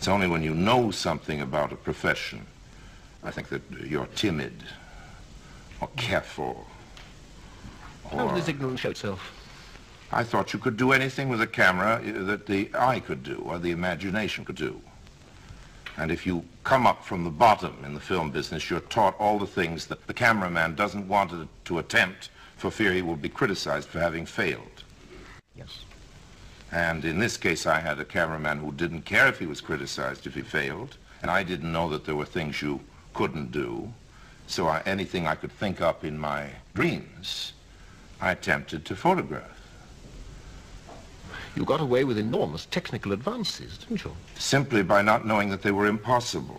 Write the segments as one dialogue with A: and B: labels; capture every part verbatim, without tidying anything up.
A: It's only when you know something about a profession, I think, that you're timid or careful.
B: How does ignorance show itself?
A: I thought you could do anything with a camera that the eye could do or the imagination could do. And if you come up from the bottom in the film business, you're taught all the things that the cameraman doesn't want to, to attempt for fear he will be criticized for having failed.
B: Yes.
A: And in this case, I had a cameraman who didn't care if he was criticized if he failed, and I didn't know that there were things you couldn't do. So I, anything I could think up in my dreams, I attempted to photograph.
B: You got away with enormous technical advances, didn't you?
A: Simply by not knowing that they were impossible.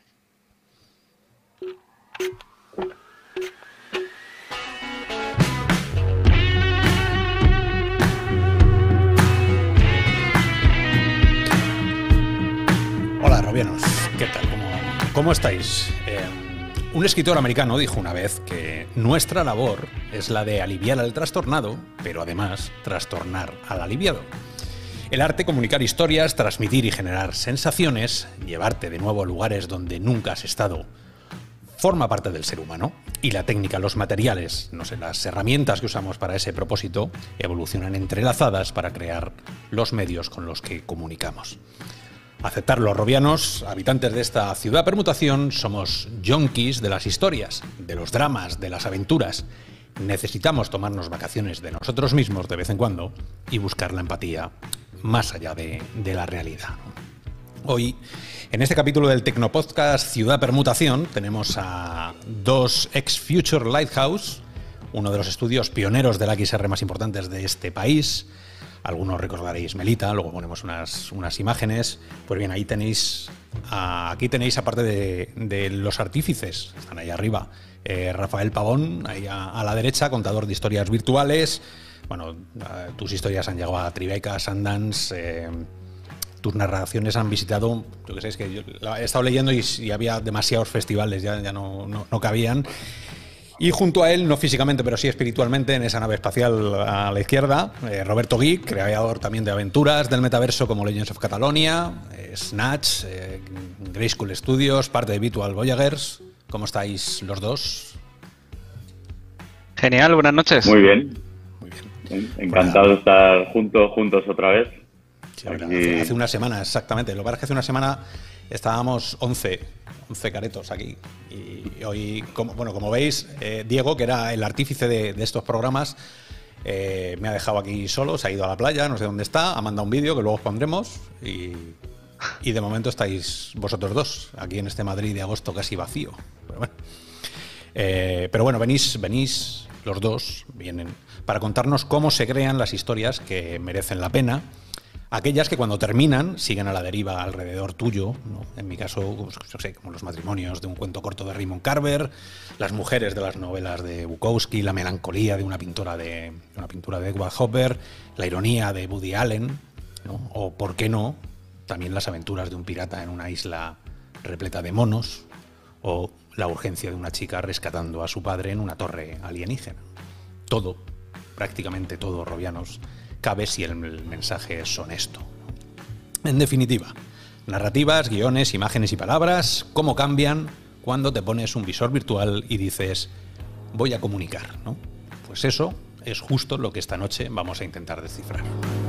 C: Hola, Robianos. ¿Qué tal? ¿Cómo, cómo estáis? Eh, un escritor americano dijo una vez que nuestra labor es la de aliviar al trastornado, pero además trastornar al aliviado. El arte, comunicar historias, transmitir y generar sensaciones, llevarte de nuevo a lugares donde nunca has estado, forma parte del ser humano. Y la técnica, los materiales, no sé, las herramientas que usamos para ese propósito evolucionan entrelazadas para crear los medios con los que comunicamos. Aceptar los robianos, habitantes de esta ciudad permutación, somos yonkis de las historias, de los dramas, de las aventuras. Necesitamos tomarnos vacaciones de nosotros mismos de vez en cuando y buscar la empatía más allá de, de la realidad. Hoy, en este capítulo del Tecnopodcast Ciudad Permutación, tenemos a dos ex-Future Lighthouse, uno de los estudios pioneros del X R más importantes de este país. Algunos recordaréis Melita, luego ponemos unas, unas imágenes. Pues bien, ahí tenéis, a, aquí tenéis, aparte de, de los artífices, están ahí arriba, eh, Rafael Pavón, ahí a, a la derecha, contador de historias virtuales. Bueno, tus historias han llegado a Tribeca, Sundance, eh, tus narraciones han visitado, yo que sé, es que yo he estado leyendo y, y había demasiados festivales, ya, ya no, no, no cabían. Y junto a él, no físicamente, pero sí espiritualmente, en esa nave espacial a la izquierda, eh, Roberto Geek, creador también de aventuras del metaverso como Legends of Catalonia, eh, Snatch, eh, Grayskull Studios, parte de Virtual Voyagers. ¿Cómo estáis los dos?
D: Genial, buenas noches.
E: Muy bien.
C: Muy bien.
E: Encantado de estar juntos, juntos otra vez.
C: Sí, hace, hace una semana, exactamente. Lo que pasa es que hace una semana estábamos once caretos aquí. Y hoy, como, bueno, como veis, eh, Diego, que era el artífice de, de estos programas, eh, me ha dejado aquí solo, se ha ido a la playa, no sé dónde está, ha mandado un vídeo que luego os pondremos y, y de momento estáis vosotros dos, aquí en este Madrid de agosto casi vacío. Pero bueno, eh, pero bueno venís, venís los dos, vienen para contarnos cómo se crean las historias que merecen la pena. Aquellas que cuando terminan siguen a la deriva alrededor tuyo, ¿no? En mi caso, pues, yo sé, como los matrimonios de un cuento corto de Raymond Carver, las mujeres de las novelas de Bukowski, la melancolía de una pintura de una pintura de Edward Hopper, la ironía de Woody Allen, ¿no? O, ¿por qué no?, también las aventuras de un pirata en una isla repleta de monos, o la urgencia de una chica rescatando a su padre en una torre alienígena. Todo, prácticamente todo, robianos, cabe si el mensaje es honesto. En definitiva, narrativas, guiones, imágenes y palabras, cómo cambian cuando te pones un visor virtual y dices voy a comunicar, ¿no? Pues eso es justo lo que esta noche vamos a intentar descifrar.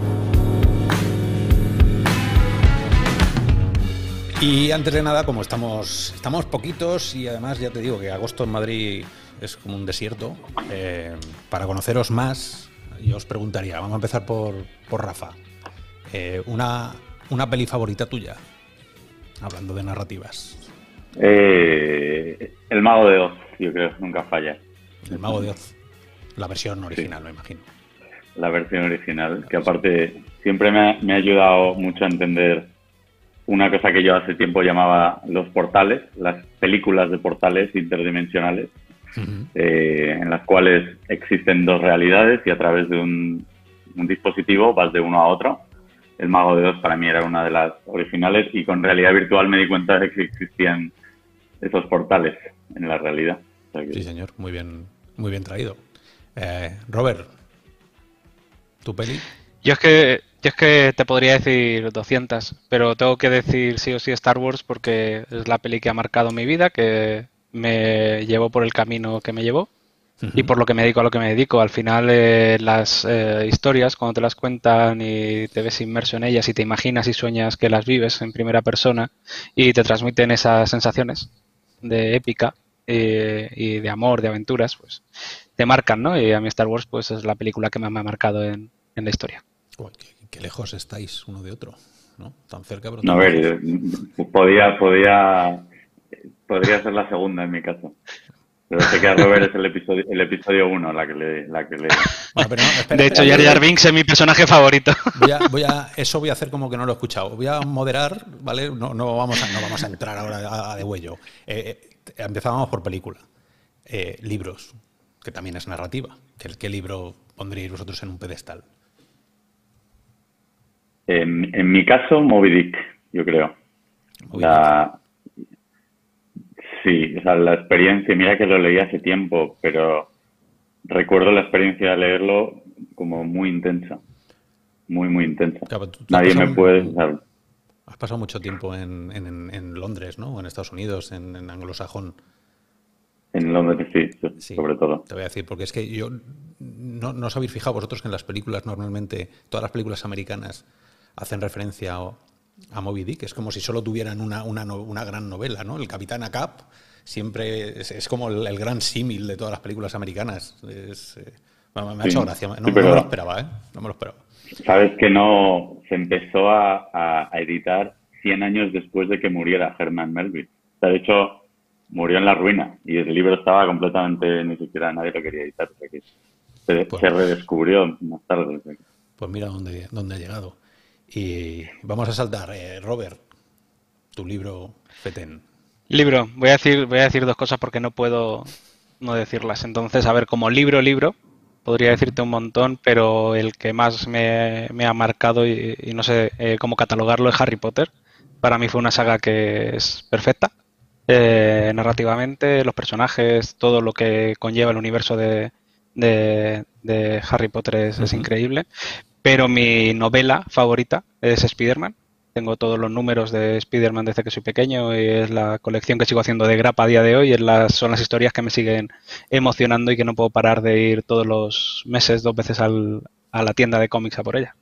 C: Y antes de nada, como estamos, estamos poquitos y además ya te digo que agosto en Madrid es como un desierto, eh, para conoceros más, yo os preguntaría, vamos a empezar por, por Rafa, eh, una, una peli favorita tuya, hablando de narrativas.
E: Eh, el Mago de Oz, yo creo, nunca falla.
C: El Mago de Oz, la versión original, sí, me imagino.
E: La versión original, que aparte siempre me ha, me ha ayudado mucho a entender una cosa que yo hace tiempo llamaba los portales, las películas de portales interdimensionales. Uh-huh. eh, en las cuales existen dos realidades y a través de un, un dispositivo vas de uno a otro. El Mago de Oz para mí era una de las originales y con realidad virtual me di cuenta de que existían esos portales en la realidad. O sea que...
C: Sí, señor, muy bien, muy bien traído. Eh, Robert, ¿tu peli?
D: Yo es que Yo es que te podría decir doscientas, pero tengo que decir sí o sí Star Wars porque es la peli que ha marcado mi vida, que me llevó por el camino que me llevó y por lo que me dedico a lo que me dedico. Al final eh, las eh, historias, cuando te las cuentan y te ves inmerso en ellas y te imaginas y sueñas que las vives en primera persona y te transmiten esas sensaciones de épica eh, y de amor, de aventuras, pues te marcan, ¿no? Y a mí Star Wars pues es la película que más me ha marcado en, en la historia.
C: Uy, qué, qué lejos estáis uno de otro, ¿no? Tan cerca, pero
E: No,
C: tan
E: a ver,
C: lejos.
E: eh, podía, podía, podría ser la segunda en mi caso. Pero sé que a Robert es el episodio, el episodio uno la que le, la que le.
C: Bueno, pero no, espera,
D: De hecho,
C: espera,
D: Jar Jar Binks es mi personaje favorito.
C: Voy a, voy a, eso voy a hacer como que no lo he escuchado. Voy a moderar, ¿vale? No, no, vamos, a, no vamos a entrar ahora a, a de huello. Eh, eh, empezábamos por película. Eh, libros, que también es narrativa. ¿Qué, qué libro pondríais vosotros en un pedestal?
E: En, en mi caso, Moby Dick, yo creo.
C: Moby
E: La, sí, o sea, la experiencia, mira que lo leí hace tiempo, pero recuerdo la experiencia de leerlo como muy intensa. Muy, muy intensa.
C: Claro, tú- tú has
E: Nadie me
C: pasado-
E: puede. O sea,
C: Has pasado mucho tiempo en, en, en Londres, ¿no? O en Estados Unidos, en, en anglosajón.
E: en Londres sí, sí,
C: Sí,
E: sobre todo.
C: te voy a decir, porque es que yo no, no os habéis fijado vosotros que en las películas normalmente, todas las películas americanas hacen referencia a, a Moby Dick, es como si solo tuvieran una, una, no- una gran novela, ¿no? El Capitán Ahab siempre es, es como el, el gran símil de todas las películas americanas. Es, eh, me, me ha
E: Sí.
C: hecho gracia, no,
E: Sí,
C: no
E: pero-
C: me lo esperaba, ¿eh? No me lo esperaba.
E: Sabes que no se empezó a, a- a editar cien años después de que muriera Herman Melville. O sea, de hecho, murió en la ruina y el libro estaba completamente, ni siquiera nadie lo quería editar. O sea que se,
C: Pues-
E: se redescubrió más tarde. O sea que-
C: Pues mira dónde, dónde ha llegado. Y vamos a saltar, eh, Robert, tu libro Feten.
D: Libro, voy a decir, voy a decir dos cosas porque no puedo no decirlas. Entonces, a ver, como libro, libro, podría decirte un montón, pero el que más me, me ha marcado y, y no sé eh, cómo catalogarlo es Harry Potter. Para mí fue una saga que es perfecta. Eh, narrativamente, los personajes, todo lo que conlleva el universo de, de, de Harry Potter es, es
C: Ujú.
D: increíble. Pero mi novela favorita es Spider-Man. Tengo todos los números de Spider-Man desde que soy pequeño y es la colección que sigo haciendo de grapa a día de hoy. Es las, son las historias que me siguen emocionando y que no puedo parar de ir todos los meses, dos veces al, a la tienda de cómics a por ella.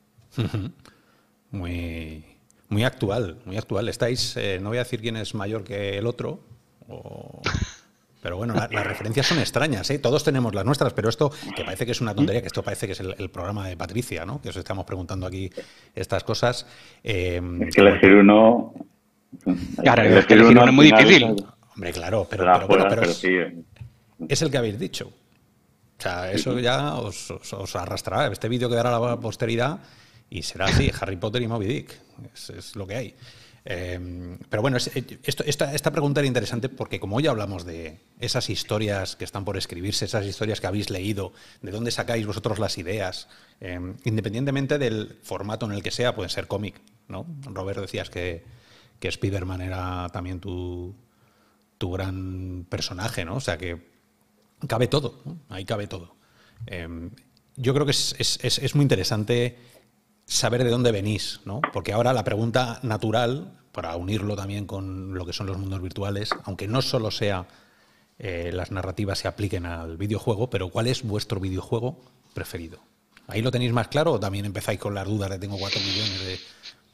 C: Muy, muy actual, muy actual. Estáis, eh, no voy a decir quién es mayor que el otro, o- pero bueno, la- las referencias son extrañas, ¿eh? Todos tenemos las nuestras, pero esto, que parece que es una tontería, que esto parece que es el, el programa de Patricia, ¿no? Que os estamos preguntando aquí estas cosas. eh,
E: Es que elegir uno.
D: Claro, es que elegir uno es muy
E: al final
D: difícil.
C: Hombre, claro, pero,
E: será
C: pero, bueno,
E: fuera,
C: pero
E: pero
C: es,
E: sí. eh.
C: es el que habéis dicho. O sea, eso ya os, os- os arrastrará. Este vídeo quedará a la posteridad y será así, Harry Potter y Moby Dick. Es, es lo que hay. Eh, pero bueno, es- esto- esta, esta pregunta era interesante porque como hoy hablamos de esas historias que están por escribirse, esas historias que habéis leído, de dónde sacáis vosotros las ideas, eh, independientemente del formato en el que sea, puede ser cómic, ¿no? Robert, decías que, que Spider-Man era también tu, tu gran personaje, ¿no? O sea que cabe todo, ¿no? Ahí cabe todo. Eh, yo creo que es, es- es- es muy interesante saber de dónde venís, ¿no? Porque ahora la pregunta natural, para unirlo también con lo que son los mundos virtuales, aunque no solo sea eh, las narrativas se apliquen al videojuego, pero ¿cuál es vuestro videojuego preferido? ¿Ahí lo tenéis más claro o también empezáis con las dudas de tengo cuatro millones de...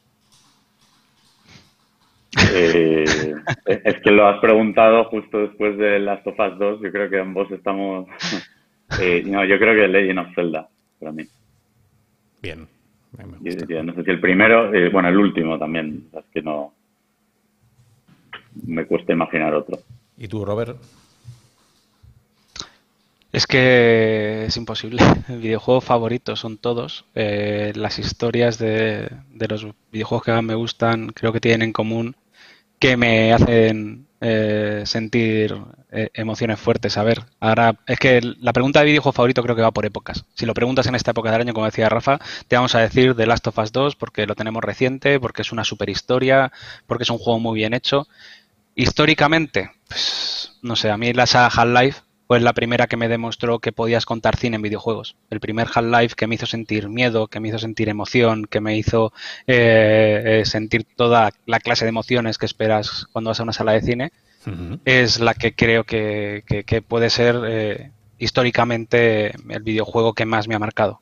E: Eh, es que lo has preguntado justo después de Last of Us dos. Yo creo que ambos estamos. eh, no, yo creo que Legend of Zelda, para mí.
C: Bien, me
E: Yo
C: gusta.
E: diría, no sé si el primero, eh, bueno, el último también. O sea, es que no. Me cuesta imaginar otro.
C: ¿Y tú, Robert?
D: Es que es imposible. Videojuegos favoritos son todos. Eh, las historias de, de los videojuegos que más me gustan creo que tienen en común que me hacen eh, sentir eh, emociones fuertes. A ver, ahora es que la pregunta de videojuego favorito creo que va por épocas. Si lo preguntas en esta época del año, como decía Rafa, te vamos a decir The Last of Us dos porque lo tenemos reciente, porque es una super historia, porque es un juego muy bien hecho. Históricamente, pues, no sé, a mí la saga Half-Life fue la primera que me demostró que podías contar cine en videojuegos. El primer Half-Life que me hizo sentir miedo, que me hizo sentir emoción, que me hizo eh, eh, sentir toda la clase de emociones que esperas cuando vas a una sala de cine, uh-huh. es la que creo que, que, que puede ser eh, históricamente el videojuego que más me ha marcado.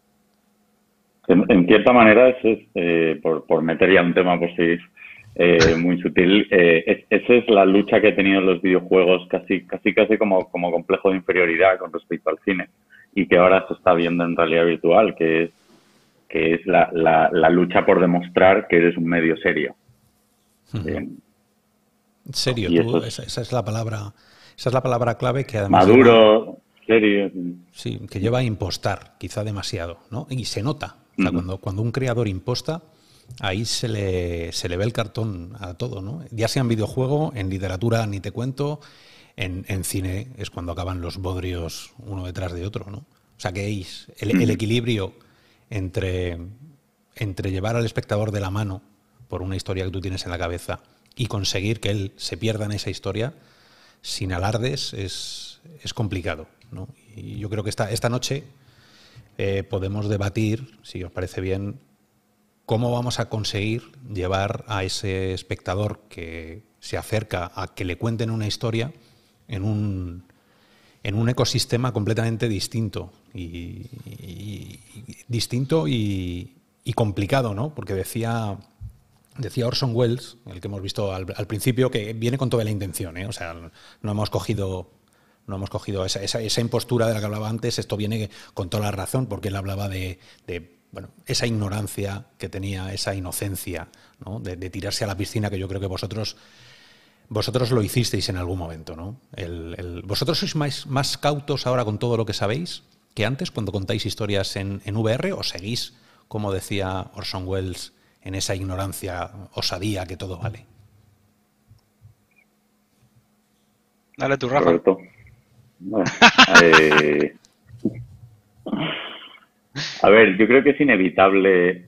E: En, en cierta manera, eso es, eh, por, por meter ya un tema por si eh, muy sutil, eh, es, esa es la lucha que han tenido los videojuegos casi casi casi como, como complejo de inferioridad con respecto al cine y que ahora se está viendo en realidad virtual, que es, que es la, la, la lucha por demostrar que eres un medio serio.
C: Uh-huh. eh, serio, tú, es, esa, esa es la palabra, esa es la palabra clave que además
E: maduro, lleva, serio.
C: Sí, que lleva a impostar, quizá demasiado, ¿no? Y se nota. O sea, uh-huh. cuando, cuando un creador imposta, ahí se le, se le ve el cartón a todo, ¿no? Ya sea en videojuego, en literatura, ni te cuento, en, en cine es cuando acaban los bodrios uno detrás de otro, ¿no? O sea, que es el, el equilibrio entre, entre llevar al espectador de la mano por una historia que tú tienes en la cabeza y conseguir que él se pierda en esa historia sin alardes es, es complicado, ¿no? Y yo creo que esta, esta noche eh, podemos debatir, si os parece bien, cómo vamos a conseguir llevar a ese espectador que se acerca a que le cuenten una historia en un, en un ecosistema completamente distinto y, y, y distinto y, y complicado, ¿no? Porque decía decía Orson Welles, el que hemos visto al, al principio, que viene con toda la intención, ¿eh? O sea, no hemos cogido no hemos cogido esa, esa, esa impostura de la que hablaba antes. Esto viene con toda la razón, porque él hablaba de, de bueno, esa ignorancia que tenía, esa inocencia, ¿no? de, de tirarse a la piscina, que yo creo que vosotros vosotros lo hicisteis en algún momento, ¿no? El, el, ¿Vosotros sois más, más cautos ahora con todo lo que sabéis que antes cuando contáis historias en, en V R, o seguís, como decía Orson Welles, en esa ignorancia, osadía, que todo vale?
D: Dale tú, Rafa.
E: Roberto. Bueno, eh... A ver, yo creo que es inevitable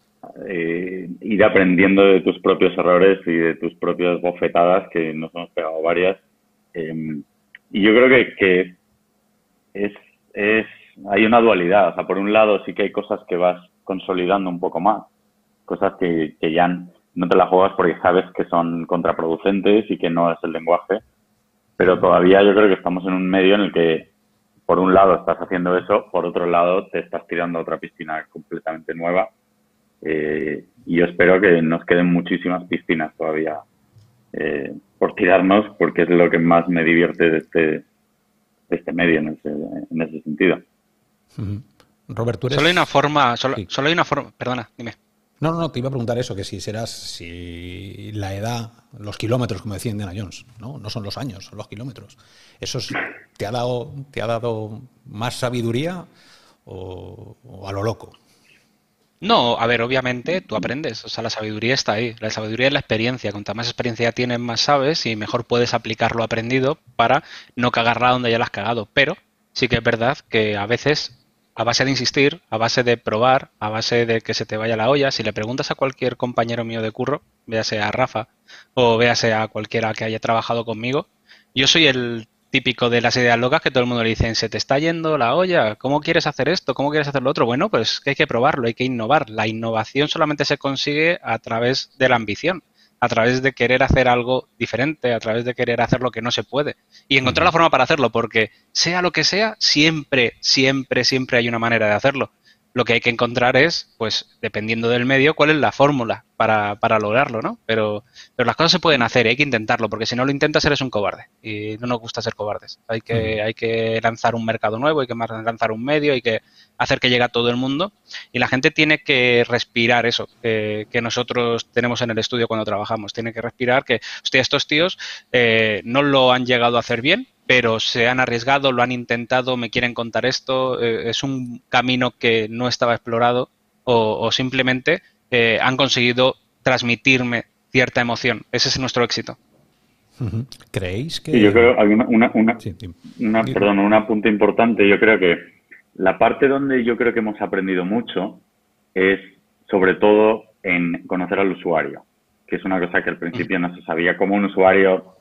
E: eh, ir aprendiendo de tus propios errores y de tus propias bofetadas, que nos hemos pegado varias. Eh, y yo creo que, que es, es hay una dualidad. O sea, por un lado sí que hay cosas que vas consolidando un poco más, cosas que, que ya no te la juegas porque sabes que son contraproducentes y que no es el lenguaje. Pero todavía yo creo que estamos en un medio en el que, por un lado, estás haciendo eso, por otro lado, te estás tirando a otra piscina completamente nueva. Eh, y yo espero que nos queden muchísimas piscinas todavía eh, por tirarnos, porque es lo que más me divierte de este, de este medio en ese, en ese sentido.
C: Uh-huh. Robert, ¿tú eres?
D: Solo hay una forma, solo,
C: sí.
D: solo hay una forma, perdona, dime.
C: No, no, no, te iba a preguntar eso, que si serás, si la edad, los kilómetros, como decía Indiana Jones, ¿no? No son los años, son los kilómetros. ¿Eso es, te ha dado, te ha dado más sabiduría o, o a lo loco?
D: No, a ver, obviamente tú aprendes, o sea, la sabiduría está ahí, la sabiduría es la experiencia, cuanta más experiencia tienes, más sabes y mejor puedes aplicar lo aprendido para no cagarla donde ya la has cagado, pero sí que es verdad que a veces, a base de insistir, a base de probar, a base de que se te vaya la olla, si le preguntas a cualquier compañero mío de curro, véase a Rafa o véase a cualquiera que haya trabajado conmigo, yo soy el típico de las ideas locas que todo el mundo le dicen, se te está yendo la olla, ¿cómo quieres hacer esto? ¿Cómo quieres hacer lo otro? Bueno, pues que hay que probarlo, hay que innovar. La innovación solamente se consigue a través de la ambición, a través de querer hacer algo diferente, a través de querer hacer lo que no se puede y encontrar la forma para hacerlo, porque sea lo que sea, siempre, siempre, siempre hay una manera de hacerlo. Lo que hay que encontrar es, pues, dependiendo del medio, cuál es la fórmula para, para lograrlo, ¿no? Pero, pero las cosas se pueden hacer y hay que intentarlo, porque si no lo intentas eres un cobarde y no nos gusta ser cobardes. Hay que, hay que lanzar un mercado nuevo, hay que lanzar un medio, hay que hacer que llegue a todo el mundo y la gente tiene que respirar eso que, que nosotros tenemos en el estudio cuando trabajamos. Tiene que respirar que, hostia, estos tíos eh, no lo han llegado a hacer bien, pero se han arriesgado, lo han intentado, me quieren contar esto, eh, es un camino que no estaba explorado o, o simplemente eh, han conseguido transmitirme cierta emoción. Ese es nuestro éxito.
C: Uh-huh. ¿Creéis que...?
E: Sí, yo creo, hay una, una, una,
C: sí,
E: una perdón, un apunte importante. Yo creo que la parte donde yo creo que hemos aprendido mucho es sobre todo en conocer al usuario, que es una cosa que al principio no se sabía. Cómo un usuario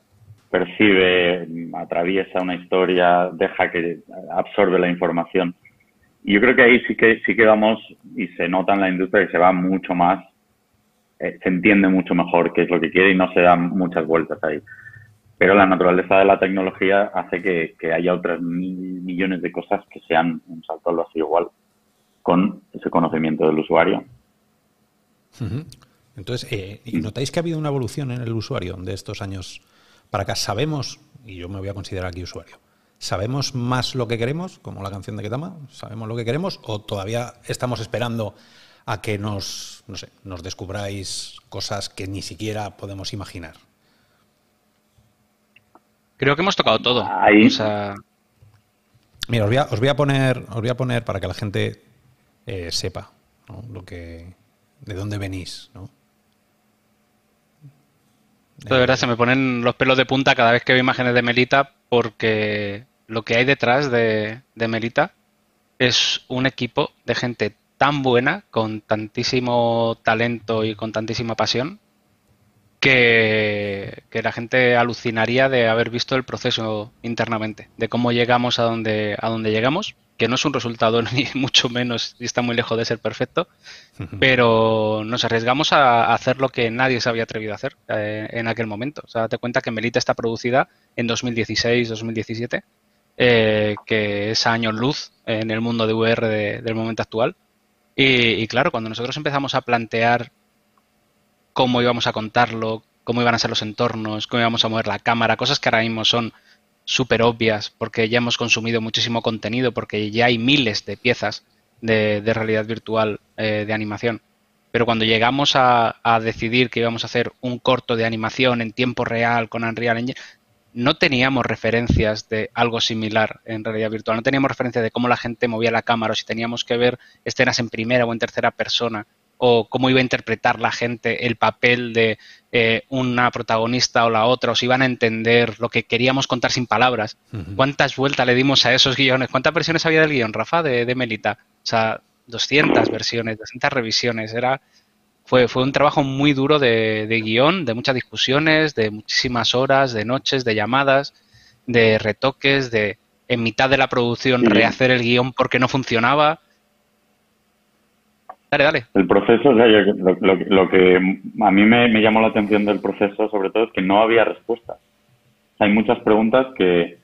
E: percibe, atraviesa una historia, deja que absorbe la información. Y yo creo que ahí sí que sí que vamos, y se nota en la industria que se va mucho más, eh, se entiende mucho mejor qué es lo que quiere y no se dan muchas vueltas ahí. Pero la naturaleza de la tecnología hace que, que haya otras mil millones de cosas que sean un salto al vacío igual, con ese conocimiento del usuario.
C: Uh-huh. Entonces, eh, ¿notáis que ha habido una evolución en el usuario de estos años para acá? ¿Sabemos, y yo me voy a considerar aquí usuario, ¿sabemos más lo que queremos, como la canción de Ketama? ¿Sabemos lo que queremos o todavía estamos esperando a que nos, no sé, nos descubráis cosas que ni siquiera podemos imaginar?
D: Creo que hemos tocado todo.
E: Ahí.
D: O sea...
C: Mira, os voy a, os voy a poner, os voy a poner para que la gente eh, sepa, ¿no? Lo que, de dónde venís, ¿no?
D: De verdad, se me ponen los pelos de punta cada vez que veo imágenes de Melita, porque lo que hay detrás de, de Melita es un equipo de gente tan buena, con tantísimo talento y con tantísima pasión, que, que la gente alucinaría de haber visto el proceso internamente, de cómo llegamos a donde, a donde llegamos, que no es un resultado ni mucho menos y está muy lejos de ser perfecto, pero nos arriesgamos a hacer lo que nadie se había atrevido a hacer eh, en aquel momento. O sea, date cuenta que Melita está producida en dos mil dieciséis, dos mil diecisiete, eh, que es años luz en el mundo de V R de, del momento actual. Y, y claro, cuando nosotros empezamos a plantear cómo íbamos a contarlo, cómo iban a ser los entornos, cómo íbamos a mover la cámara, cosas que ahora mismo son súper obvias porque ya hemos consumido muchísimo contenido, porque ya hay miles de piezas de, de realidad virtual eh, de animación. Pero cuando llegamos a, a decidir que íbamos a hacer un corto de animación en tiempo real con Unreal Engine, no teníamos referencias de algo similar en realidad virtual, no teníamos referencias de cómo la gente movía la cámara o si teníamos que ver escenas en primera o en tercera persona, o cómo iba a interpretar la gente el papel de eh, una protagonista o la otra, o si iban a entender lo que queríamos contar sin palabras. Uh-huh. ¿Cuántas vueltas le dimos a esos guiones? ¿Cuántas versiones había del guión, Rafa, de, de Melita? O sea, doscientas versiones, doscientas revisiones. Era, fue, fue un trabajo muy duro de, de guión, de muchas discusiones, de muchísimas horas, de noches, de llamadas, de retoques, de en mitad de la producción sí. rehacer el guión porque no funcionaba. Dale, dale.
E: El proceso, o sea, yo, lo, lo, lo que a mí me, me llamó la atención del proceso, sobre todo, es que no había respuestas. Hay muchas preguntas que,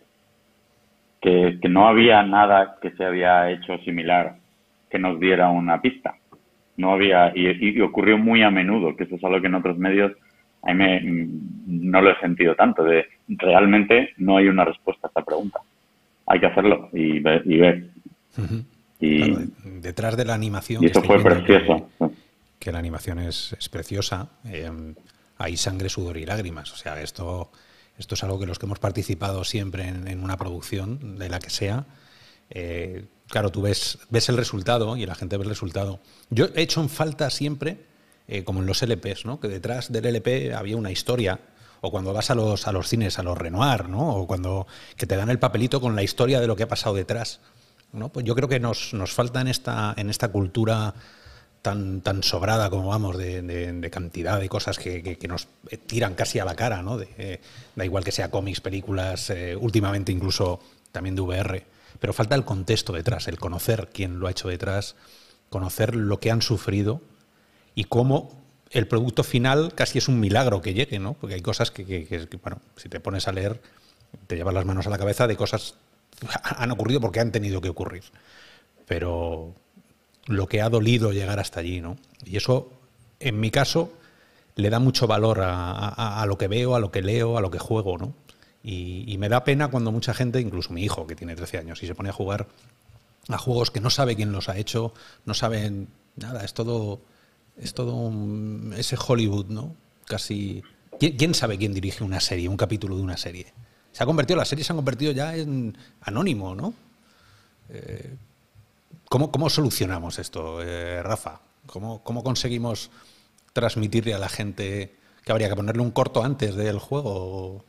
E: que, que no había nada que se había hecho similar que nos diera una pista. No había, y, y ocurrió muy a menudo, que eso es algo que en otros medios a mí me, no lo he sentido tanto, de realmente no hay una respuesta a esta pregunta. Hay que hacerlo y ver. Y ver.
C: Uh-huh.
E: Y,
C: claro, detrás de la animación...
E: Y eso fue precioso.
C: Que, que la animación es, es preciosa. Eh, hay sangre, sudor y lágrimas. O sea, esto, esto es algo que los que hemos participado siempre en, en una producción, de la que sea, eh, claro, tú ves, ves el resultado y la gente ve el resultado. Yo he hecho en falta siempre, eh, como en los L Pes, ¿no? Que detrás del L P había una historia. O cuando vas a los, a los cines, a los Renoir, ¿no? O cuando que te dan el papelito con la historia de lo que ha pasado detrás. ¿No? Pues yo creo que nos, nos falta en esta, en esta cultura tan, tan sobrada como vamos, de, de, de cantidad de cosas que, que, que nos tiran casi a la cara, ¿no? De, eh, da igual que sea cómics, películas, eh, últimamente incluso también de V R, pero falta el contexto detrás, el conocer quién lo ha hecho detrás, conocer lo que han sufrido y cómo el producto final casi es un milagro que llegue, ¿no? Porque hay cosas que, que, que, que bueno, si te pones a leer, te llevas las manos a la cabeza de cosas han ocurrido porque han tenido que ocurrir. Pero lo que ha dolido llegar hasta allí, ¿no? Y eso, en mi caso, le da mucho valor a, a, a lo que veo, a lo que leo, a lo que juego, ¿no? Y, y me da pena cuando mucha gente, incluso mi hijo, que tiene trece años, y se pone a jugar a juegos que no sabe quién los ha hecho, no saben nada, es todo, es todo un, ese Hollywood, ¿no? Casi... ¿Quién, ¿Quién sabe quién dirige una serie, un capítulo de una serie? Se ha convertido, las series se han convertido ya en anónimo, ¿no? Eh, ¿cómo, ¿Cómo solucionamos esto, eh, Rafa? ¿Cómo, ¿Cómo conseguimos transmitirle a la gente que habría que ponerle un corto antes del juego?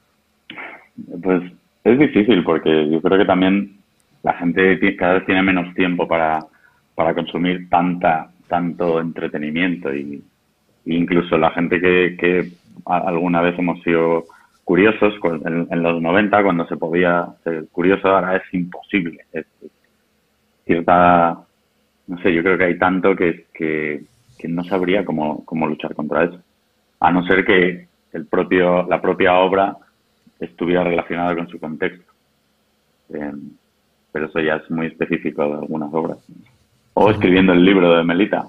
E: Pues es difícil porque yo creo que también la gente cada vez tiene menos tiempo para, para consumir tanta tanto entretenimiento y, e incluso la gente que, que alguna vez hemos sido curiosos en, en los noventa, cuando se podía ser curioso, ahora es imposible. Es, es cierta, no sé, yo creo que hay tanto que, que, que no sabría cómo, cómo luchar contra eso. A no ser que el propio, la propia obra estuviera relacionada con su contexto. Eh, pero eso ya es muy específico de algunas obras. O escribiendo el libro de Melita.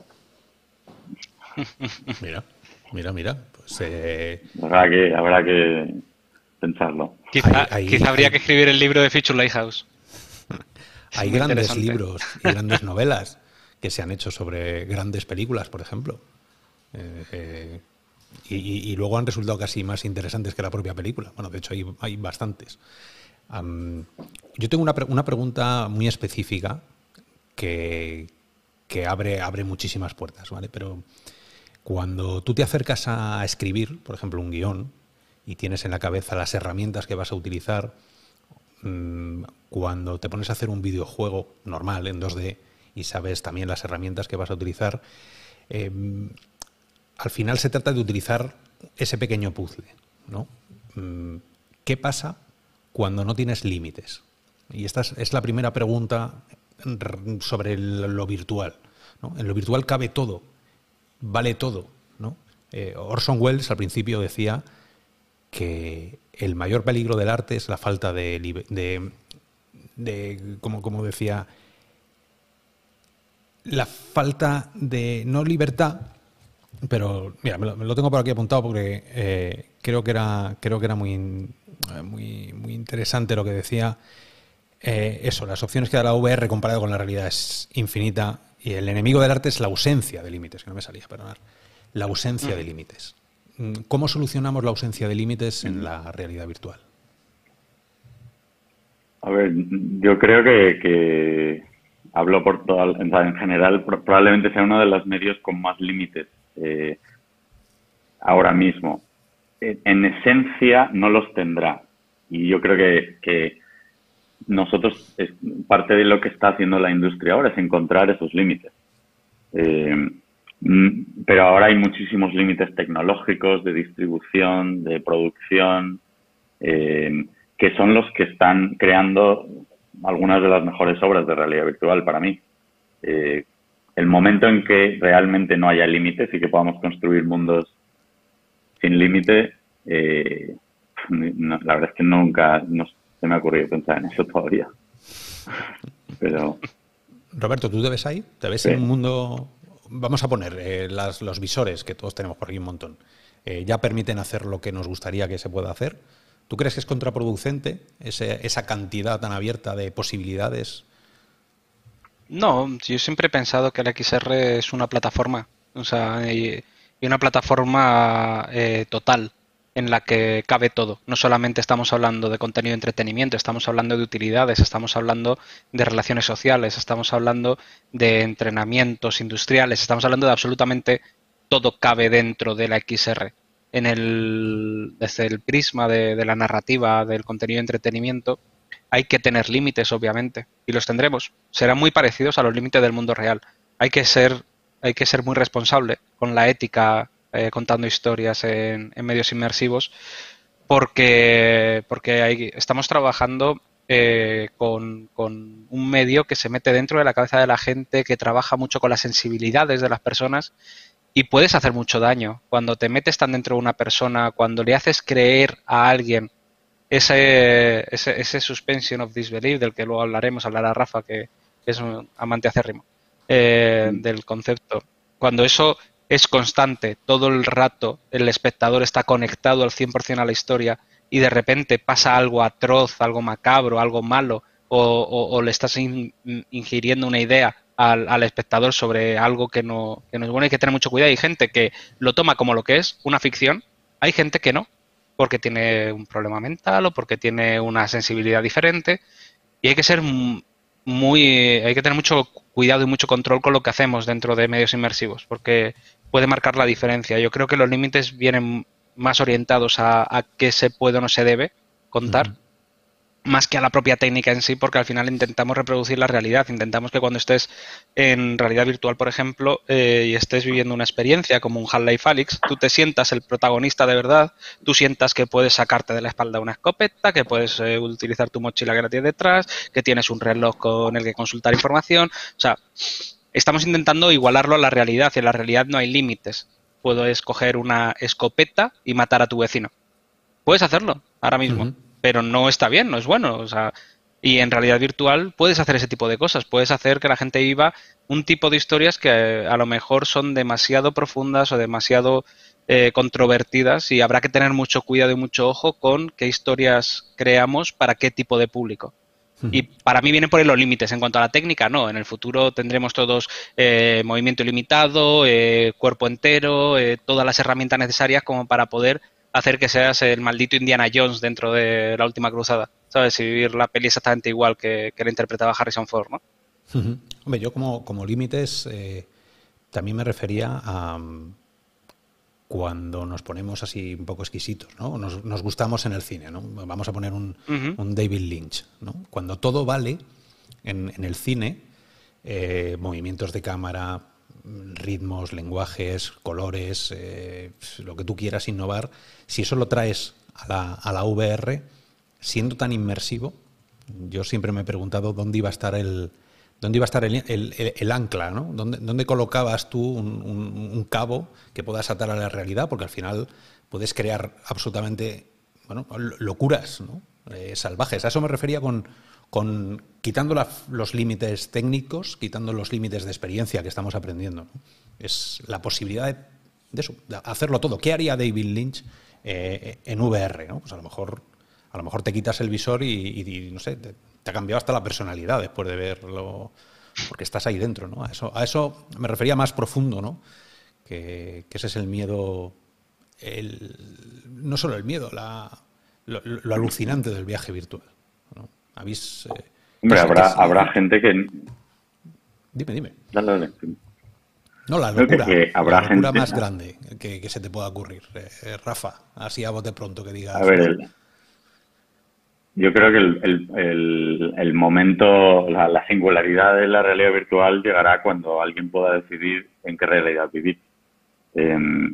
C: Mira, mira, mira. Pues, eh...
E: habrá, que, habrá que pensarlo.
D: Quizá,
C: Hay- hay-
D: quizá habría
C: hay-
D: que escribir el libro de Future Lighthouse.
C: Hay
D: muy
C: grandes
D: interesante.
C: libros y grandes novelas que se han hecho sobre grandes películas, por ejemplo. Eh, eh, y, y- y luego han resultado casi más interesantes que la propia película. Bueno, de hecho hay, hay bastantes. Am, yo tengo una, pre- una pregunta muy específica que, que abre, abre muchísimas puertas, ¿vale? Pero cuando tú te acercas a escribir, por ejemplo, un guión, y tienes en la cabeza las herramientas que vas a utilizar, mm, cuando te pones a hacer un videojuego normal en dos D y sabes también las herramientas que vas a utilizar, eh, al final se trata de utilizar ese pequeño puzzle, ¿no? Mm, ¿Qué pasa cuando no tienes límites? Y esta es, es la primera pregunta r- sobre el- lo virtual, ¿no? En lo virtual cabe todo, vale todo, ¿no? Eh, Orson Welles al principio decía que el mayor peligro del arte es la falta de, libe- de, de como, como decía, la falta de, no libertad, pero mira, me lo, me lo tengo por aquí apuntado porque eh, creo que era creo que era muy, muy, muy interesante lo que decía. Eh, eso, las opciones que da la V R comparado con la realidad es infinita y el enemigo del arte es la ausencia de límites, que no me salía, perdonad. La ausencia de límites. ¿Cómo solucionamos la ausencia de límites en la realidad virtual?
E: A ver, yo creo que, que hablo por toda, o sea, en general, pro- probablemente sea uno de los medios con más límites eh, ahora mismo. En, en esencia no los tendrá. Y yo creo que, que nosotros, es, parte de lo que está haciendo la industria ahora es encontrar esos límites. Eh, mm, pero ahora hay muchísimos límites tecnológicos, de distribución, de producción, eh, que son los que están creando algunas de las mejores obras de realidad virtual para mí. Eh, el momento en que realmente no haya límites y que podamos construir mundos sin límite, eh, no, la verdad es que nunca no se me ha ocurrido pensar en eso todavía. Pero
C: Roberto, ¿tú te ves ahí? ¿Te ves
E: Sí.
C: en un mundo? Vamos a poner eh, las, los visores, que todos tenemos por aquí un montón. Eh, ya permiten hacer lo que nos gustaría que se pueda hacer. ¿Tú crees que es contraproducente ese, esa cantidad tan abierta de posibilidades?
D: No, yo siempre he pensado que el X R es una plataforma, o sea, y, y una plataforma eh, total en la que cabe todo. No solamente estamos hablando de contenido de entretenimiento, estamos hablando de utilidades, estamos hablando de relaciones sociales, estamos hablando de entrenamientos industriales, estamos hablando de absolutamente todo cabe dentro de la X R. En el, desde el prisma de, de la narrativa, del contenido de entretenimiento, hay que tener límites, obviamente, y los tendremos. Serán muy parecidos a los límites del mundo real. Hay que ser, hay que ser muy responsable con la ética eh, contando historias en, en medios inmersivos, porque, porque hay, estamos trabajando eh, con, con un medio que se mete dentro de la cabeza de la gente, que trabaja mucho con las sensibilidades de las personas. Y puedes hacer mucho daño cuando te metes tan dentro de una persona, cuando le haces creer a alguien ese, ese, ese suspension of disbelief del que luego hablaremos, hablará Rafa, que es un amante acérrimo eh,
E: Mm.
D: del concepto. Cuando eso es constante, todo el rato el espectador está conectado al cien por ciento a la historia y de repente pasa algo atroz, algo macabro, algo malo, o, o, o le estás in, ingiriendo una idea al, al espectador sobre algo que no, que no es bueno, hay que tener mucho cuidado. Hay gente que lo toma como lo que es, una ficción, hay gente que no, porque tiene un problema mental o porque tiene una sensibilidad diferente, y hay que ser muy, hay que tener mucho cuidado y mucho control con lo que hacemos dentro de medios inmersivos, porque puede marcar la diferencia. Yo creo que los límites vienen más orientados a, a qué se puede o no se debe contar, uh-huh. más que a la propia técnica en sí, porque al final intentamos reproducir la realidad. Intentamos que cuando estés en realidad virtual, por ejemplo, eh, y estés viviendo una experiencia como un Half-Life Alyx, tú te sientas el protagonista de verdad, tú sientas que puedes sacarte de la espalda una escopeta, que puedes eh, utilizar tu mochila que la tienes detrás, que tienes un reloj con el que consultar información. O sea, estamos intentando igualarlo a la realidad, y en la realidad no hay límites. Puedo escoger una escopeta y matar a tu vecino. Puedes hacerlo ahora mismo. Uh-huh. Pero no está bien, no es bueno. O sea, y en realidad virtual puedes hacer ese tipo de cosas. Puedes hacer que la gente viva un tipo de historias que a lo mejor son demasiado profundas o demasiado eh, controvertidas, y habrá que tener mucho cuidado y mucho ojo con qué historias creamos para qué tipo de público. Uh-huh. Y para mí vienen por ahí los límites. En cuanto a la técnica, no. En el futuro tendremos todos eh, movimiento ilimitado, eh, cuerpo entero, eh, todas las herramientas necesarias como para poder hacer que seas el maldito Indiana Jones dentro de La Última Cruzada, ¿sabes? Y vivir la peli exactamente igual que, que la interpretaba Harrison Ford, ¿no?
C: Uh-huh. Hombre, yo como, como límites eh, también me refería a um, cuando nos ponemos así un poco exquisitos, ¿no? Nos, nos gustamos en el cine, ¿no? Vamos a poner un, uh-huh. un David Lynch, ¿no? Cuando todo vale en, en el cine, eh, movimientos de cámara, ritmos, lenguajes, colores, eh, lo que tú quieras innovar, si eso lo traes a la, a la V R, siendo tan inmersivo, yo siempre me he preguntado dónde iba a estar el dónde iba a estar el, el, el, el ancla, ¿no? ¿Dónde, dónde colocabas tú un, un, un cabo que puedas atar a la realidad? Porque al final puedes crear absolutamente, bueno, locuras, ¿no? Eh, salvajes. A eso me refería con con quitando la, los límites técnicos, quitando los límites de experiencia que estamos aprendiendo, ¿no? Es la posibilidad de, de eso, de hacerlo todo. ¿Qué haría David Lynch eh, en V R, ¿no? Pues a lo mejor, a lo mejor te quitas el visor y, y, y no sé, te, te ha cambiado hasta la personalidad después de verlo, porque estás ahí dentro, ¿no? A eso, a eso me refería más profundo, ¿no? Que, que ese es el miedo, el, no solo el miedo, la, lo, lo alucinante del viaje virtual, ¿no? ¿Habéis, eh,
E: Hombre, habrá, es, habrá eh, gente que...
C: Dime, dime.
E: Dale, dale.
C: No, la locura,
E: que, que habrá
C: la locura
E: gente,
C: más
E: ¿no?
C: grande que, que se te pueda ocurrir. Eh, eh, Rafa, así a bote pronto que digas.
E: A ver, el, yo creo que el, el, el, el momento, la, la singularidad de la realidad virtual llegará cuando alguien pueda decidir en qué realidad vivir. Eh,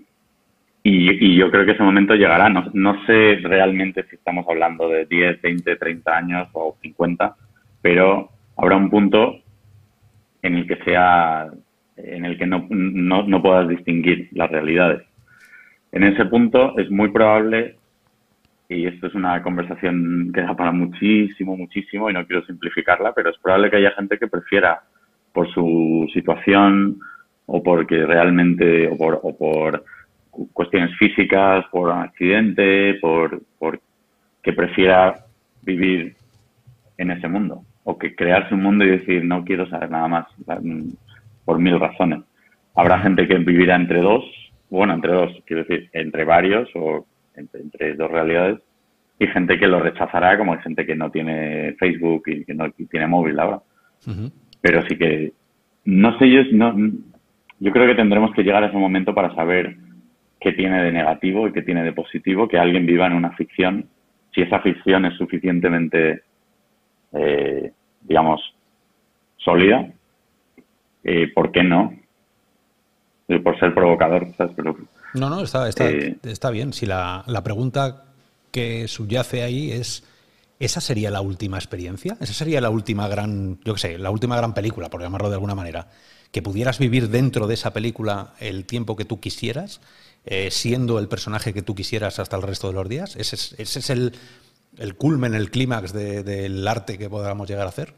E: Y, y yo creo que ese momento llegará. No, no sé realmente si estamos hablando de diez, veinte, treinta años o cincuenta, pero habrá un punto en el que sea, en el que no, no, no puedas distinguir las realidades. En ese punto es muy probable, y esto es una conversación que da para muchísimo, muchísimo, y no quiero simplificarla, pero es probable que haya gente que prefiera, por su situación o porque realmente, o por, o por cuestiones físicas, por un accidente, por, por que prefiera vivir en ese mundo, o que crearse un mundo y decir no quiero saber nada más, por mil razones. Habrá gente que vivirá entre dos, bueno, entre dos, quiero decir, entre varios o entre, entre dos realidades, y gente que lo rechazará, como hay gente que no tiene Facebook y que no tiene móvil ahora. Uh-huh. Pero sí que, no sé yo, no, yo creo que tendremos que llegar a ese momento para saber qué tiene de negativo y qué tiene de positivo que alguien viva en una ficción, si esa ficción es suficientemente, eh, digamos, sólida, eh, ¿por qué no? Eh, por ser provocador, ¿sabes? Pero,
C: no, no, está, está,
E: eh,
C: está bien. Si la, la pregunta que subyace ahí es, ¿esa sería la última experiencia? ¿Esa sería la última gran, yo qué sé, la última gran película, por llamarlo de alguna manera? Que pudieras vivir dentro de esa película el tiempo que tú quisieras, eh, siendo el personaje que tú quisieras hasta el resto de los días. ¿Ese es, ese es el, el culmen, el clímax de, del arte que podamos llegar a hacer?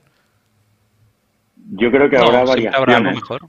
E: Yo creo que
D: no,
E: habrá
D: sí,
E: variaciones.
D: Habrá algo mejor.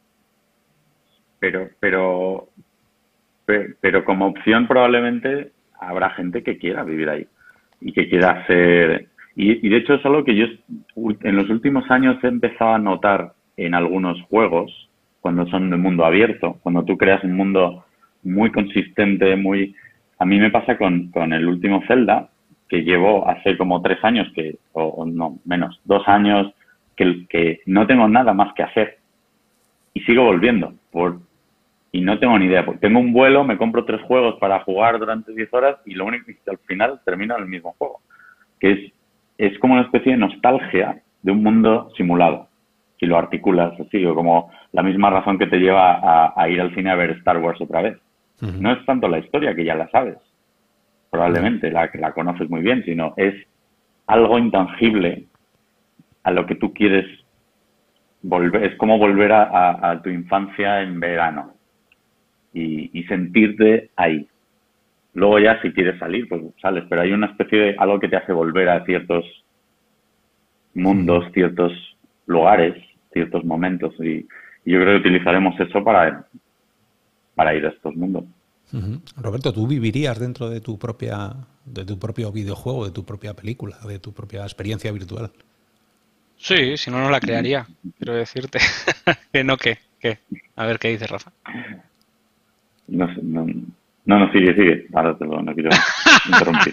E: Pero, pero, pero como opción probablemente habrá gente que quiera vivir ahí y que quiera hacer... Y, y de hecho es algo que yo en los últimos años he empezado a notar en algunos juegos, cuando son de mundo abierto, cuando tú creas un mundo muy consistente, muy... A mí me pasa con, con el último Zelda, que llevo hace como tres años, que o, o no, menos, dos años, que, que no tengo nada más que hacer. Y sigo volviendo. Por, y no tengo ni idea. Porque tengo un vuelo, me compro tres juegos para jugar durante diez horas y lo único que al final termino en el mismo juego. Que es es como una especie de nostalgia de un mundo simulado, si lo articulas así, o como la misma razón que te lleva a, a ir al cine a ver Star Wars otra vez. Uh-huh. No es tanto la historia, que ya la sabes, probablemente, uh-huh. la que la conoces muy bien, sino es algo intangible a lo que tú quieres volver. Es como volver a, a, a tu infancia en verano y, y sentirte ahí. Luego ya si quieres salir, pues sales, pero hay una especie de algo que te hace volver a ciertos mundos, ciertos lugares, ciertos momentos, y, y yo creo que utilizaremos eso para, para ir a estos mundos.
C: Uh-huh. Roberto, ¿tú vivirías dentro de tu propia, de tu propio videojuego, de tu propia película, de tu propia experiencia virtual?
D: Sí, si no, no la crearía, quiero decirte. ¿Que no qué? ¿Qué? A ver, ¿qué dice Rafa?
E: No sé, no... No, no, sigue, sigue. Ahora te lo no quiero interrumpir.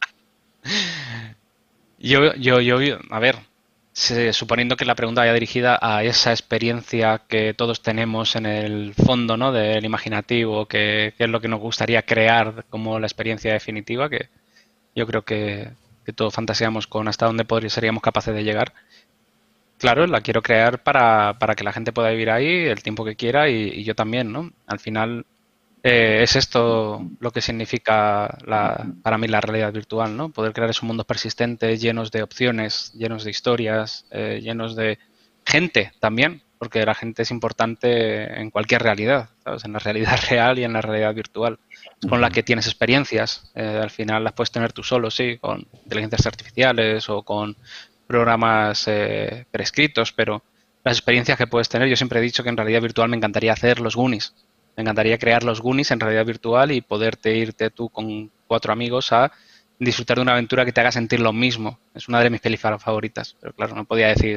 D: Yo, yo, yo, a ver, se, suponiendo que la pregunta vaya dirigida a esa experiencia que todos tenemos en el fondo, ¿no? Del imaginativo, que, que es lo que nos gustaría crear como la experiencia definitiva, que yo creo que, que todos fantaseamos con hasta dónde podría, seríamos capaces de llegar. Claro, la quiero crear para, para que la gente pueda vivir ahí el tiempo que quiera y, y yo también, ¿no? Al final... Eh, es esto lo que significa la, para mí la realidad virtual, ¿no? Poder crear esos mundos persistentes llenos de opciones, llenos de historias, eh, llenos de gente también, porque la gente es importante en cualquier realidad, ¿sabes? En la realidad real y en la realidad virtual, con la que tienes experiencias. Eh, al final las puedes tener tú solo, sí, con inteligencias artificiales o con programas eh, prescritos, pero las experiencias que puedes tener, yo siempre he dicho que en realidad virtual me encantaría hacer los Goonies. Me encantaría crear los Goonies en realidad virtual y poderte irte tú con cuatro amigos a disfrutar de una aventura que te haga sentir lo mismo. Es una de mis pelis favoritas, pero claro, no podía decir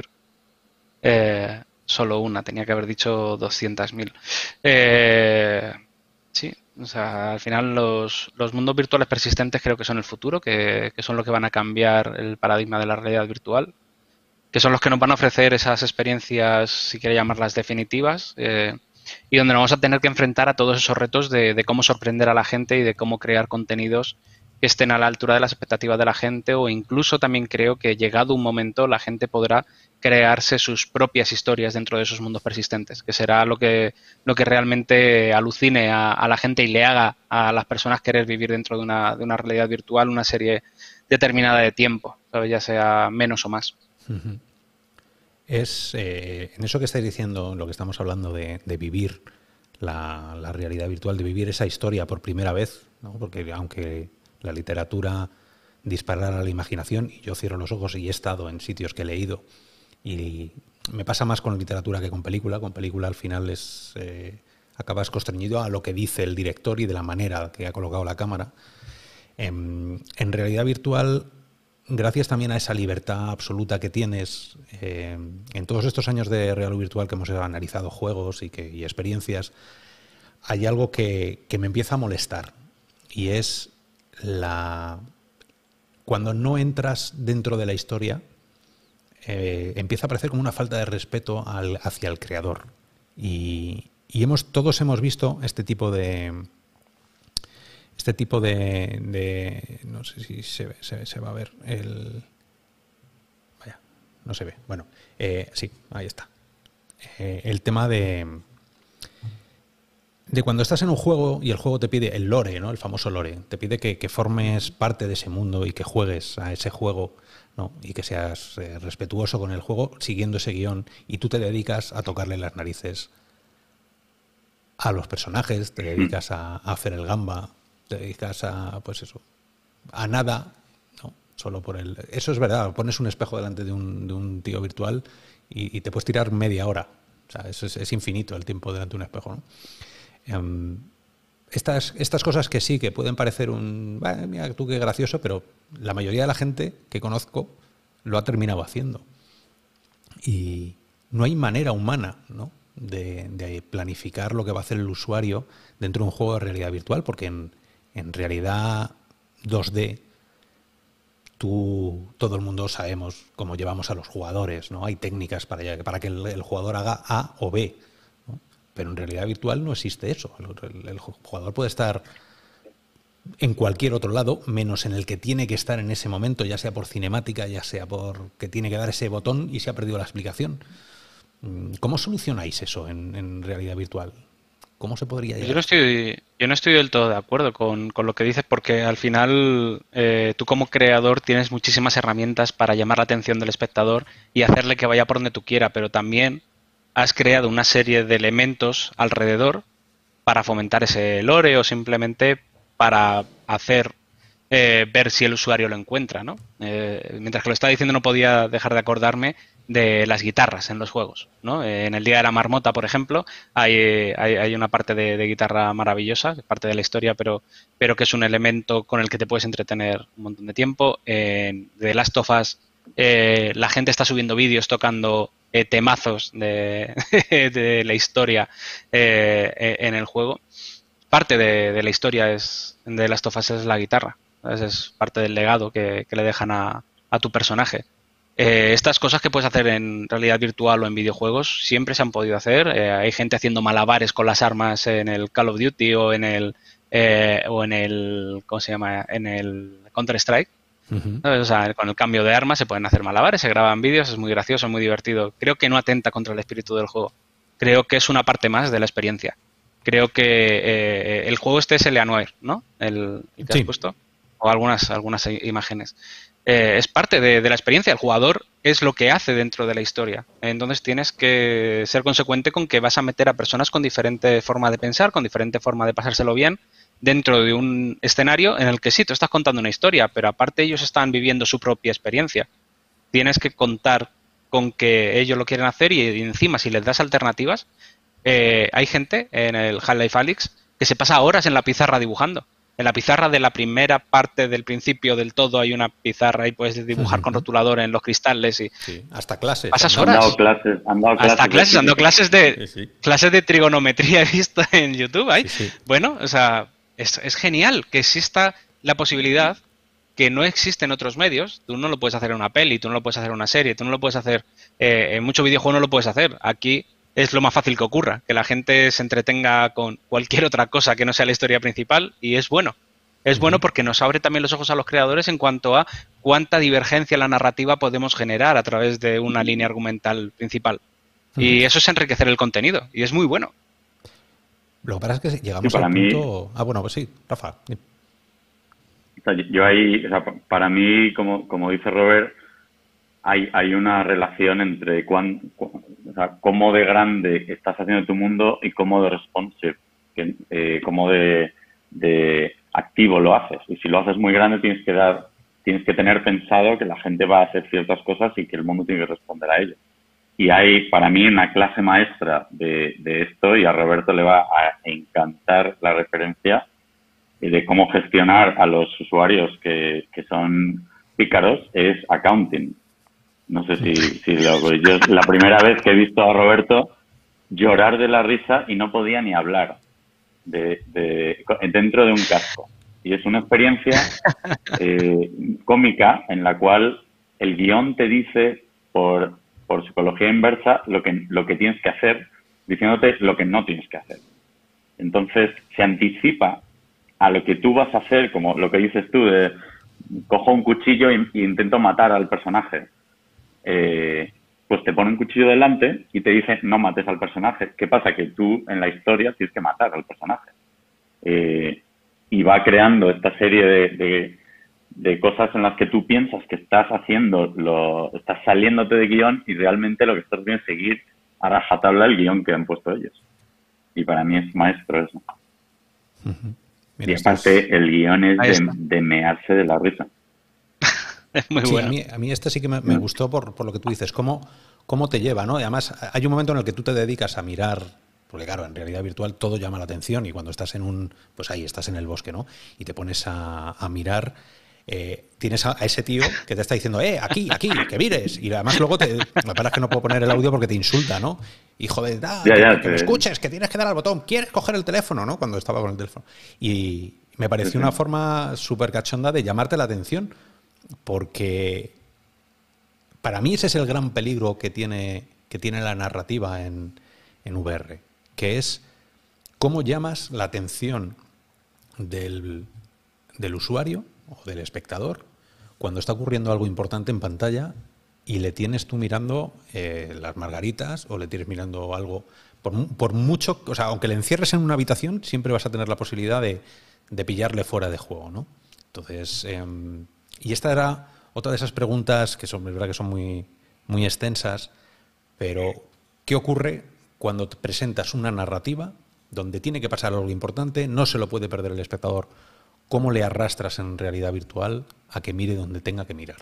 D: eh, solo una, tenía que haber dicho doscientas mil. Eh, sí, o sea, al final los, los mundos virtuales persistentes creo que son el futuro, que, que son los que van a cambiar el paradigma de la realidad virtual, que son los que nos van a ofrecer esas experiencias, si quiere llamarlas definitivas, eh, y donde nos vamos a tener que enfrentar a todos esos retos de, de cómo sorprender a la gente y de cómo crear contenidos que estén a la altura de las expectativas de la gente, o incluso también creo que llegado un momento la gente podrá crearse sus propias historias dentro de esos mundos persistentes, que será lo que, lo que realmente alucine a, a la gente y le haga a las personas querer vivir dentro de una, de una realidad virtual una serie determinada de tiempo, ¿sabes? Ya sea menos o más.
C: Uh-huh. Es eh, en eso que estáis diciendo, lo que estamos hablando de, de vivir la, la realidad virtual, de vivir esa historia por primera vez, ¿no? Porque aunque la literatura disparara la imaginación, y yo cierro los ojos y he estado en sitios que he leído, y me pasa más con literatura que con película. Con película al final es eh, acabas constreñido a lo que dice el director y de la manera que ha colocado la cámara. En, en realidad virtual, gracias también a esa libertad absoluta que tienes, eh, en todos estos años de realidad virtual que hemos analizado juegos y, que, y experiencias, hay algo que, que me empieza a molestar, y es la cuando no entras dentro de la historia, eh, empieza a parecer como una falta de respeto al, hacia el creador. Y, y hemos todos hemos visto este tipo de... Este tipo de, de... No sé si se, se, se va a ver el... Vaya, no se ve. Bueno, eh, sí, ahí está. Eh, el tema de... De cuando estás en un juego y el juego te pide el lore, ¿no? El famoso lore. Te pide que, que formes parte de ese mundo y que juegues a ese juego, ¿no? Y que seas eh, respetuoso con el juego siguiendo ese guión, y tú te dedicas a tocarle las narices a los personajes, te dedicas a, a hacer el gamba, te dedicas a, pues eso, a nada, ¿no? Solo por el... Eso es verdad, pones un espejo delante de un, de un tío virtual y, y te puedes tirar media hora. O sea, eso es, es infinito el tiempo delante de un espejo, ¿no? Um, estas, estas cosas que sí, que pueden parecer un... Bah, mira, tú qué gracioso, pero la mayoría de la gente que conozco lo ha terminado haciendo. Y no hay manera humana, ¿no? de, de planificar lo que va a hacer el usuario dentro de un juego de realidad virtual, porque en, en realidad dos D tú, todo el mundo sabemos cómo llevamos a los jugadores, ¿no? Hay técnicas para, para que el, el jugador haga A o B, ¿no? Pero en realidad virtual no existe eso. El, el, el jugador puede estar en cualquier otro lado, menos en el que tiene que estar en ese momento, ya sea por cinemática, ya sea por que tiene que dar ese botón y se ha perdido la explicación. ¿Cómo solucionáis eso en, en realidad virtual? ¿Cómo se podría llegar?
D: Yo no estoy, yo no estoy del todo de acuerdo con, con lo que dices, porque al final eh, tú como creador tienes muchísimas herramientas para llamar la atención del espectador y hacerle que vaya por donde tú quieras, pero también has creado una serie de elementos alrededor para fomentar ese lore o simplemente para hacer eh, ver si el usuario lo encuentra, ¿no? Eh, mientras que lo estaba diciendo no podía dejar de acordarme de las guitarras en los juegos, ¿no? En el Día de la Marmota, por ejemplo, hay, hay, hay una parte de, de guitarra maravillosa, parte de la historia, pero, pero que es un elemento con el que te puedes entretener un montón de tiempo. En The Last of Us, eh, la gente está subiendo vídeos tocando eh, temazos de, de la historia eh, en el juego. Parte de, de la historia es, de The Last of Us es la guitarra, ¿sabes? Es parte del legado que, que le dejan a, a tu personaje. Eh, estas cosas que puedes hacer en realidad virtual o en videojuegos siempre se han podido hacer. Eh, hay gente haciendo malabares con las armas en el Call of Duty o en el eh, o en el ¿cómo se llama? En el Counter-Strike. Uh-huh. O sea, con el cambio de armas se pueden hacer malabares, se graban vídeos, es muy gracioso, es muy divertido. Creo que no atenta contra el espíritu del juego. Creo que es una parte más de la experiencia. Creo que eh, el juego este es el Anuair, ¿no? El, el que sí. has puesto. O algunas, algunas imágenes. Eh, es parte de, de la experiencia. El jugador es lo que hace dentro de la historia. Entonces tienes que ser consecuente con que vas a meter a personas con diferente forma de pensar, con diferente forma de pasárselo bien, dentro de un escenario en el que sí, tú estás contando una historia, pero aparte ellos están viviendo su propia experiencia. Tienes que contar con que ellos lo quieren hacer y, y encima si les das alternativas, eh, hay gente en el Half-Life Alyx que se pasa horas en la pizarra dibujando. En la pizarra de la primera parte del principio del todo hay una pizarra y puedes dibujar uh-huh. con rotulador en los cristales y
C: sí, hasta clases.
D: Pasas
E: horas. Han dado clases, han dado clases
D: hasta clases,
E: de
D: han dado clases de
C: sí, sí.
D: clases de trigonometría he visto en YouTube. ¿eh?
C: Sí, sí.
D: Bueno, o sea, es, es genial que exista la posibilidad que no existe en otros medios. Tú no lo puedes hacer en una peli, tú no lo puedes hacer en una serie, tú no lo puedes hacer eh, en muchos videojuegos, no lo puedes hacer. Aquí es lo más fácil que ocurra, que la gente se entretenga con cualquier otra cosa que no sea la historia principal y es bueno. Es bueno porque nos abre también los ojos a los creadores en cuanto a cuánta divergencia en la narrativa podemos generar a través de una línea argumental principal. Uh-huh. Y eso es enriquecer el contenido y es muy bueno.
C: Lo que pasa es que llegamos
E: sí,
C: al
E: mí,
C: punto... Ah, bueno, pues sí, Rafa.
E: O sea, yo ahí, o sea, para mí, como, como dice Robert, hay, hay una relación entre cuán, cu, o sea, cómo de grande estás haciendo tu mundo y cómo de responsive, que, eh, cómo de... de activo lo haces, y si lo haces muy grande tienes que dar, tienes que tener pensado que la gente va a hacer ciertas cosas y que el mundo tiene que responder a ello. Y hay para mí una clase maestra de, de esto, y a Roberto le va a encantar la referencia de cómo gestionar a los usuarios que, que son pícaros, es accounting. No sé si, si lo, yo la primera vez que he visto a Roberto llorar de la risa y no podía ni hablar. De, de, dentro de un casco. Y es una experiencia eh, cómica en la cual el guión te dice por, por psicología inversa lo que, lo que tienes que hacer, diciéndote lo que no tienes que hacer. Entonces se anticipa a lo que tú vas a hacer, como lo que dices tú, de cojo un cuchillo e intento matar al personaje. Eh, pues te pone un cuchillo delante y te dice no mates al personaje. ¿Qué pasa? Que tú en la historia tienes que matar al personaje. Eh, y va creando esta serie de, de, de cosas en las que tú piensas que estás haciendo, lo, estás saliéndote de guión y realmente lo que estás haciendo es seguir a rajatabla el guión que han puesto ellos. Y para mí es maestro eso. Uh-huh. Mira, y aparte es... el guión es de, de mearse de la risa.
D: Es muy
C: sí,
D: bueno.
C: A mí, a mí este sí que me, me gustó por, por lo que tú dices, cómo, cómo te lleva, ¿no? Y además hay un momento en el que tú te dedicas a mirar, porque claro, en realidad virtual todo llama la atención y cuando estás en un, pues ahí estás en el bosque, ¿no? Y te pones a, a mirar, eh, tienes a, a ese tío que te está diciendo, eh, aquí, aquí, que mires. Y además luego te, la verdad es que no puedo poner el audio porque te insulta, ¿no? Hijo de, ah,
E: ya,
C: que,
E: ya,
C: que
E: te...
C: me escuches, que tienes que dar al botón, quieres coger el teléfono, ¿no? Cuando estaba con el teléfono. Y me pareció sí, sí. una forma súper cachonda de llamarte la atención porque... Para mí ese es el gran peligro que tiene, que tiene la narrativa en, en V R, que es cómo llamas la atención del, del usuario o del espectador cuando está ocurriendo algo importante en pantalla y le tienes tú mirando eh, las margaritas o le tienes mirando algo. Por, por mucho, o sea, aunque le encierres en una habitación, siempre vas a tener la posibilidad de, de pillarle fuera de juego, ¿no? Entonces, eh, y esta era otra de esas preguntas que son, es verdad que son muy, muy extensas, pero ¿qué ocurre cuando te presentas una narrativa donde tiene que pasar algo importante, no se lo puede perder el espectador? ¿Cómo le arrastras en realidad virtual a que mire donde tenga que mirar?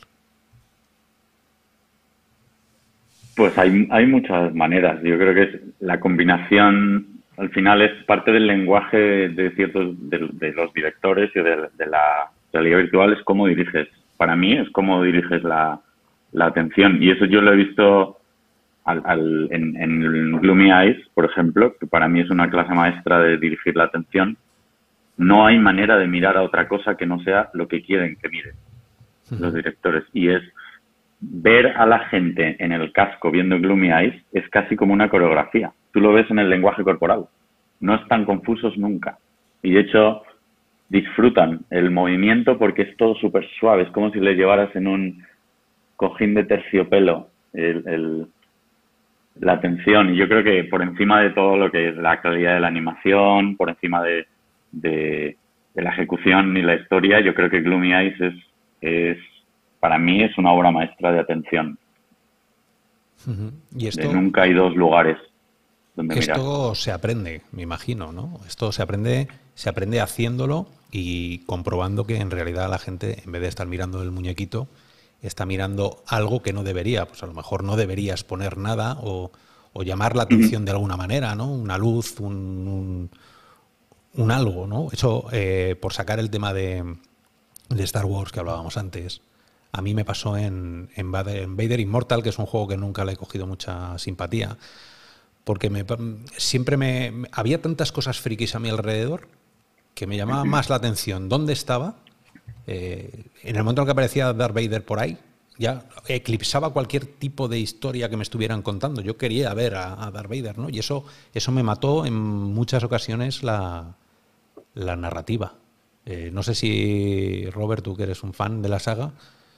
E: Pues hay, hay muchas maneras. Yo creo que es la combinación, al final es parte del lenguaje de ciertos de, de los directores y de, de la realidad virtual, es cómo diriges. Para mí es cómo diriges la, la atención. Y eso yo lo he visto al, al, en, en Gloomy Eyes, por ejemplo, que para mí es una clase maestra de dirigir la atención. No hay manera de mirar a otra cosa que no sea lo que quieren que miren los directores. Y es ver a la gente en el casco viendo Gloomy Eyes es casi como una coreografía. Tú lo ves en el lenguaje corporal. No están confusos nunca. Y de hecho disfrutan el movimiento porque es todo súper suave. Es como si le llevaras en un cojín de terciopelo el, el, la atención. Y yo creo que por encima de todo lo que es la calidad de la animación, por encima de, de, de la ejecución y la historia, yo creo que Gloomy Eyes es, es para mí es una obra maestra de atención.
C: Uh-huh. Y esto,
E: de nunca hay dos lugares donde
C: esto
E: mirar.
C: Se aprende, me imagino, ¿no? Esto se aprende, se aprende haciéndolo y comprobando que en realidad la gente, en vez de estar mirando el muñequito, está mirando algo que no debería. Pues a lo mejor no deberías poner nada o, o llamar la atención uh-huh. de alguna manera, ¿no? Una luz, un, un, un algo, ¿no? Eso, eh, por sacar el tema de, de Star Wars que hablábamos antes. A mí me pasó en, en Vader Immortal, que es un juego que nunca le he cogido mucha simpatía, porque me, siempre me, me había tantas cosas frikis a mi alrededor que me llamaba más la atención dónde estaba. Eh, en el momento en que aparecía Darth Vader por ahí, ya eclipsaba cualquier tipo de historia que me estuvieran contando. Yo quería ver a, a Darth Vader, ¿no? Y eso, eso me mató en muchas ocasiones la, la narrativa. Eh, no sé si, Robert, tú que eres un fan de la saga,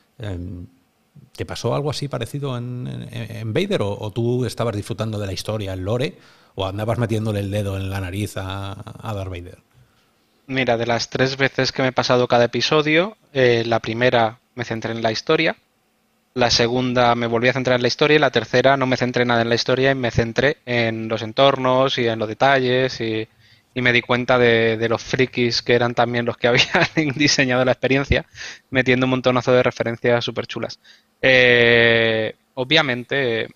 C: ¿te pasó algo así parecido en, en, en Vader o, o tú estabas disfrutando de la historia, el lore, o andabas metiéndole el dedo en la nariz a, a Darth Vader?
D: Mira, de las tres veces que me he pasado cada episodio, eh, la primera me centré en la historia, la segunda me volví a centrar en la historia y la tercera no me centré nada en la historia y me centré en los entornos y en los detalles y, y me di cuenta de, de los frikis que eran también los que habían diseñado la experiencia, metiendo un montonazo de referencias súper chulas. Eh, obviamente,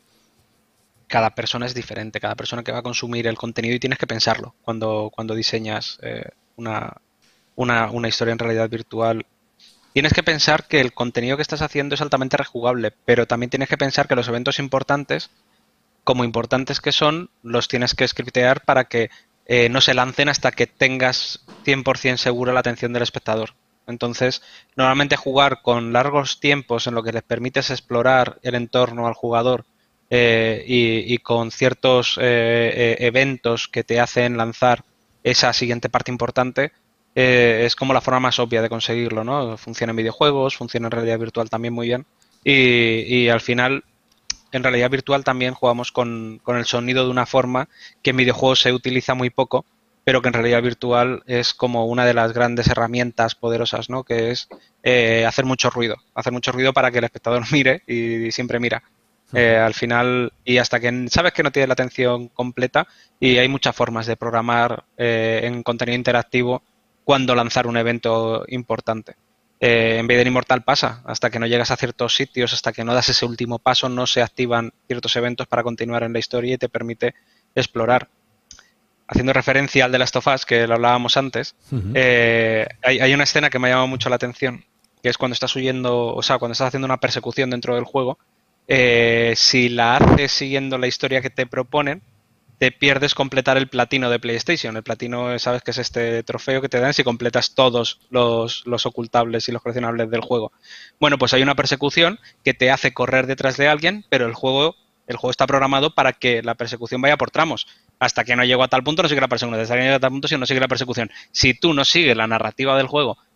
D: cada persona es diferente, cada persona que va a consumir el contenido y tienes que pensarlo cuando, cuando diseñas eh, una, una, una historia en realidad virtual. Tienes que pensar que el contenido que estás haciendo es altamente rejugable, pero también tienes que pensar que los eventos importantes, como importantes que son, los tienes que scriptear para que Eh, no se lancen hasta que tengas cien por ciento segura la atención del espectador. Entonces, normalmente jugar con largos tiempos en lo que les permites explorar el entorno al jugador eh, y, y con ciertos eh, eh, eventos que te hacen lanzar esa siguiente parte importante, eh, es como la forma más obvia de conseguirlo, ¿no? Funciona en videojuegos, funciona en realidad virtual también muy bien y, y al final en realidad virtual también jugamos con, con el sonido de una forma que en videojuegos se utiliza muy poco, pero que en realidad virtual es como una de las grandes herramientas poderosas, ¿no? Que es eh, hacer mucho ruido, hacer mucho ruido para que el espectador mire y, y siempre mira. Eh, al final, y hasta que sabes que no tienes la atención completa y hay muchas formas de programar eh, en contenido interactivo cuando lanzar un evento importante. Eh, en Vader Immortal pasa, hasta que no llegas a ciertos sitios, hasta que no das ese último paso, no se activan ciertos eventos para continuar en la historia y te permite explorar. Haciendo referencia al de Last of Us, que lo hablábamos antes, uh-huh. eh, hay, hay una escena que me ha llamado mucho la atención, que es cuando estás huyendo, o sea, cuando estás haciendo una persecución dentro del juego, eh, si la haces siguiendo la historia que te proponen, te pierdes completar el platino de PlayStation. El platino, sabes que es este trofeo que te dan si completas todos los, los ocultables y los coleccionables del juego. Bueno, pues hay una persecución que te hace correr detrás de alguien, pero el juego, el juego está programado para que la persecución vaya por tramos. Hasta que no llego a tal punto no sigue la persecución, hasta que no llego a tal punto no sigue la persecución. Si tú no sigues la narrativa del juego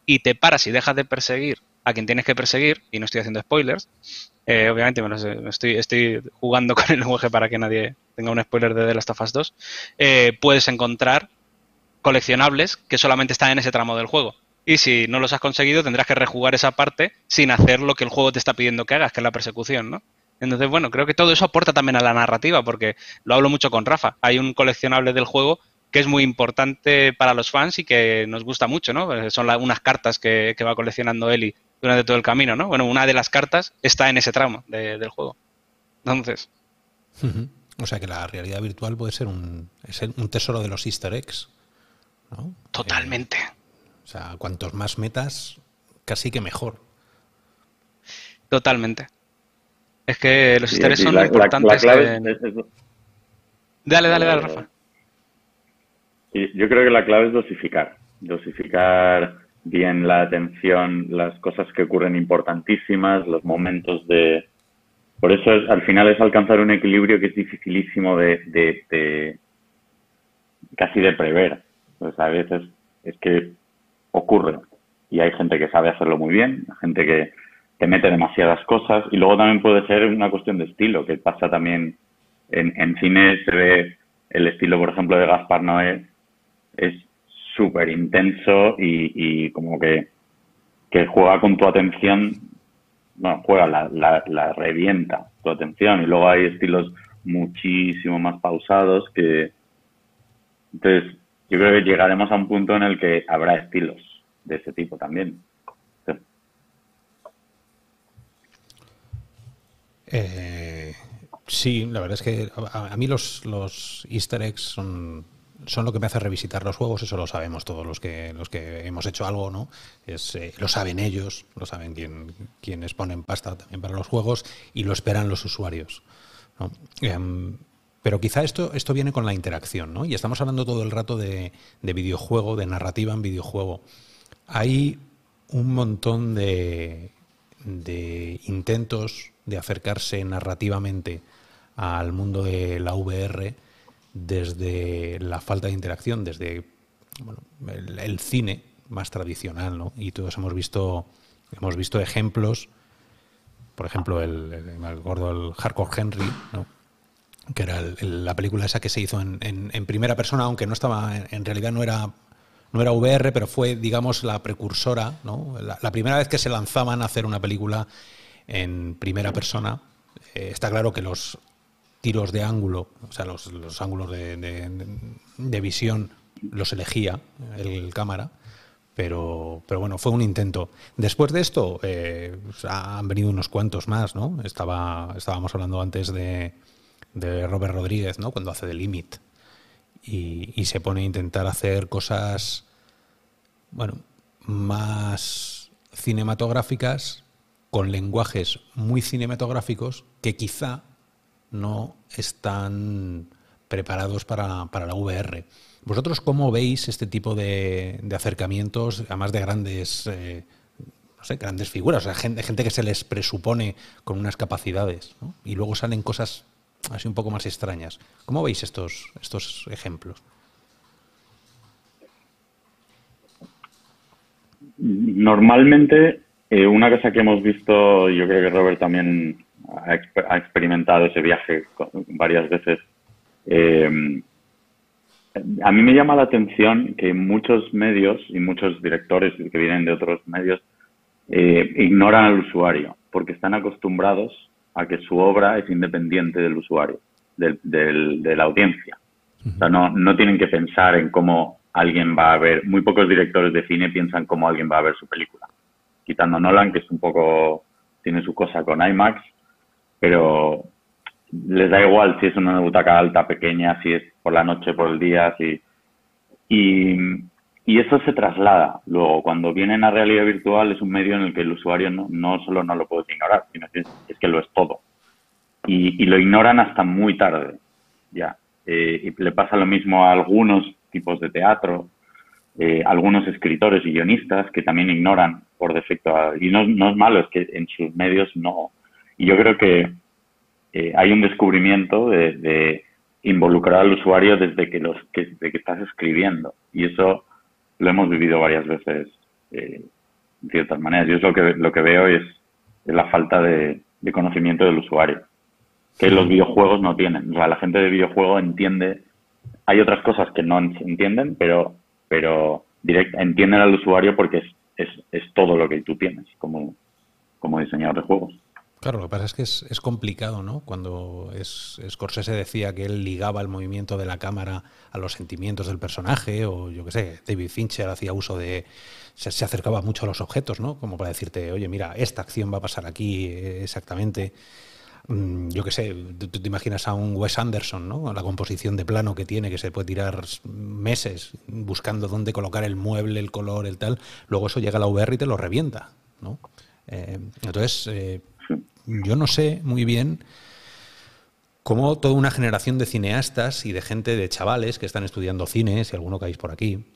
D: y te paras y dejas de perseguir a quien tienes que perseguir, y no estoy haciendo spoilers, eh, obviamente me lo sé, estoy, estoy jugando con el lenguaje para que nadie tenga un spoiler de The Last of Us dos, eh, puedes encontrar coleccionables que solamente están en ese tramo del juego. Y si no los has conseguido, tendrás que rejugar esa parte sin hacer lo que el juego te está pidiendo que hagas, que es la persecución, ¿no? Entonces, bueno, creo que todo eso aporta también a la narrativa, porque lo hablo mucho con Rafa. Hay un coleccionable del juego que es muy importante para los fans y que nos gusta mucho, ¿no? Son la, unas cartas que, que va coleccionando Ellie durante todo el camino, ¿no? Bueno, una de las cartas está en ese tramo de, del juego. Entonces...
C: Uh-huh. O sea que la realidad virtual puede ser un, es un tesoro de los easter eggs, ¿no?
D: Totalmente.
C: Eh, o sea, cuantos más metas, casi que mejor.
D: Totalmente. Es que los
E: Sí,
D: easter eggs
E: sí,
D: son
E: la,
D: importantes.
E: la, la clave
D: en...
E: es, es,
D: Dale, dale, dale, Rafa.
E: Sí, yo creo que la clave es dosificar. Dosificar bien la atención, las cosas que ocurren importantísimas, los momentos de... Por eso es, al final es alcanzar un equilibrio que es dificilísimo de, de, de casi de prever. Pues a veces es que ocurre y hay gente que sabe hacerlo muy bien, gente que te mete demasiadas cosas, y luego también puede ser una cuestión de estilo, que pasa también en, en cine. Se ve el estilo, por ejemplo, de Gaspar Noé, es súper intenso y, y como que, que juega con tu atención. Bueno, juega, la, la, la revienta tu atención, y luego hay estilos muchísimo más pausados que... Entonces, yo creo que llegaremos a un punto en el que habrá estilos de ese tipo también. Sí,
C: eh, sí, la verdad es que a, a mí los, los easter eggs son... son lo que me hace revisitar los juegos. Eso lo sabemos todos los que los que hemos hecho algo, ¿no? Es, eh, lo saben ellos, lo saben quien, quienes ponen pasta también para los juegos, y lo esperan los usuarios, ¿no? Um, pero quizá esto esto viene con la interacción, ¿no? Y estamos hablando todo el rato de, de videojuego, de narrativa en videojuego. Hay un montón de, de intentos de acercarse narrativamente al mundo de la V R, desde la falta de interacción, desde bueno, el, el cine más tradicional, ¿no? Y todos hemos visto hemos visto ejemplos, por ejemplo, el, el, el gordo, el Hardcore Henry, ¿no? Que era el, el, la película esa que se hizo en, en, en primera persona, aunque no estaba, en, en realidad no era no era V R, pero fue, digamos, la precursora, ¿no? La, la primera vez que se lanzaban a hacer una película en primera persona. Eh, está claro que los tiros de ángulo, o sea, los, los ángulos de, de, de visión los elegía el, el cámara, pero, pero bueno, fue un intento. Después de esto eh, han venido unos cuantos más, ¿no? Estaba, estábamos hablando antes de, de Robert Rodríguez, ¿no? Cuando hace The Limit y, y se pone a intentar hacer cosas, bueno, más cinematográficas, con lenguajes muy cinematográficos que quizá no están preparados para, para la V R. ¿Vosotros cómo veis este tipo de, de acercamientos, además de grandes, eh, no sé, grandes figuras, o sea, gente, gente que se les presupone con unas capacidades, ¿no? Y luego salen cosas así un poco más extrañas? ¿Cómo veis estos, estos ejemplos?
E: Normalmente, eh, una cosa que hemos visto, yo creo que Robert también ha, exper ha experimentado ese viaje varias veces. Eh, a mí me llama la atención que muchos medios y muchos directores que vienen de otros medios eh, ignoran al usuario, porque están acostumbrados a que su obra es independiente del usuario, del, del, de la audiencia. O sea, no, no tienen que pensar en cómo alguien va a ver. Muy pocos directores de cine piensan cómo alguien va a ver su película. Quitando Nolan, que es un poco, tiene su cosa con IMAX, pero les da igual si es una butaca alta, pequeña, si es por la noche, por el día, si... Y, y eso se traslada. Luego, cuando vienen a realidad virtual, es un medio en el que el usuario no, no solo no lo puede ignorar, sino que es, es que lo es todo. Y, y lo ignoran hasta muy tarde, ya. Eh, y le pasa lo mismo a algunos tipos de teatro, eh, algunos escritores y guionistas que también ignoran por defecto. A, y no, no es malo, es que en sus medios no. Y yo creo que eh, hay un descubrimiento de, de involucrar al usuario desde que, los, que, desde que estás escribiendo. Y eso lo hemos vivido varias veces eh, en ciertas maneras. Yo es lo que, lo que veo es, es la falta de, de conocimiento del usuario, que los videojuegos no tienen. O sea, la gente de videojuego entiende, hay otras cosas que no entienden, pero, pero direct, entienden al usuario porque es, es, es todo lo que tú tienes como, como diseñador de juegos.
C: Claro, lo que pasa es que es, es complicado, ¿no? Cuando es, Scorsese decía que él ligaba el movimiento de la cámara a los sentimientos del personaje, o yo qué sé, David Fincher hacía uso de... Se, se acercaba mucho a los objetos, ¿no? Como para decirte, oye, mira, esta acción va a pasar aquí exactamente. Yo qué sé, tú te imaginas a un Wes Anderson, ¿no? La composición de plano que tiene, que se puede tirar meses buscando dónde colocar el mueble, el color, el tal. Luego eso llega a la V R y te lo revienta, ¿no? Eh, entonces... Eh, yo no sé muy bien cómo toda una generación de cineastas y de gente, de chavales que están estudiando cine, si alguno caéis por aquí,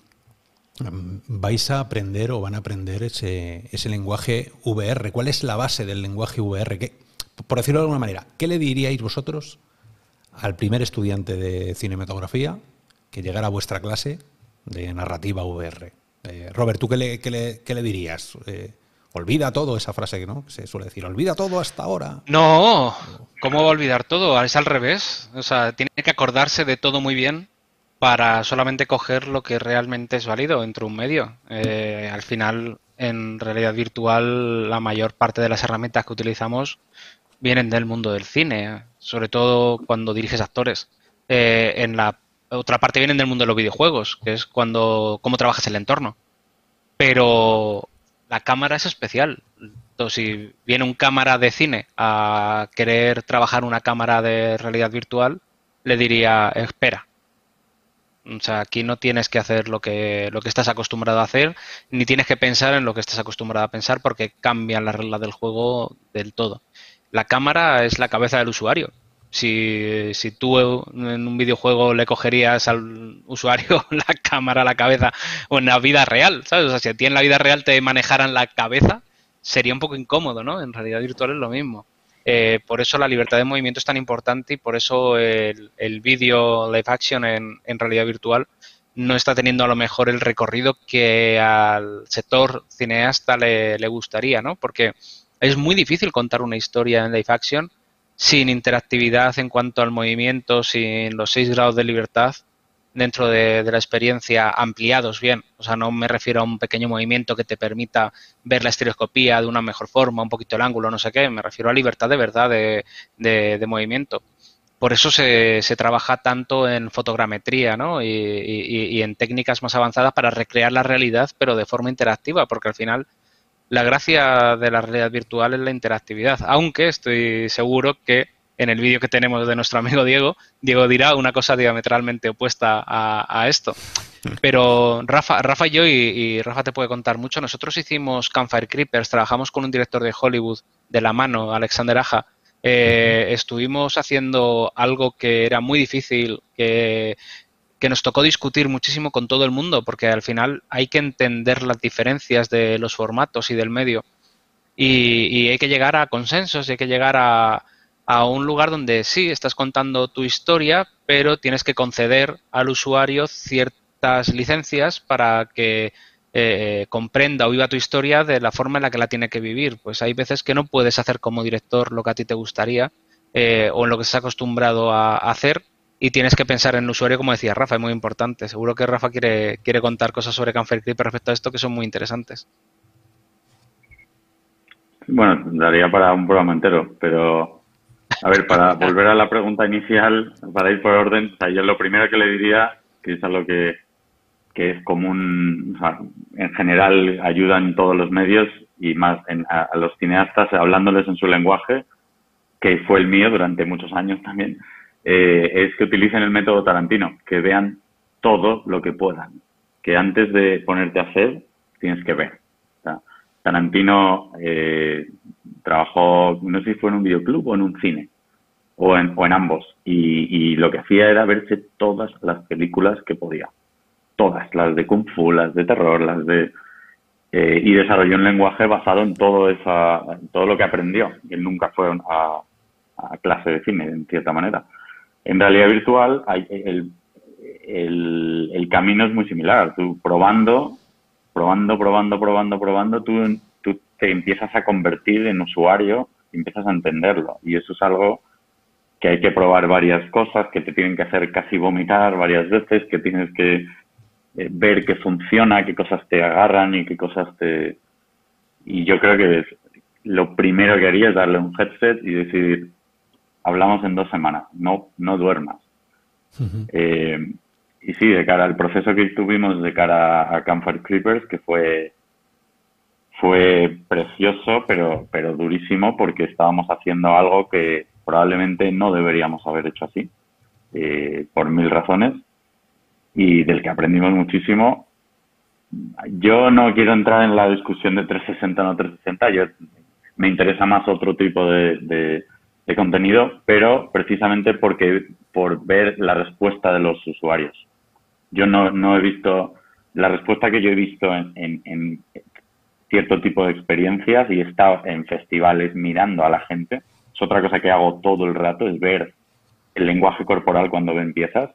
C: vais a aprender o van a aprender ese, ese lenguaje V R. ¿Cuál es la base del lenguaje V R? ¿Qué, por decirlo de alguna manera, ¿qué le diríais vosotros al primer estudiante de cinematografía que llegara a vuestra clase de narrativa V R? Eh, Robert, ¿tú qué le, qué le, qué le dirías? Eh, Olvida todo, esa frase, ¿no? Que se suele decir, olvida todo hasta ahora.
D: No, ¿cómo va a olvidar todo? Es al revés. O sea, tiene que acordarse de todo muy bien para solamente coger lo que realmente es válido dentro de un medio. Eh, al final, en realidad virtual, la mayor parte de las herramientas que utilizamos vienen del mundo del cine, sobre todo cuando diriges actores. Eh, en la otra parte vienen del mundo de los videojuegos, que es cuando cómo trabajas el entorno. Pero... la cámara es especial. Entonces, si viene un cámara de cine a querer trabajar una cámara de realidad virtual, le diría, espera. O sea, aquí no tienes que hacer lo que, lo que estás acostumbrado a hacer, ni tienes que pensar en lo que estás acostumbrado a pensar porque cambian las reglas del juego del todo. La cámara es la cabeza del usuario. Si, si tú en un videojuego le cogerías al usuario la cámara a la cabeza o en la vida real, ¿sabes? O sea, si a ti en la vida real te manejaran la cabeza, sería un poco incómodo, ¿no? En realidad virtual es lo mismo. Eh, por eso la libertad de movimiento es tan importante y por eso el, el vídeo live action en, en realidad virtual no está teniendo a lo mejor el recorrido que al sector cineasta le, le gustaría, ¿no? Porque es muy difícil contar una historia en live action sin interactividad en cuanto al movimiento, sin los seis grados de libertad dentro de, de la experiencia ampliados bien. O sea, no me refiero a un pequeño movimiento que te permita ver la estereoscopía de una mejor forma, un poquito el ángulo, no sé qué. Me refiero a libertad de verdad de, de, de movimiento. Por eso se, se trabaja tanto en fotogrametría, ¿no? y, y, y en técnicas más avanzadas para recrear la realidad, pero de forma interactiva, porque al final la gracia de la realidad virtual es la interactividad, aunque estoy seguro que en el vídeo que tenemos de nuestro amigo Diego, Diego dirá una cosa diametralmente opuesta a, a esto. Pero Rafa, Rafa y yo, y, y Rafa te puede contar mucho, nosotros hicimos Campfire Creepers, trabajamos con un director de Hollywood de la mano, Alexander Aja. Eh, estuvimos haciendo algo que era muy difícil, que... que nos tocó discutir muchísimo con todo el mundo, porque al final hay que entender las diferencias de los formatos y del medio. Y, y hay que llegar a consensos, y hay que llegar a, a un lugar donde sí, estás contando tu historia, pero tienes que conceder al usuario ciertas licencias para que eh, comprenda o viva tu historia de la forma en la que la tiene que vivir. Pues hay veces que no puedes hacer como director lo que a ti te gustaría eh, o en lo que estás acostumbrado a, a hacer. Y tienes que pensar en el usuario, como decía Rafa, es muy importante. Seguro que Rafa quiere, quiere contar cosas sobre Campfire Creeper respecto a esto que son muy interesantes.
E: Bueno, daría para un programa entero, pero a ver, para volver a la pregunta inicial, para ir por orden, o sea, yo lo primero que le diría, que es algo que, que es común, o sea, en general ayudan todos los medios y más en, a, a los cineastas hablándoles en su lenguaje, que fue el mío durante muchos años también. Eh, es que utilicen el método Tarantino, que vean todo lo que puedan, que antes de ponerte a hacer tienes que ver. O sea, Tarantino eh, trabajó, no sé si fue en un videoclub o en un cine, o en, o en ambos, y, y lo que hacía era verse todas las películas que podía, todas, las de Kung Fu, las de terror, las de... Eh, y desarrolló un lenguaje basado en todo, esa, en todo lo que aprendió. Él nunca fue a, a clase de cine, en cierta manera. En realidad virtual hay, el, el, el camino es muy similar. Tú probando probando, probando, probando, probando, tú, tú te empiezas a convertir en usuario y empiezas a entenderlo. Y eso es algo que hay que probar varias cosas, que te tienen que hacer casi vomitar varias veces, que tienes que eh, ver qué funciona, qué cosas te agarran y qué cosas te... Y yo creo que es, lo primero que haría es darle un headset y decir, hablamos en dos semanas, no, no duermas. Uh-huh. eh, y sí, de cara al proceso que tuvimos de cara a Campfire Creepers, que fue fue precioso, pero, pero durísimo, porque estábamos haciendo algo que probablemente no deberíamos haber hecho así, eh, por mil razones, y del que aprendimos muchísimo. Yo no quiero entrar en la discusión de trescientos sesenta o no trescientos sesenta, yo, me interesa más otro tipo de, de, de contenido, pero precisamente porque por ver la respuesta de los usuarios. Yo no, no he visto, la respuesta que yo he visto en, en, en cierto tipo de experiencias, y he estado en festivales mirando a la gente, es otra cosa que hago todo el rato, es ver el lenguaje corporal cuando ven piezas.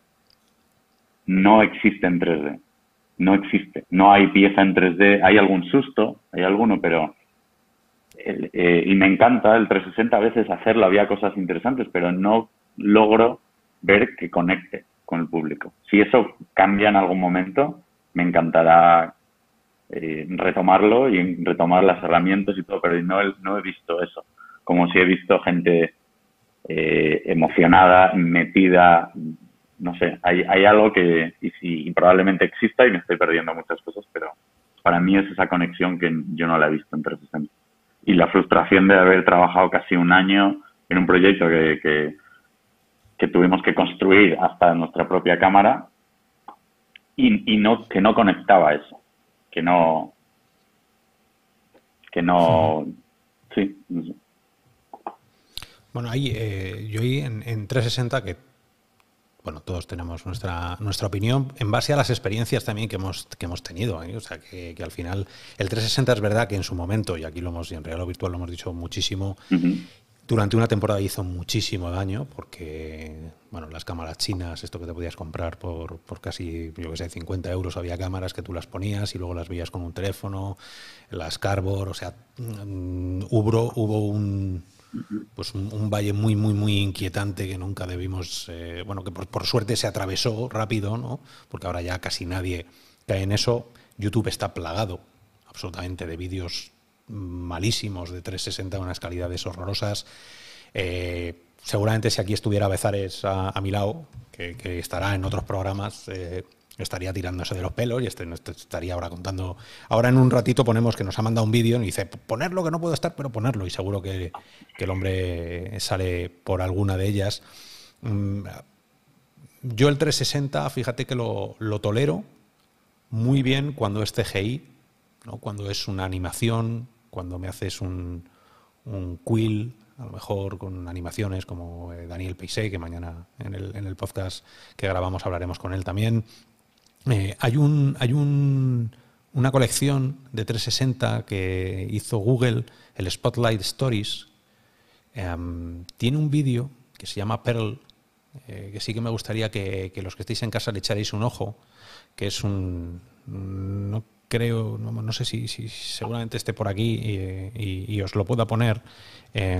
E: No existe en tres D. No existe. No hay pieza en tres D. Hay algún susto, hay alguno, pero... Eh, eh, y me encanta el trescientos sesenta a veces hacerlo, había cosas interesantes, pero no logro ver que conecte con el público. Si eso cambia en algún momento, me encantará eh, retomarlo y retomar las herramientas y todo, pero no, no he visto eso. Como si he visto gente eh, emocionada, metida, no sé, hay, hay algo que y, si, y probablemente exista y me estoy perdiendo muchas cosas, pero para mí es esa conexión que yo no la he visto en trescientos sesenta. Y la frustración de haber trabajado casi un año en un proyecto que, que, que tuvimos que construir hasta nuestra propia cámara y, y no que no conectaba eso, que no, que no, sí, no sé.
C: Bueno, ahí, eh, yo ahí en, en trescientos sesenta, que bueno, todos tenemos nuestra nuestra opinión en base a las experiencias también que hemos que hemos tenido, ¿eh? O sea, que, que al final el trescientos sesenta es verdad que en su momento, y aquí lo hemos, y en Real o Virtual lo hemos dicho muchísimo, uh-huh. Durante una temporada hizo muchísimo daño porque, bueno, las cámaras chinas, esto que te podías comprar por, por casi, yo que sé, cincuenta euros, había cámaras que tú las ponías y luego las veías con un teléfono, las Cardboard, o sea, hubo, hubo un... pues un, un valle muy, muy, muy inquietante que nunca debimos, eh, bueno, que por, por suerte se atravesó rápido, ¿no? Porque ahora ya casi nadie cae en eso. YouTube está plagado absolutamente de vídeos malísimos de trescientos sesenta, unas calidades horrorosas. Eh, seguramente si aquí estuviera Bezares a, a mi lado, que, que estará en otros programas, eh, estaría tirándose de los pelos y este, estaría ahora contando. Ahora en un ratito ponemos que nos ha mandado un vídeo y dice, ponerlo, que no puedo estar, pero ponerlo. Y seguro que, que el hombre sale por alguna de ellas. Yo el trescientos sesenta, fíjate que lo, lo tolero muy bien cuando es C G I, ¿no? Cuando es una animación, cuando me haces un, un quill, a lo mejor con animaciones como Daniel Peisé, que mañana en el, en el podcast que grabamos hablaremos con él también. Eh, hay un hay un, una colección de trescientos sesenta que hizo Google, el Spotlight Stories. Eh, tiene un vídeo que se llama Pearl, eh, que sí que me gustaría que, que los que estéis en casa le echaréis un ojo, que es un... no creo, no, no sé si, si seguramente esté por aquí y, y, y os lo pueda poner, eh,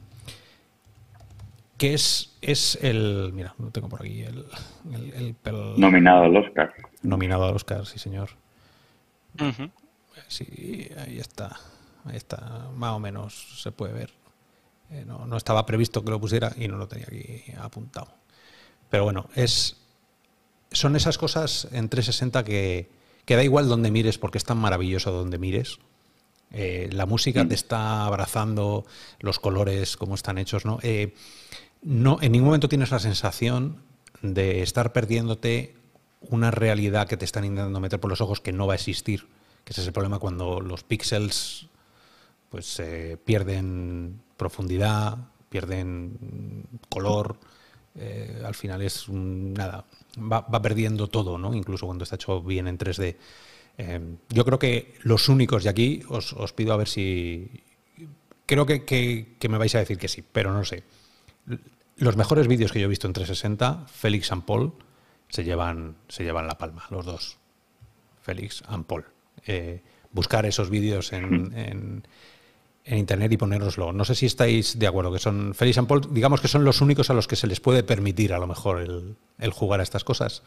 C: que es, es el... Mira, lo tengo por aquí, el... el, el, el
E: nominado al Oscar.
C: Nominado al Oscar, sí señor.
D: Uh-huh.
C: Sí, ahí está, ahí está, más o menos se puede ver. Eh, no, no estaba previsto que lo pusiera y no lo tenía aquí apuntado. Pero bueno, es son esas cosas en trescientos sesenta que, que da igual donde mires porque es tan maravilloso donde mires. Eh, la música te está abrazando, los colores, cómo están hechos, ¿no? Eh, no, en ningún momento tienes la sensación de estar perdiéndote una realidad que te están intentando meter por los ojos que no va a existir, que ese es el problema cuando los píxeles pues eh, pierden profundidad, pierden color, eh, al final es un, nada, va, va perdiendo todo, ¿no? Incluso cuando está hecho bien en tres D. Eh, yo creo que los únicos, y aquí os, os pido a ver si... Creo que, que, que me vais a decir que sí, pero no sé. Los mejores vídeos que yo he visto en trescientos sesenta, Félix and Paul, se llevan, se llevan la palma, los dos. Félix and Paul. eh, buscar esos vídeos en, en, en internet y ponéroslo. No sé si estáis de acuerdo, que son Félix and Paul, digamos que son los únicos a los que se les puede permitir a lo mejor el, el jugar a estas cosas.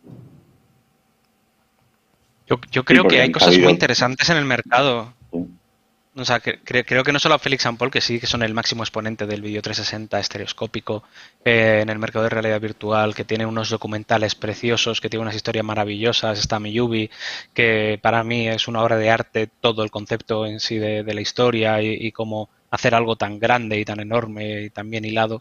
D: Yo, yo creo
E: Sí,
D: que hay
E: han
D: cosas
E: sabido-
D: muy interesantes en el mercado.
E: Sí.
D: O sea, que- cre- creo que no solo Félix and Paul, que sí que son el máximo exponente del vídeo trescientos sesenta estereoscópico eh, en el mercado de realidad virtual, que tiene unos documentales preciosos, que tiene unas historias maravillosas. Está Miyubi, que para mí es una obra de arte, todo el concepto en sí de, de la historia y, y cómo hacer algo tan grande y tan enorme y tan bien hilado.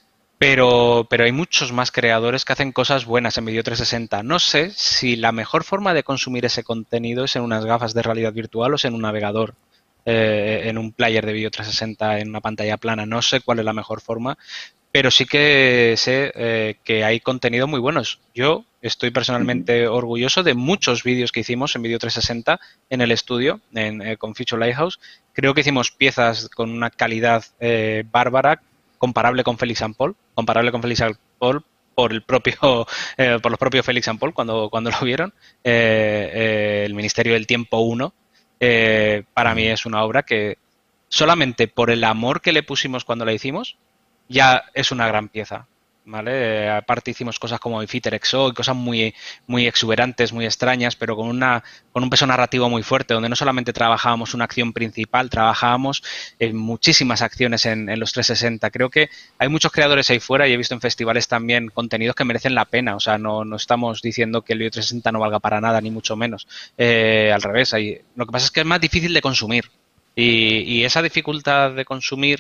D: Pero, pero hay muchos más creadores que hacen cosas buenas en Video trescientos sesenta. No sé si la mejor forma de consumir ese contenido es en unas gafas de realidad virtual o es en un navegador, eh, en un player de Video trescientos sesenta, en una pantalla plana. No sé cuál es la mejor forma, pero sí que sé eh, que hay contenido muy buenos. Yo estoy personalmente orgulloso de muchos vídeos que hicimos en Video trescientos sesenta en el estudio, en, eh, con Future Lighthouse. Creo que hicimos piezas con una calidad eh, bárbara, comparable con Félix and Paul, comparable con Félix and Paul por el propio, eh, por los propios Félix and Paul cuando, cuando lo vieron. Eh, eh, el Ministerio del Tiempo uno, eh, para mí es una obra que solamente por el amor que le pusimos cuando la hicimos, ya es una gran pieza. ¿Vale? Eh, aparte hicimos cosas como Fighter X O y cosas muy, muy exuberantes, muy extrañas, pero con una con un peso narrativo muy fuerte, donde no solamente trabajábamos una acción principal, trabajábamos en muchísimas acciones en, en los trescientos sesenta. Creo que hay muchos creadores ahí fuera y he visto en festivales también contenidos que merecen la pena. O sea, no, no estamos diciendo que el Video trescientos sesenta no valga para nada, ni mucho menos. Eh, al revés, hay, lo que pasa es que es más difícil de consumir y, y esa dificultad de consumir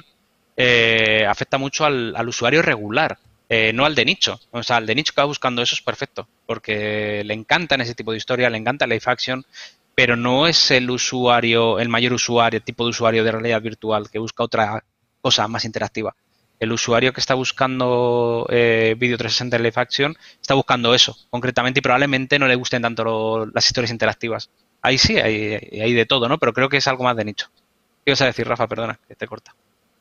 D: eh, afecta mucho al, al usuario regular. Eh, no al de nicho. O sea, al de nicho que va buscando eso es perfecto, porque le encantan ese tipo de historia, le encanta live action, pero no es el usuario, el mayor usuario, tipo de usuario de realidad virtual que busca otra cosa más interactiva. El usuario que está buscando eh, Video trescientos sesenta en live action está buscando eso, concretamente, y probablemente no le gusten tanto lo, las historias interactivas. Ahí sí, hay, hay de todo, ¿no? Pero creo que es algo más de nicho. ¿Qué ibas a decir, Rafa? Perdona, que te corta.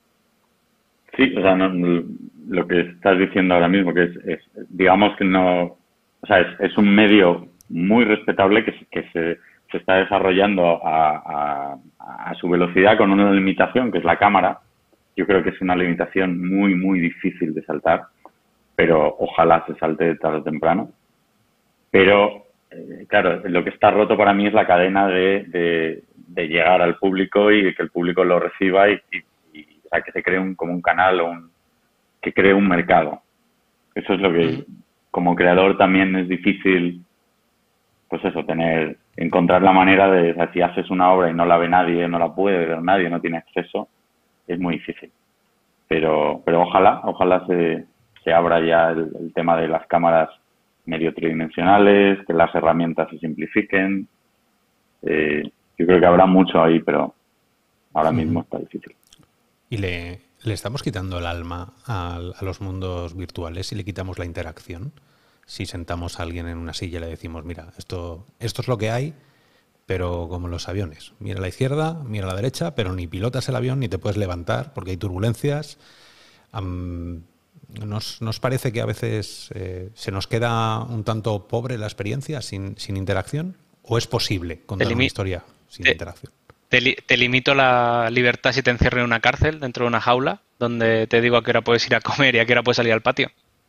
E: Sí, o sea, no, lo que estás diciendo ahora mismo, que es, es digamos que no, o sea, es, es un medio muy respetable que, que se, se está desarrollando a, a, a su velocidad con una limitación, que es la cámara. Yo creo que es una limitación muy, muy difícil de saltar, pero ojalá se salte tarde o temprano. Pero, eh, claro, lo que está roto para mí es la cadena de, de, de llegar al público y que el público lo reciba y, y que se cree un, como un canal o un, que cree un mercado. Eso es lo que como creador también es difícil, pues eso, tener, encontrar la manera de, o sea, si haces una obra y no la ve nadie, no la puede ver nadie, no tiene acceso, es muy difícil. Pero, pero ojalá, ojalá se, se abra ya el, el tema de las cámaras medio tridimensionales, que las herramientas se simplifiquen. Eh, yo creo que habrá mucho ahí, pero ahora mismo está difícil.
C: Y le, le estamos quitando el alma a, a los mundos virtuales y le quitamos la interacción. Si sentamos a alguien en una silla y le decimos, mira, esto, esto es lo que hay, pero como los aviones. Mira a la izquierda, mira a la derecha, pero ni pilotas el avión ni te puedes levantar porque hay turbulencias. Um, nos, nos parece que a veces eh, se nos queda un tanto pobre la experiencia sin, sin interacción. ¿O es posible contar una historia sin
D: te,
C: interacción?
D: Te, li, te limito la libertad si te encierro en una cárcel, dentro de una jaula, donde te digo a qué hora puedes ir a comer y a qué hora puedes salir al patio.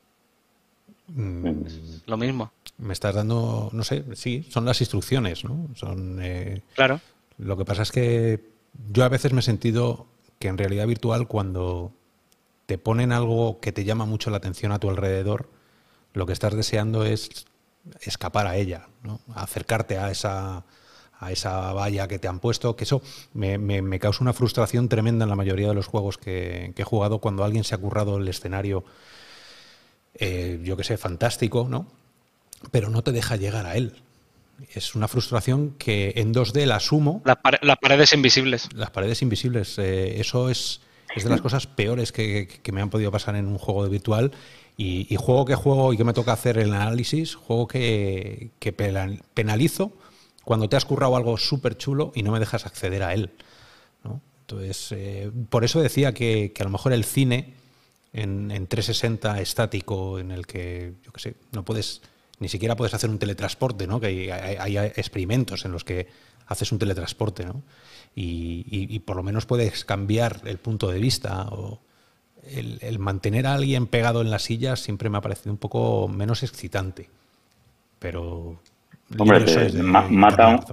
C: Mm,
D: Lo mismo.
C: Me estás dando, no sé, sí, son las instrucciones, ¿no? Son, eh,
D: claro.
C: Lo que pasa es que yo a veces me he sentido que en realidad virtual, cuando te ponen algo que te llama mucho la atención a tu alrededor, lo que estás deseando es escapar a ella, ¿no? Acercarte a esa, a esa valla que te han puesto, que eso me, me, me causa una frustración tremenda en la mayoría de los juegos que, que he jugado, cuando alguien se ha currado el escenario, eh, yo que sé, fantástico, ¿no? Pero no te deja llegar a él. Es una frustración que en dos D la asumo.
D: Las, pare las paredes invisibles.
C: Las paredes invisibles. Eh, eso es, es de las cosas peores que, que me han podido pasar en un juego de virtual. Y, y juego que juego y que me toca hacer el análisis, juego que, que penalizo cuando te has currado algo súper chulo y no me dejas acceder a él, ¿no? Entonces, eh, por eso decía que, que a lo mejor el cine en, en trescientos sesenta estático, en el que, yo qué sé, no puedes, ni siquiera puedes hacer un teletransporte, ¿no? Que hay, hay, hay experimentos en los que haces un teletransporte, ¿no? Y, y, y por lo menos puedes cambiar el punto de vista. O el, el mantener a alguien pegado en la silla siempre me ha parecido un poco menos excitante. Pero...
E: Hombre, te, de, ma mata un...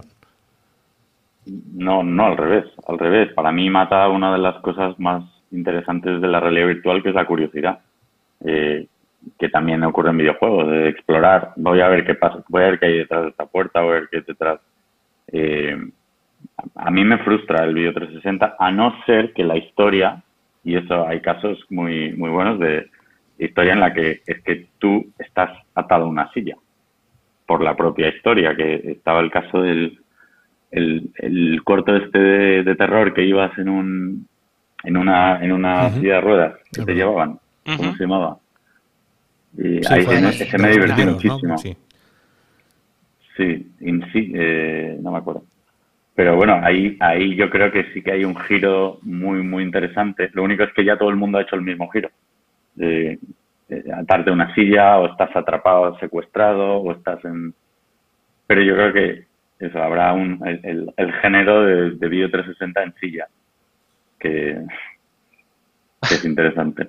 E: No, no, al revés, al revés. Para mí mata una de las cosas más interesantes de la realidad virtual, que es la curiosidad. Eh, que también ocurre en videojuegos, de explorar, voy a ver qué pasa, voy a ver qué hay detrás de esta puerta, voy a ver qué hay detrás. Eh, a mí me frustra el vídeo trescientos sesenta, a no ser que la historia, y eso hay casos muy muy buenos de historia en la que es que tú estás atado a una silla por la propia historia, que estaba el caso del el, el corto este de, de terror que ibas en un en una en una uh-huh. silla de ruedas que uh-huh. te llevaban, ¿cómo uh-huh. se llamaba? Y sí, ahí en ese ese me divertí muchísimo. ¿No? Sí, sí, in, sí eh, no me acuerdo. Pero bueno, ahí ahí yo creo que sí que hay un giro muy, muy interesante. Lo único es que ya todo el mundo ha hecho el mismo giro. De, de atarte a una silla, o estás atrapado, secuestrado, o estás en... Pero yo creo que eso, habrá un el, el, el género de, de vídeo trescientos sesenta en silla, que, que es interesante.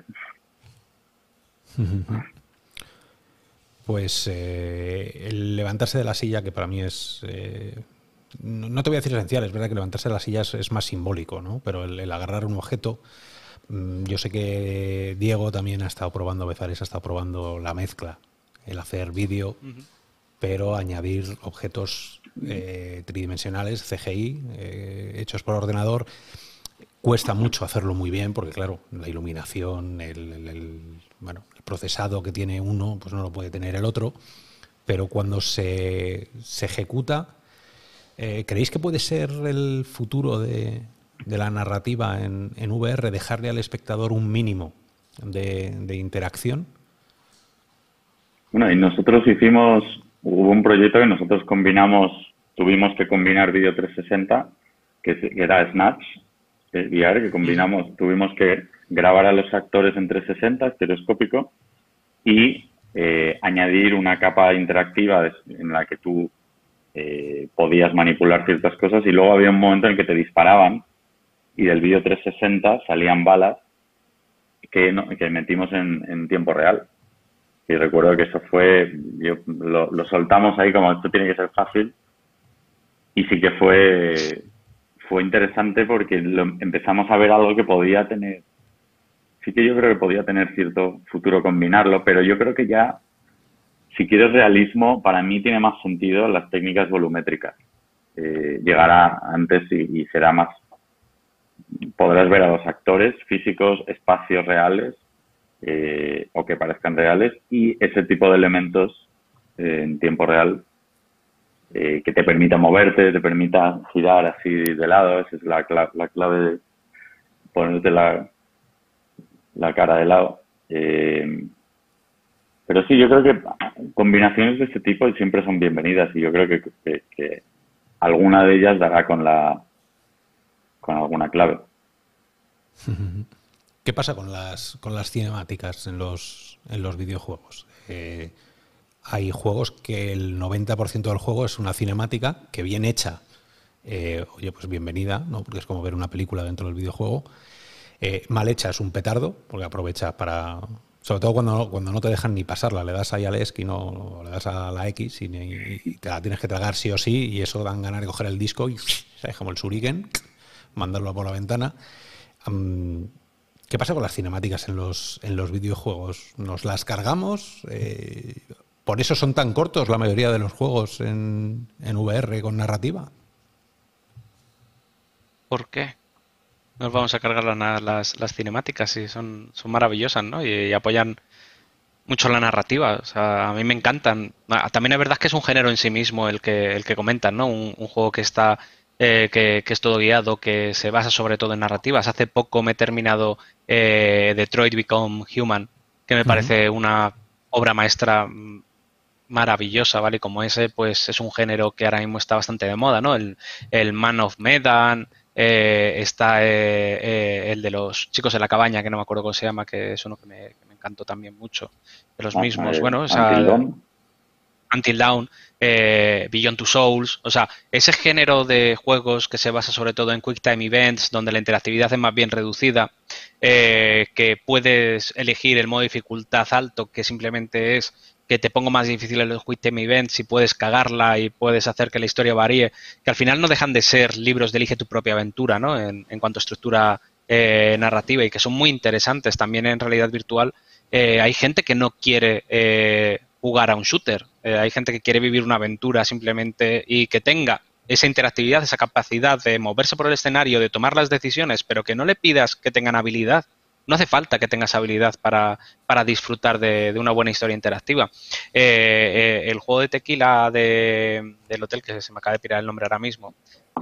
C: Pues eh, el levantarse de la silla, que para mí es... Eh, no, no te voy a decir esencial, es verdad que levantarse de la silla es, es más simbólico, ¿no? Pero el, el agarrar un objeto... Mmm, yo sé que Diego también ha estado probando, Bezares ha estado probando la mezcla, el hacer vídeo, uh-huh. pero añadir objetos eh, tridimensionales, C G I, eh, hechos por ordenador. Cuesta mucho hacerlo muy bien porque, claro, la iluminación, el, el, el, bueno, el procesado que tiene uno, pues no lo puede tener el otro. Pero cuando se, se ejecuta, eh, ¿creéis que puede ser el futuro de, de la narrativa en, en V R, dejarle al espectador un mínimo de, de interacción?
E: Bueno, y nosotros hicimos, hubo un proyecto que nosotros combinamos, tuvimos que combinar vídeo trescientos sesenta, que, que era Snatch, V R, que combinamos, tuvimos que grabar a los actores en trescientos sesenta, estereoscópico, y eh, añadir una capa interactiva en la que tú eh, podías manipular ciertas cosas, y luego había un momento en el que te disparaban y del vídeo trescientos sesenta salían balas que, no, que metimos en, en tiempo real. Y recuerdo que eso fue, yo, lo, lo soltamos ahí como esto tiene que ser fácil, y sí que fue... fue interesante porque lo, empezamos a ver algo que podía tener, sí que yo creo que podía tener cierto futuro combinarlo, pero yo creo que ya, si quieres realismo, para mí tiene más sentido las técnicas volumétricas. Eh, llegará antes y, y será más, podrás ver a los actores físicos, espacios reales, eh, o que parezcan reales, y ese tipo de elementos eh, en tiempo real, Eh, que te permita moverte, te permita girar así de lado. Esa es la, cla la clave de ponerte la, la cara de lado. Eh, pero sí, yo creo que combinaciones de este tipo siempre son bienvenidas, y yo creo que, que, que alguna de ellas dará con la con alguna clave.
C: ¿Qué pasa con las con las cinemáticas en los en los videojuegos? Eh, Hay juegos que el noventa por ciento del juego es una cinemática que bien hecha, eh, oye, pues bienvenida, ¿no? Porque es como ver una película dentro del videojuego. Eh, mal hecha es un petardo, porque aprovecha para... Sobre todo cuando, cuando no te dejan ni pasarla, le das ahí al ESC y no, le das a la X y, y te la tienes que tragar sí o sí, y eso dan ganas de coger el disco y, ¿sabes? Como el shuriken, mandarlo por la ventana. Um, ¿Qué pasa con las cinemáticas en los, en los videojuegos? ¿Nos las cargamos? Eh, ¿Por eso son tan cortos la mayoría de los juegos en, en V R con narrativa?
D: ¿Por qué? Nos vamos a cargar las, las, las cinemáticas y son, son maravillosas, ¿no? Y, y apoyan mucho la narrativa. O sea, a mí me encantan. También es verdad que es un género en sí mismo el que, el que comentan, ¿no? Un, un juego que está eh, que, que es todo guiado, que se basa sobre todo en narrativas. Hace poco me he terminado eh, Detroit Become Human, que me parece uh-huh. una obra maestra maravillosa, ¿vale? Como ese, pues es un género que ahora mismo está bastante de moda, ¿no? El, el Man of Medan, eh, está eh, eh, el de los chicos en la cabaña, que no me acuerdo cómo se llama, que es uno que me, que me encantó también mucho, de los ah, mismos. Eh, bueno, o sea, Until Dawn. Until Dawn, eh, Beyond Two Souls, o sea, ese género de juegos que se basa sobre todo en Quick Time Events, donde la interactividad es más bien reducida, eh, que puedes elegir el modo de dificultad alto, que simplemente es que te pongo más difícil en los Quick Time Events y puedes cagarla y puedes hacer que la historia varíe, que al final no dejan de ser libros de elige tu propia aventura, ¿no? En, en cuanto a estructura eh, narrativa y que son muy interesantes también en realidad virtual. Eh, hay gente que no quiere eh, jugar a un shooter, eh, hay gente que quiere vivir una aventura simplemente y que tenga esa interactividad, esa capacidad de moverse por el escenario, de tomar las decisiones, pero que no le pidas que tengan habilidad. No hace falta que tengas habilidad para, para disfrutar de, de una buena historia interactiva. Eh, eh, el juego de tequila de, del hotel, que se me acaba de pirar el nombre ahora mismo,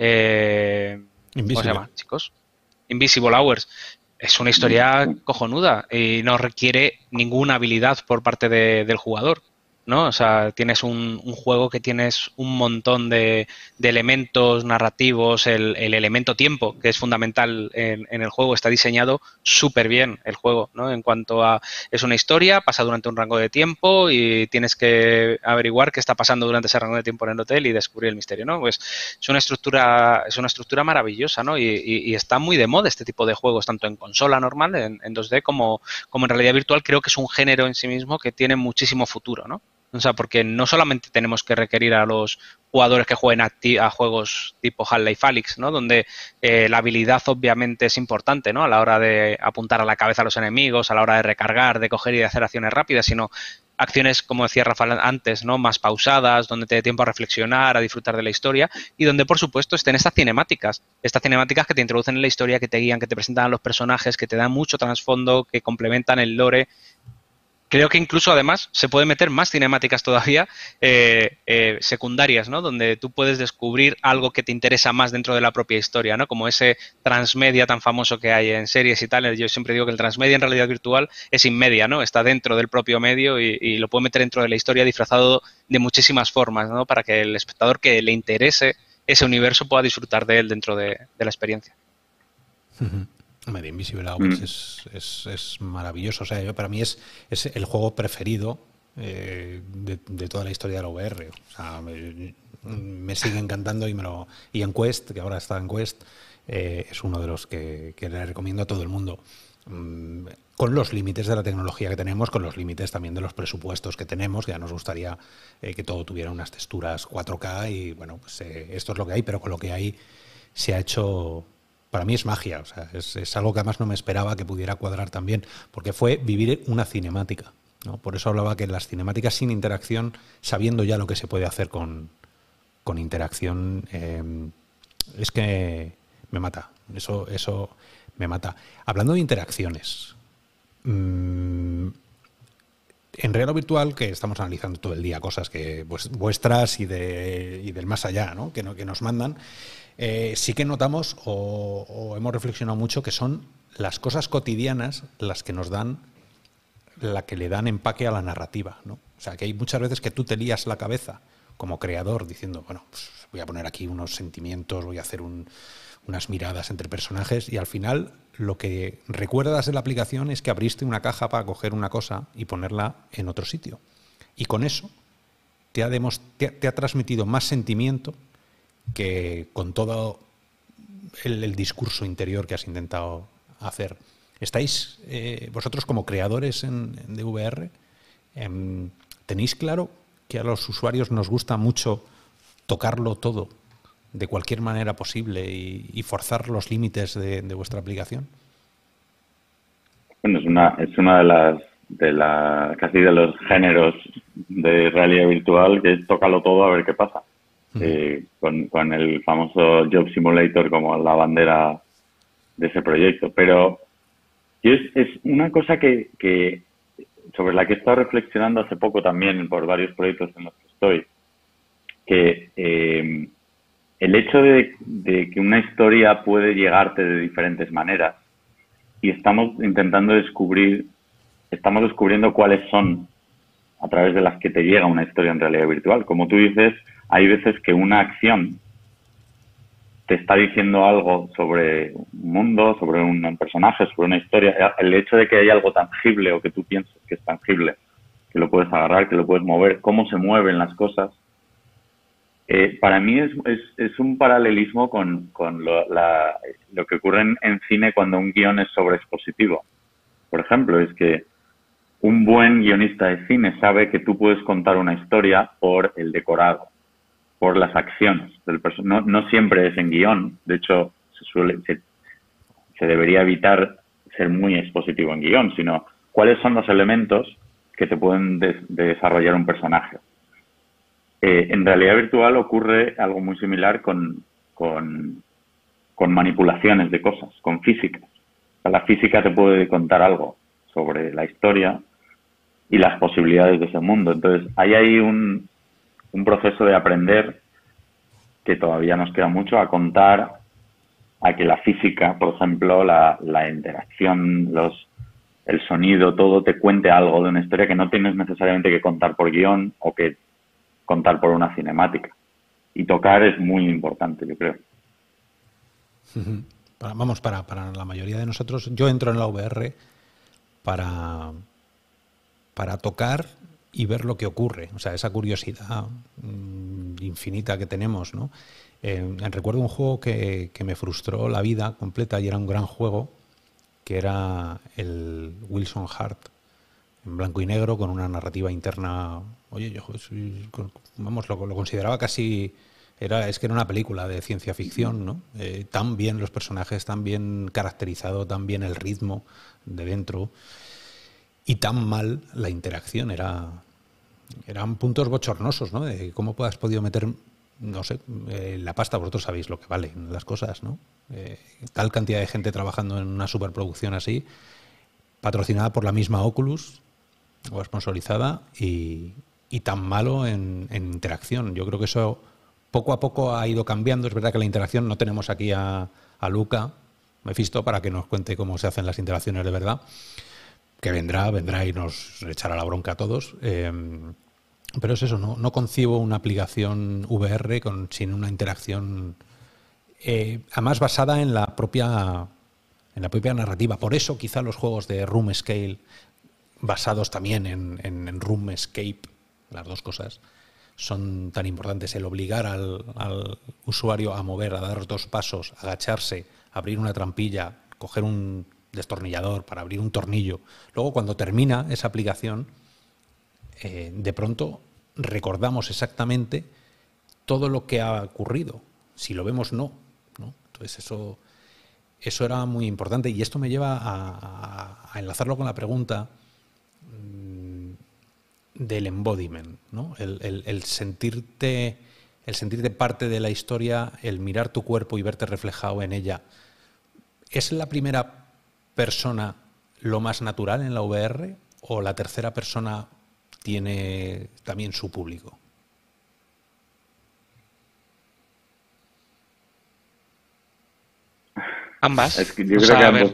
D: eh, ¿cómo se llama, chicos? Invisible Hours. Es una historia cojonuda y no requiere ninguna habilidad por parte de, del jugador, ¿no? O sea, tienes un, un juego que tienes un montón de, de elementos narrativos, el, el elemento tiempo, que es fundamental en, en el juego, está diseñado súper bien el juego, ¿no? En cuanto a, es una historia, pasa durante un rango de tiempo y tienes que averiguar qué está pasando durante ese rango de tiempo en el hotel y descubrir el misterio, ¿no? Pues es una estructura, es una estructura maravillosa, ¿no? Y, y, y está muy de moda este tipo de juegos, tanto en consola normal, en, en dos D, como, como en realidad virtual. Creo que es un género en sí mismo que tiene muchísimo futuro, ¿no? O sea, porque no solamente tenemos que requerir a los jugadores que jueguen a, a juegos tipo Half-Life Alyx, ¿no? Donde eh, la habilidad obviamente es importante, ¿no? A la hora de apuntar a la cabeza a los enemigos, a la hora de recargar, de coger y de hacer acciones rápidas, sino acciones, como decía Rafael antes, ¿no? Más pausadas, donde te dé tiempo a reflexionar, a disfrutar de la historia y donde, por supuesto, estén estas cinemáticas. Estas cinemáticas que te introducen en la historia, que te guían, que te presentan a los personajes, que te dan mucho trasfondo, que complementan el lore. Creo que incluso, además, se puede meter más cinemáticas todavía eh, eh, secundarias, ¿no? Donde tú puedes descubrir algo que te interesa más dentro de la propia historia, ¿no? Como ese transmedia tan famoso que hay en series y tal. Yo siempre digo que el transmedia en realidad virtual es inmedia, ¿no? Está dentro del propio medio y, y lo puede meter dentro de la historia disfrazado de muchísimas formas, ¿no? Para que el espectador que le interese ese universo pueda disfrutar de él dentro de, de la experiencia.
C: Uh-huh. The Invisible Hours mm. es, es, es maravilloso. O sea, yo, para mí es, es el juego preferido eh, de, de toda la historia de la V R. O sea, me, me sigue encantando y me lo y en Quest, que ahora está en Quest, eh, es uno de los que, que le recomiendo a todo el mundo. Mm, con los límites de la tecnología que tenemos, con los límites también de los presupuestos que tenemos, ya nos gustaría eh, que todo tuviera unas texturas cuatro K y bueno, pues eh, esto es lo que hay, pero con lo que hay se ha hecho... Para mí es magia, o sea, es, es algo que además no me esperaba que pudiera cuadrar tan bien, porque fue vivir una cinemática, ¿no? Por eso hablaba que las cinemáticas sin interacción, sabiendo ya lo que se puede hacer con, con interacción, eh, es que me mata, eso, eso me mata. Hablando de interacciones, mmm, en Real o Virtual, que estamos analizando todo el día cosas que pues, vuestras y, de, y del más allá, ¿no? que, no, que nos mandan, Eh, sí que notamos o, o hemos reflexionado mucho que son las cosas cotidianas las que nos dan, la que le dan empaque a la narrativa, ¿no? O sea, que hay muchas veces que tú te lías la cabeza como creador diciendo, bueno, pues voy a poner aquí unos sentimientos, voy a hacer un, unas miradas entre personajes y al final lo que recuerdas de la aplicación es que abriste una caja para coger una cosa y ponerla en otro sitio. Y con eso te ha, demos, te, te ha transmitido más sentimiento que con todo el, el discurso interior que has intentado hacer. ¿Estáis eh, vosotros como creadores en, en D V R? Eh, ¿Tenéis claro que a los usuarios nos gusta mucho tocarlo todo de cualquier manera posible y, y forzar los límites de, de vuestra aplicación?
E: Bueno, es una, es una de las de la, casi de los géneros de realidad virtual, que es tócalo todo a ver qué pasa. Eh, con, con el famoso Job Simulator como la bandera de ese proyecto. Pero yo es, es una cosa que, que sobre la que he estado reflexionando hace poco también por varios proyectos en los que estoy, que eh, el hecho de, de que una historia puede llegarte de diferentes maneras y estamos intentando descubrir, estamos descubriendo cuáles son a través de las que te llega una historia en realidad virtual. Como tú dices, hay veces que una acción te está diciendo algo sobre un mundo, sobre un personaje, sobre una historia. El hecho de que haya algo tangible o que tú pienses que es tangible que lo puedes agarrar, que lo puedes mover, cómo se mueven las cosas. Eh, para mí es, es, es un paralelismo con, con lo, la, lo que ocurre en, en cine cuando un guión es sobreexpositivo. Por ejemplo, es que un buen guionista de cine sabe que tú puedes contar una historia por el decorado, por las acciones del personaje. No, no siempre es en guión. De hecho, se, suele, se, se debería evitar ser muy expositivo en guión, sino cuáles son los elementos que te pueden de, de desarrollar un personaje. Eh, en realidad virtual ocurre algo muy similar con, con, con manipulaciones de cosas, con física. O sea, la física te puede contar algo sobre la historia y las posibilidades de ese mundo. Entonces, hay ahí un, un proceso de aprender que todavía nos queda mucho, a contar, a que la física, por ejemplo, la, la interacción, los, el sonido, todo te cuente algo de una historia que no tienes necesariamente que contar por guión o que contar por una cinemática. Y tocar es muy importante, yo creo.
C: Para, vamos, para, para la mayoría de nosotros, yo entro en la V R para, para tocar y ver lo que ocurre. O sea, esa curiosidad mmm, infinita que tenemos, ¿no? Eh, recuerdo un juego que, que me frustró la vida completa y era un gran juego, que era el Wilson Hart, en blanco y negro, con una narrativa interna. Oye, yo vamos, lo, lo consideraba casi, era, es que era una película de ciencia ficción, ¿no? Eh, tan bien los personajes, tan bien caracterizado, tan bien el ritmo de dentro y tan mal la interacción. Era, eran puntos bochornosos, ¿no? De cómo has podido meter, no sé, eh, la pasta, vosotros sabéis lo que valen las cosas, ¿no? Eh, tal cantidad de gente trabajando en una superproducción así, patrocinada por la misma Oculus o sponsorizada, y, y tan malo en, en interacción. Yo creo que eso poco a poco ha ido cambiando. Es verdad que la interacción, no tenemos aquí a, a Luca Mephisto para que nos cuente cómo se hacen las interacciones de verdad, que vendrá, vendrá y nos echará la bronca a todos. Eh, pero es eso, ¿no? No concibo una aplicación V R con, sin una interacción, eh, además basada en la propia en la propia narrativa. Por eso quizá los juegos de Room Scale, basados también en, en, en Room Escape, las dos cosas, son tan importantes. El obligar al, al usuario a mover, a dar dos pasos, agacharse, abrir una trampilla, coger un destornillador para abrir un tornillo. Luego, cuando termina esa aplicación, eh, de pronto recordamos exactamente todo lo que ha ocurrido. Si lo vemos, no, ¿no? Entonces eso, eso era muy importante, y esto me lleva a, a, a enlazarlo con la pregunta mmm, del embodiment, ¿no? El, el, el sentirte, el sentirte parte de la historia, el mirar tu cuerpo y verte reflejado en ella. ¿Es la primera persona lo más natural en la V R o la tercera persona tiene también su público?
D: Ambas.
E: Es que yo
D: o
E: creo
D: sea,
E: que
D: a
E: ambos.
D: ver.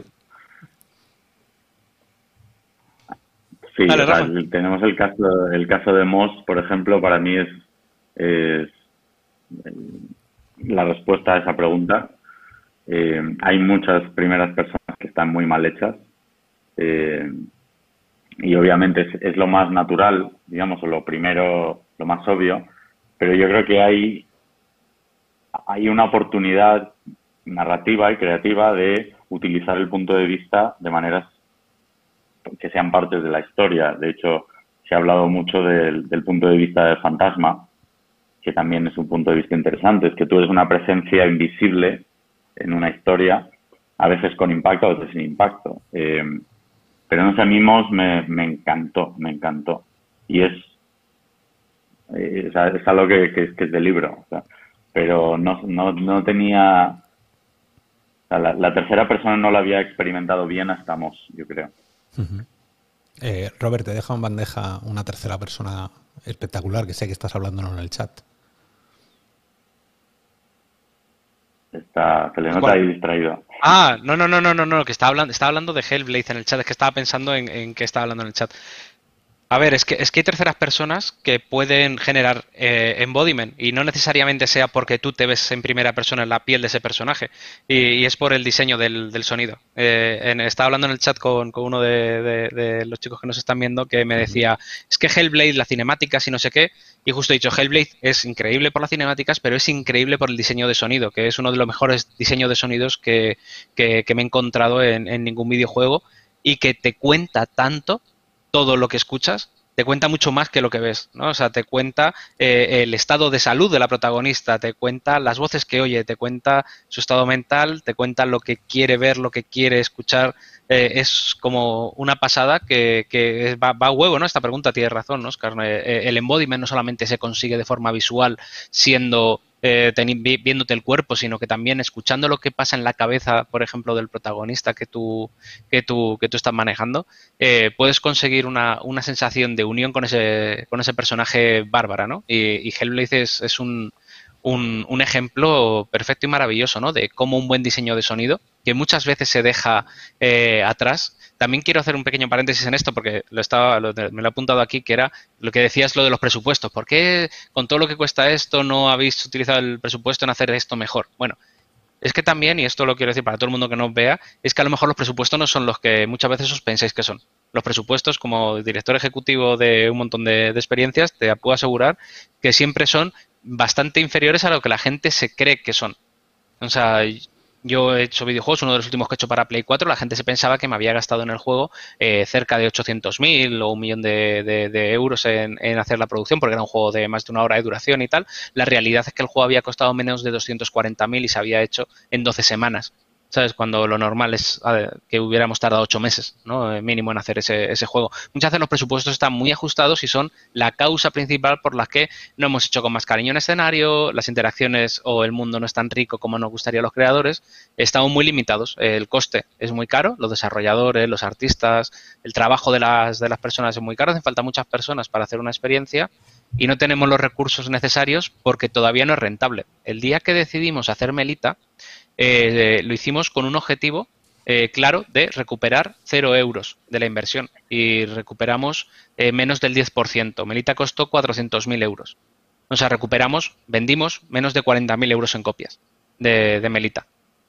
E: Sí,
D: Dale,
E: o sea,
D: Rafa.
E: tenemos el caso, el caso de Moss, por ejemplo, para mí es, es la respuesta a esa pregunta. Eh, hay muchas primeras personas que están muy mal hechas, eh, y obviamente es, es lo más natural, digamos, o lo primero, lo más obvio, pero yo creo que hay, hay una oportunidad narrativa y creativa de utilizar el punto de vista de maneras que sean partes de la historia. De hecho, se ha hablado mucho del, del punto de vista del fantasma, que también es un punto de vista interesante. Es que tú eres una presencia invisible en una historia, a veces con impacto, a veces sin impacto. Eh, pero no sé, a mí Moss me, me encantó, me encantó. Y es, eh, o sea, es algo que, que, que es de libro. O sea, pero no, no, no tenía... O sea, la, la tercera persona no la había experimentado bien hasta Moss, yo creo.
C: Uh-huh. eh, Robert, te deja en bandeja una tercera persona espectacular, que sé que estás hablándonos en el chat.
E: Está, se le nota
D: ¿Cuál?
E: ahí distraído.
D: Ah, no, no, no, no, no, no, que estaba hablando, estaba hablando de Hellblade en el chat, es que estaba pensando en, en qué estaba hablando en el chat. A ver, es que, es que hay terceras personas que pueden generar eh, embodiment y no necesariamente sea porque tú te ves en primera persona en la piel de ese personaje y, y es por el diseño del, del sonido. Eh, en- estaba hablando en el chat con, con uno de, de- de los chicos que nos están viendo que me decía, es que Hellblade, las cinemáticas y no sé qué, y justo he dicho, Hellblade es increíble por las cinemáticas, pero es increíble por el diseño de sonido, que es uno de los mejores diseños de sonidos que, que- que me he encontrado en en ningún videojuego y que te cuenta tanto todo lo que escuchas, te cuenta mucho más que lo que ves, ¿no? O sea, te cuenta eh, el estado de salud de la protagonista, te cuenta las voces que oye, te cuenta su estado mental, te cuenta lo que quiere ver, lo que quiere escuchar. Eh, es como una pasada que, que va, va a huevo, ¿no? Esta pregunta tiene razón, ¿no, Oscar? Eh, el embodiment no solamente se consigue de forma visual, siendo eh, teni- vi- viéndote el cuerpo, sino que también escuchando lo que pasa en la cabeza, por ejemplo, del protagonista que tú, que tú, que tú estás manejando, eh, puedes conseguir una, una sensación de unión con ese, con ese personaje bárbara, ¿no? Y, y Hellblade es, es un, un, un ejemplo perfecto y maravilloso, ¿no? De cómo un buen diseño de sonido, que muchas veces se deja eh, atrás. También quiero hacer un pequeño paréntesis en esto, porque lo estaba, lo- me lo he apuntado aquí, que era lo que decías, lo de los presupuestos. ¿Por qué con todo lo que cuesta esto no habéis utilizado el presupuesto en hacer esto mejor? Bueno, es que también, y esto lo quiero decir para todo el mundo que nos vea, es que a lo mejor los presupuestos no son los que muchas veces os pensáis que son. Los presupuestos, como director ejecutivo de un montón de, de experiencias, te puedo asegurar que siempre son bastante inferiores a lo que la gente se cree que son. O sea, yo he hecho videojuegos, uno de los últimos que he hecho para Play cuatro, la gente se pensaba que me había gastado en el juego eh, cerca de ochocientos mil o un millón de, de- de euros en, en hacer la producción, porque era un juego de más de una hora de duración y tal. La realidad es que el juego había costado menos de doscientos cuarenta mil y se había hecho en doce semanas. ¿Sabes? Cuando lo normal es a ver, que hubiéramos tardado ocho meses, ¿no? Eh, mínimo en hacer ese, ese juego. Muchas veces los presupuestos están muy ajustados y son la causa principal por la que no hemos hecho con más cariño en escenario, las interacciones o el mundo no es tan rico como nos gustaría a los creadores, estamos muy limitados. El coste es muy caro, los desarrolladores, los artistas, el trabajo de las, de las personas es muy caro, hacen falta muchas personas para hacer una experiencia y no tenemos los recursos necesarios porque todavía no es rentable. El día que decidimos hacer Melita, eh, lo hicimos con un objetivo eh, claro de recuperar cero euros de la inversión y recuperamos eh, menos del diez por ciento. Melita costó cuatrocientos mil euros. O sea, recuperamos, vendimos menos de cuarenta mil euros en copias de, de Melita.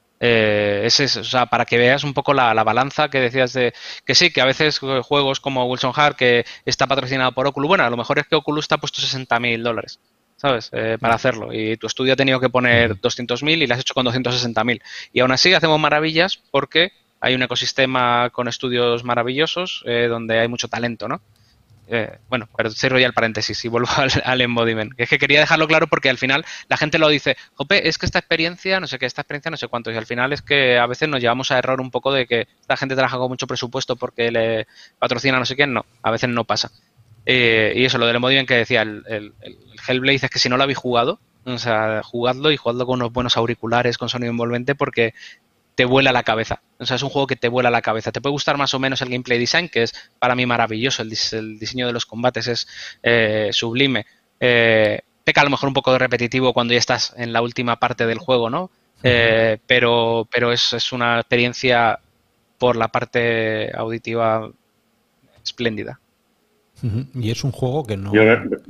D: Eh, ese es, o sea, para que veas un poco la, la balanza que decías de que sí, que a veces eh, juegos como Wilson Heart, que está patrocinado por Oculus, bueno, a lo mejor es que Oculus te ha puesto sesenta mil dólares, ¿sabes? Eh, para hacerlo. Y tu estudio ha tenido que poner doscientos mil y lo has hecho con doscientos sesenta mil. Y aún así hacemos maravillas porque hay un ecosistema con estudios maravillosos eh, donde hay mucho talento, ¿no? Eh, bueno, pero cierro ya el paréntesis y vuelvo al, al embodiment. Es que quería dejarlo claro porque al final la gente lo dice, jope, es que esta experiencia, no sé qué, esta experiencia no sé cuánto. Y al final es que a veces nos llevamos a error un poco de que esta gente trabaja con mucho presupuesto porque le patrocina no sé quién. No, a veces no pasa. Eh, y eso, lo del embodiment que decía, el, el, el Hellblade es que si no lo habéis jugado, o sea, jugadlo y jugadlo con unos buenos auriculares, con sonido envolvente, porque te vuela la cabeza. O sea, es un juego que te vuela la cabeza. Te puede gustar más o menos el gameplay design, que es para mí maravilloso. El, dis el diseño de los combates es eh, sublime. Eh, peca a lo mejor un poco de repetitivo cuando ya estás en la última parte del juego, ¿no? Eh, pero pero es, es una experiencia por la parte auditiva espléndida.
C: Ujú. Y es un juego que no...
E: Yo,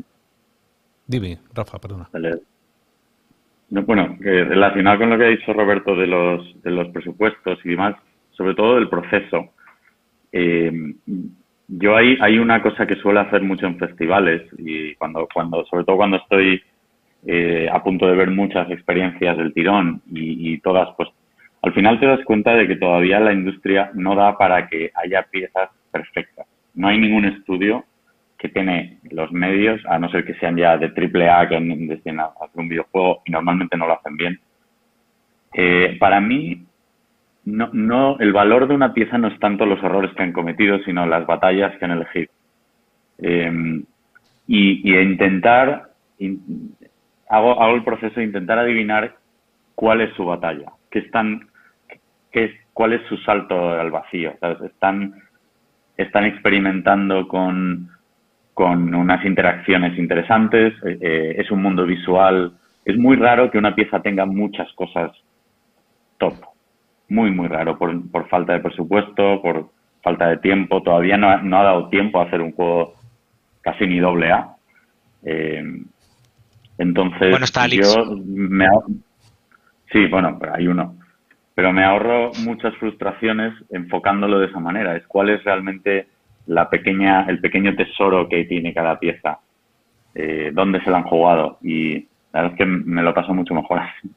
C: Dime, Rafa, perdona.
E: vale. No, bueno, que relacionado con lo que ha dicho Roberto de los, de los presupuestos y demás, sobre todo del proceso, eh, yo hay, hay una cosa que suelo hacer mucho en festivales y cuando, cuando sobre todo cuando estoy eh, a punto de ver muchas experiencias del tirón y, y todas, pues al final te das cuenta de que todavía la industria no da para que haya piezas perfectas. No hay ningún estudio que tiene los medios, a no ser que sean ya de triple A, que deciden hacer un videojuego y normalmente no lo hacen bien. Eh, para mí, no, no, el valor de una pieza no es tanto los errores que han cometido, sino las batallas que han elegido. Eh, y, y intentar, in, hago, hago el proceso de intentar adivinar cuál es su batalla, qué están, qué es, cuál es su salto al vacío. ¿Sabes? Están, están experimentando con con unas interacciones interesantes, eh, es un mundo visual. Es muy raro que una pieza tenga muchas cosas top. Muy, muy raro, por, por falta de presupuesto, por falta de tiempo. Todavía no ha, no ha dado tiempo a hacer un juego casi ni doble A. Eh, entonces,
D: bueno, está Alex.
E: yo me ahorro, sí, bueno, pero hay uno. Pero me ahorro muchas frustraciones enfocándolo de esa manera. Es cuál es realmente la pequeña, el pequeño tesoro que tiene cada pieza, eh, dónde se la han jugado. Y la verdad es que me lo paso mucho mejor así.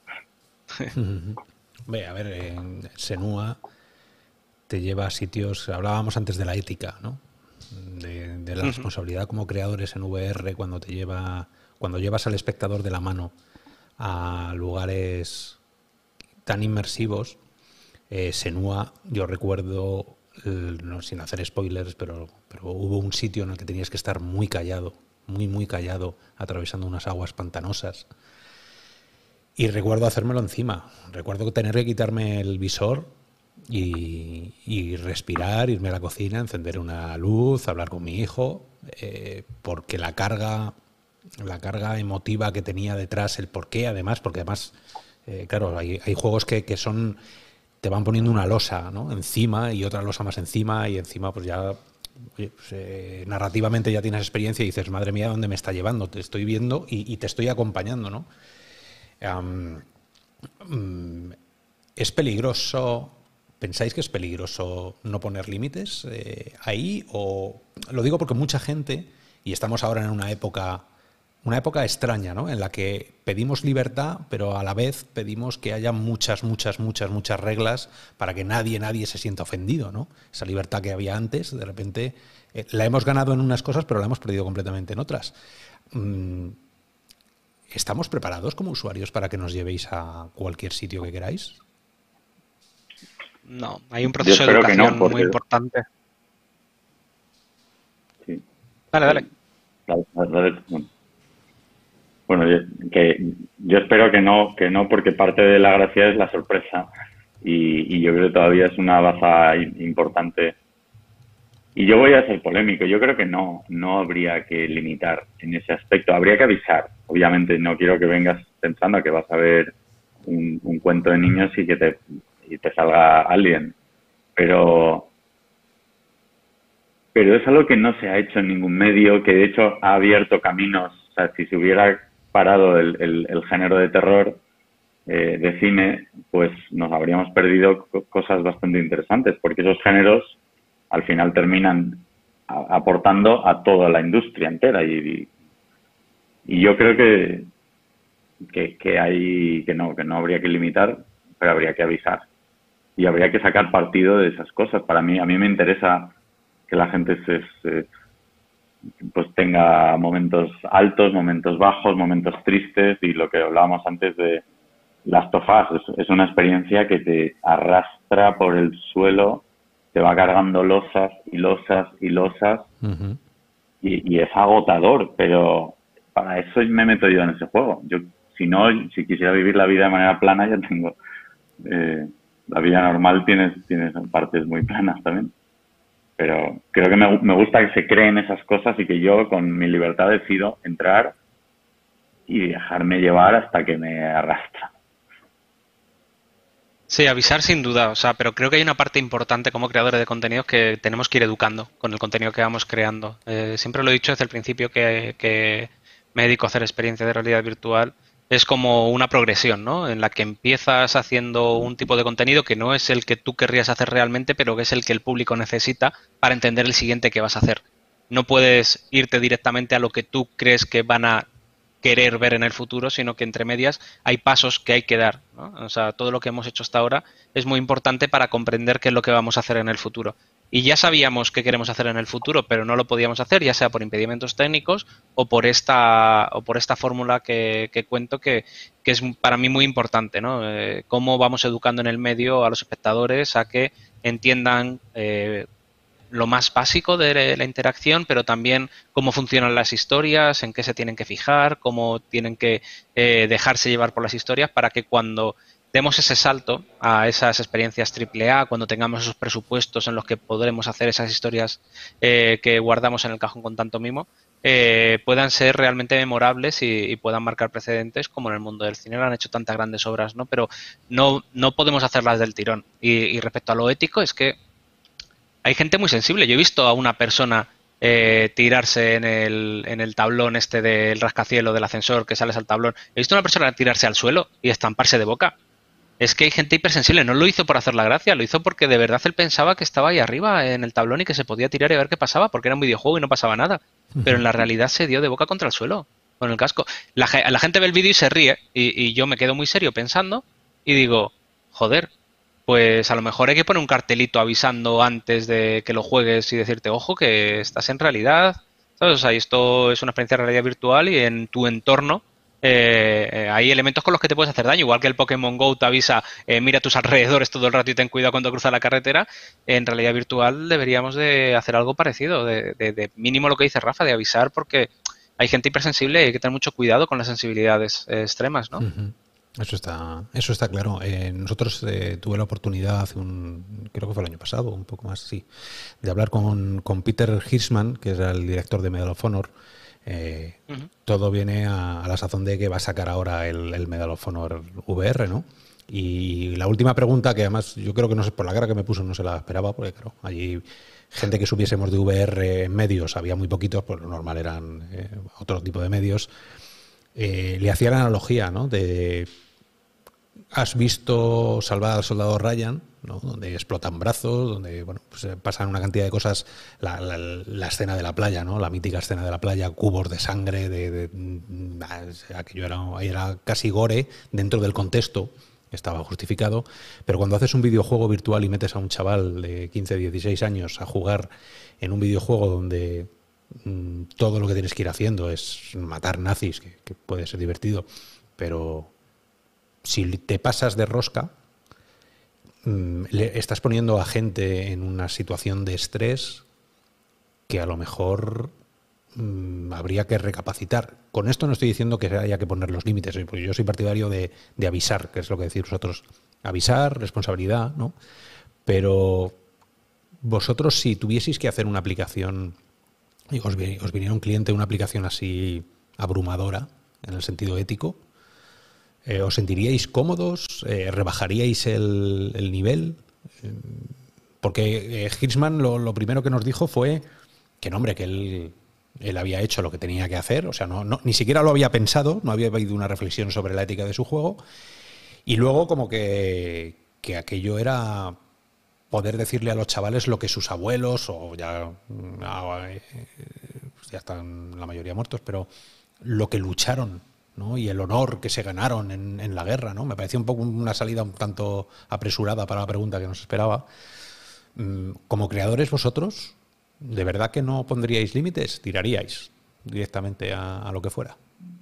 C: Ve, a ver, en Senua te lleva a sitios, hablábamos antes de la ética, ¿no? De, de la uh-huh. responsabilidad como creadores en V R cuando te lleva, cuando llevas al espectador de la mano a lugares tan inmersivos. eh, Senua, yo recuerdo, eh, no, sin hacer spoilers, pero, pero hubo un sitio en el que tenías que estar muy callado, muy muy callado, atravesando unas aguas pantanosas. Y recuerdo hacérmelo encima. Recuerdo tener que quitarme el visor y, y respirar, irme a la cocina, encender una luz, hablar con mi hijo, eh, porque la carga, la carga emotiva que tenía detrás, el porqué, además, porque además, eh, claro, hay, hay juegos que, que son, te van poniendo una losa, ¿no?, encima y otra losa más encima y encima pues ya, oye, pues, eh, narrativamente ya tienes experiencia y dices, madre mía, ¿dónde me está llevando? Te estoy viendo y, y te estoy acompañando, ¿no? Um, um, ¿Es peligroso? ¿Pensáis que es peligroso no poner límites eh, ahí? O lo digo porque mucha gente, y estamos ahora en una época, una época extraña, ¿no?, en la que pedimos libertad, pero a la vez pedimos que haya muchas, muchas, muchas, muchas reglas para que nadie, nadie se sienta ofendido, ¿no? Esa libertad que había antes, de repente eh, la hemos ganado en unas cosas, pero la hemos perdido completamente en otras. Um, ¿Estamos preparados como usuarios para que nos llevéis a cualquier sitio que queráis?
D: No, hay un proceso de educación no, porque... muy importante.
E: Sí.
D: Dale, dale.
E: dale, dale, dale. Bueno, bueno yo, que yo espero que no, que no, porque parte de la gracia es la sorpresa y, y yo creo que todavía es una baza importante. Y yo voy a ser polémico. Yo creo que no, no habría que limitar en ese aspecto. Habría que avisar. Obviamente no quiero que vengas pensando que vas a ver un, un cuento de niños y que te, y te salga Alien. Pero, pero es algo que no se ha hecho en ningún medio, que de hecho ha abierto caminos. O sea, si se hubiera parado el, el, el género de terror eh, de cine, pues nos habríamos perdido cosas bastante interesantes, porque esos géneros al final terminan a, aportando a toda la industria entera y, y yo creo que, que que hay que no que no habría que limitar, pero habría que avisar y habría que sacar partido de esas cosas. Para mí a mí me interesa que la gente se, se pues tenga momentos altos, momentos bajos, momentos tristes, y lo que hablábamos antes de Last of Us es, es una experiencia que te arrastra por el suelo, te va cargando losas y losas y losas uh-huh. y, y es agotador, pero para eso me he metido yo en ese juego. Yo, si no, si quisiera vivir la vida de manera plana, ya tengo eh, la vida normal tiene, tiene partes muy planas también, pero creo que me, me gusta que se creen esas cosas y que yo con mi libertad decido entrar y dejarme llevar hasta que me arrastra.
D: Sí, avisar sin duda, o sea, pero creo que hay una parte importante como creadores de contenidos que tenemos que ir educando con el contenido que vamos creando. Eh, siempre lo he dicho desde el principio que, que me dedico a hacer experiencia de realidad virtual. Es como una progresión, ¿no?, en la que empiezas haciendo un tipo de contenido que no es el que tú querrías hacer realmente, pero que es el que el público necesita para entender el siguiente que vas a hacer. No puedes irte directamente a lo que tú crees que van a querer ver en el futuro, sino que entre medias hay pasos que hay que dar, ¿no? O sea, todo lo que hemos hecho hasta ahora es muy importante para comprender qué es lo que vamos a hacer en el futuro. Y ya sabíamos qué queremos hacer en el futuro, pero no lo podíamos hacer, ya sea por impedimentos técnicos o por esta o por esta fórmula que, que cuento, que, que es para mí muy importante, ¿no? Eh, cómo vamos educando en el medio a los espectadores a que entiendan eh, lo más básico de la interacción, pero también cómo funcionan las historias, en qué se tienen que fijar, cómo tienen que eh, dejarse llevar por las historias, para que cuando demos ese salto a esas experiencias triple A, cuando tengamos esos presupuestos en los que podremos hacer esas historias eh, que guardamos en el cajón con tanto mimo, eh, puedan ser realmente memorables y, y puedan marcar precedentes, como en el mundo del cine lo han hecho tantas grandes obras, ¿no? Pero no, no podemos hacerlas del tirón. Y, y respecto a lo ético, es que hay gente muy sensible. Yo he visto a una persona eh, tirarse en el, en el tablón este del rascacielos del ascensor, que sales al tablón. He visto a una persona tirarse al suelo y estamparse de boca. Es que hay gente hipersensible, no lo hizo por hacer la gracia, lo hizo porque de verdad él pensaba que estaba ahí arriba en el tablón y que se podía tirar y a ver qué pasaba, porque era un videojuego y no pasaba nada. Pero en la realidad se dio de boca contra el suelo, con el casco. La, la gente ve el vídeo y se ríe, y, y yo me quedo muy serio pensando y digo, joder, pues a lo mejor hay que poner un cartelito avisando antes de que lo juegues y decirte, ojo, que estás en realidad, ¿sabes? O sea, esto es una experiencia de realidad virtual y en tu entorno eh, eh, hay elementos con los que te puedes hacer daño, igual que el Pokémon Go te avisa, eh, mira a tus alrededores todo el rato y ten cuidado cuando cruzas la carretera. En realidad virtual deberíamos de hacer algo parecido, de, de, de mínimo lo que dice Rafa, de avisar, porque hay gente hipersensible y hay que tener mucho cuidado con las sensibilidades eh, extremas, ¿no?
C: Uh-huh. Eso está, eso está claro. Eh, nosotros eh, tuve la oportunidad hace un, creo que fue el año pasado, un poco más, sí, de hablar con, con Peter Hirschman, que era el director de Medal of Honor. Eh, uh-huh. Todo viene a, a la sazón de que va a sacar ahora el, el Medal of Honor V R, ¿no? Y la última pregunta, que además yo creo que no sé, por la cara que me puso no se la esperaba, porque claro, allí gente que supiésemos de V R en medios había muy poquitos, pues lo normal eran eh, otro tipo de medios. Eh, le hacía la analogía, ¿no? De ¿has visto Salvar al soldado Ryan? ¿No? Donde explotan brazos, donde bueno, pues pasan una cantidad de cosas, la, la, la escena de la playa, ¿no? La mítica escena de la playa, cubos de sangre, de, de, de aquello era, era casi gore dentro del contexto, estaba justificado, pero cuando haces un videojuego virtual y metes a un chaval de quince, dieciséis años a jugar en un videojuego donde mmm, todo lo que tienes que ir haciendo es matar nazis, que, que puede ser divertido, pero si te pasas de rosca, le estás poniendo a gente en una situación de estrés que a lo mejor mmm, habría que recapacitar. Con esto no estoy diciendo que haya que poner los límites, porque yo soy partidario de, de avisar, que es lo que decís vosotros. Avisar, responsabilidad, ¿no? Pero vosotros, si tuvieseis que hacer una aplicación, y os, os viniera un cliente una aplicación así abrumadora, en el sentido ético, Eh, ¿os sentiríais cómodos? Eh, ¿Rebajaríais el, el nivel? Eh, porque eh, Hirschman lo, lo primero que nos dijo fue que no, hombre, que él, él había hecho lo que tenía que hacer, o sea, no, no, ni siquiera lo había pensado, no había habido una reflexión sobre la ética de su juego, y luego como que, que aquello era poder decirle a los chavales lo que sus abuelos, o ya, ya están la mayoría muertos, pero lo que lucharon, ¿no? Y el honor que se ganaron en, en la guerra, ¿no? Me parecía un poco una salida un tanto apresurada para la pregunta que nos esperaba. Como creadores vosotros, ¿de verdad que no pondríais límites? ¿Tiraríais directamente a, a lo que fuera?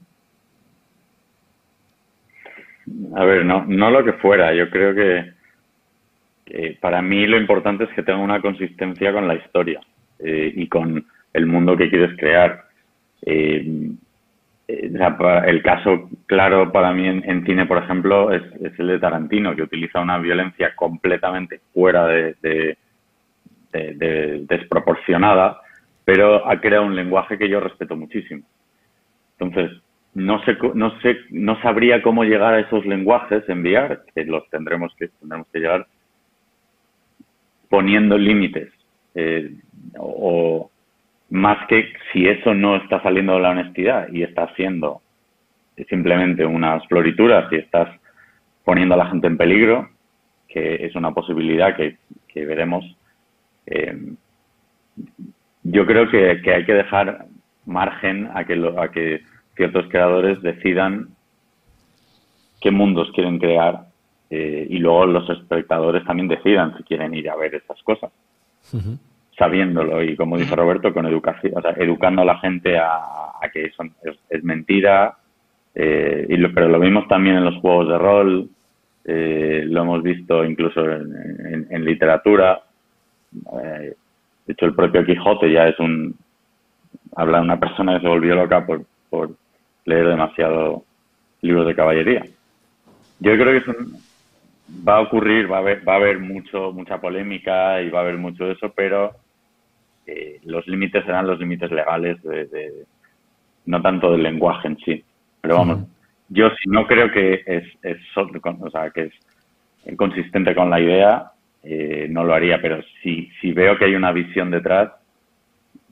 E: A ver, no, no lo que fuera. Yo creo que, que para mí lo importante es que tenga una consistencia con la historia eh, y con el mundo que quieres crear. Eh, El caso claro para mí en, en cine, por ejemplo, es, es el de Tarantino, que utiliza una violencia completamente fuera de, de, de, de desproporcionada, pero ha creado un lenguaje que yo respeto muchísimo. Entonces, no sé, no sé, no sabría cómo llegar a esos lenguajes en V R, que los tendremos que tendremos que llegar poniendo límites eh, o más que si eso no está saliendo de la honestidad y está siendo simplemente unas florituras y estás poniendo a la gente en peligro, que es una posibilidad que, que veremos. Eh, yo creo que, que hay que dejar margen a que, lo, a que ciertos creadores decidan qué mundos quieren crear eh, y luego los espectadores también decidan si quieren ir a ver esas cosas. Uh-huh. Sabiéndolo y, como dice Roberto, con educación, o sea, educando a la gente a, a que eso es, es mentira, eh, y lo, pero lo vimos también en los juegos de rol, eh, lo hemos visto incluso en, en, en literatura. Eh, de hecho, el propio Quijote ya es un... habla de una persona que se volvió loca por, por leer demasiado libros de caballería. Yo creo que es un... va a ocurrir, va a haber, va a haber mucho, mucha polémica y va a haber mucho de eso, pero eh, los límites serán los límites legales, de, de, no tanto del lenguaje en sí. Pero vamos, uh-huh. yo sí no creo que es, es, o sea, que es consistente con la idea, eh, no lo haría, pero si, si veo que hay una visión detrás,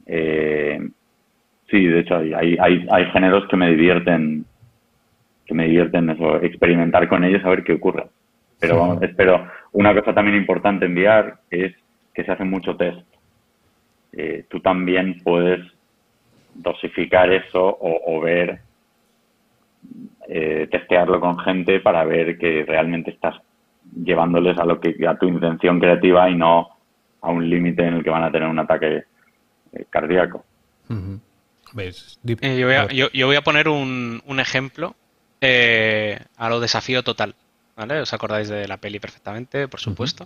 E: Eh, sí, de hecho, hay, hay, hay géneros que me divierten, que me divierten eso, experimentar con ellos, a ver qué ocurre. Pero vamos, espero, una cosa también importante en V R es que se hace mucho test. Eh, tú también puedes dosificar eso o, o ver, eh, testearlo con gente para ver que realmente estás llevándoles a lo que a tu intención creativa y no a un límite en el que van a tener un ataque eh, cardíaco.
C: Uh-huh. ¿Ves?
D: Eh, yo, voy a, yo, yo voy a poner un, un ejemplo eh, a lo Desafío Total, ¿vale? ¿Os acordáis de la peli perfectamente? Por supuesto. Uh-huh.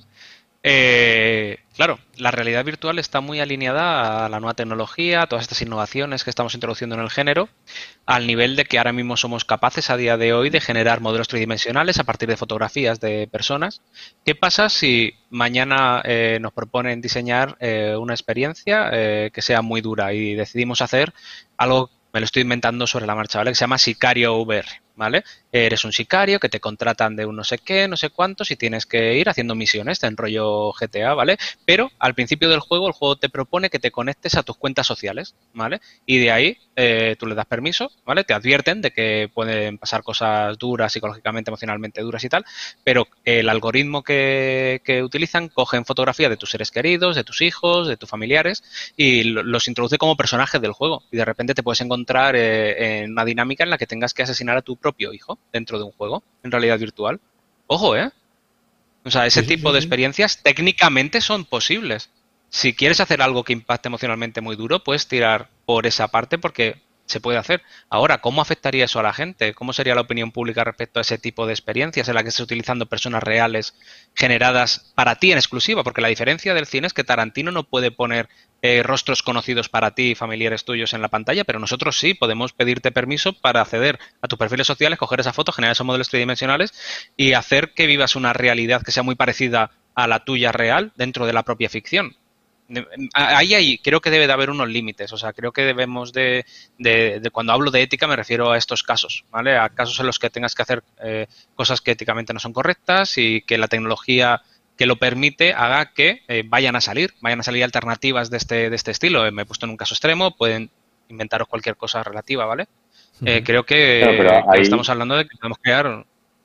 D: Eh, claro, la realidad virtual está muy alineada a la nueva tecnología, a todas estas innovaciones que estamos introduciendo en el género, al nivel de que ahora mismo somos capaces a día de hoy de generar modelos tridimensionales a partir de fotografías de personas. ¿Qué pasa si mañana eh, nos proponen diseñar eh, una experiencia eh, que sea muy dura y decidimos hacer algo, me lo estoy inventando sobre la marcha, ¿vale? Que se llama Sicario V R, ¿vale? Eres un sicario que te contratan de un no sé qué, no sé cuántos y tienes que ir haciendo misiones en rollo G T A, ¿vale? Pero al principio del juego, el juego te propone que te conectes a tus cuentas sociales, ¿vale? Y de ahí eh, tú le das permiso, ¿vale? Te advierten de que pueden pasar cosas duras, psicológicamente, emocionalmente duras y tal, pero el algoritmo que, que utilizan cogen fotografías de tus seres queridos, de tus hijos, de tus familiares y los introduce como personajes del juego y de repente te puedes encontrar eh, en una dinámica en la que tengas que asesinar a tu propio hijo dentro de un juego en realidad virtual. Ojo, ¿eh? O sea, ese
C: sí, sí,
D: tipo
C: sí,
D: de
C: sí.
D: experiencias técnicamente son posibles. Si quieres hacer algo que impacte emocionalmente muy duro, puedes tirar por esa parte porque se puede hacer. Ahora, ¿cómo afectaría eso a la gente? ¿Cómo sería la opinión pública respecto a ese tipo de experiencias en la que estás utilizando personas reales generadas para ti en exclusiva? Porque la diferencia del cine es que Tarantino no puede poner eh, rostros conocidos para ti, familiares tuyos en la pantalla, pero nosotros sí podemos pedirte permiso para acceder a tus perfiles sociales, coger esa foto, generar esos modelos tridimensionales y hacer que vivas una realidad que sea muy parecida a la tuya real dentro de la propia ficción. Ahí, ahí creo que debe de haber unos límites, o sea, creo que debemos de, de, de cuando hablo de ética me refiero a estos casos, ¿vale? A casos en los que tengas que hacer eh, cosas que éticamente no son correctas y que la tecnología que lo permite haga que eh, vayan a salir, vayan a salir alternativas de este, de este estilo. Eh, me he puesto en un caso extremo, pueden inventaros cualquier cosa relativa, ¿vale? Uh-huh. Eh, creo que,
E: claro, pero
D: que
E: ahí,
D: estamos hablando de que podemos crear...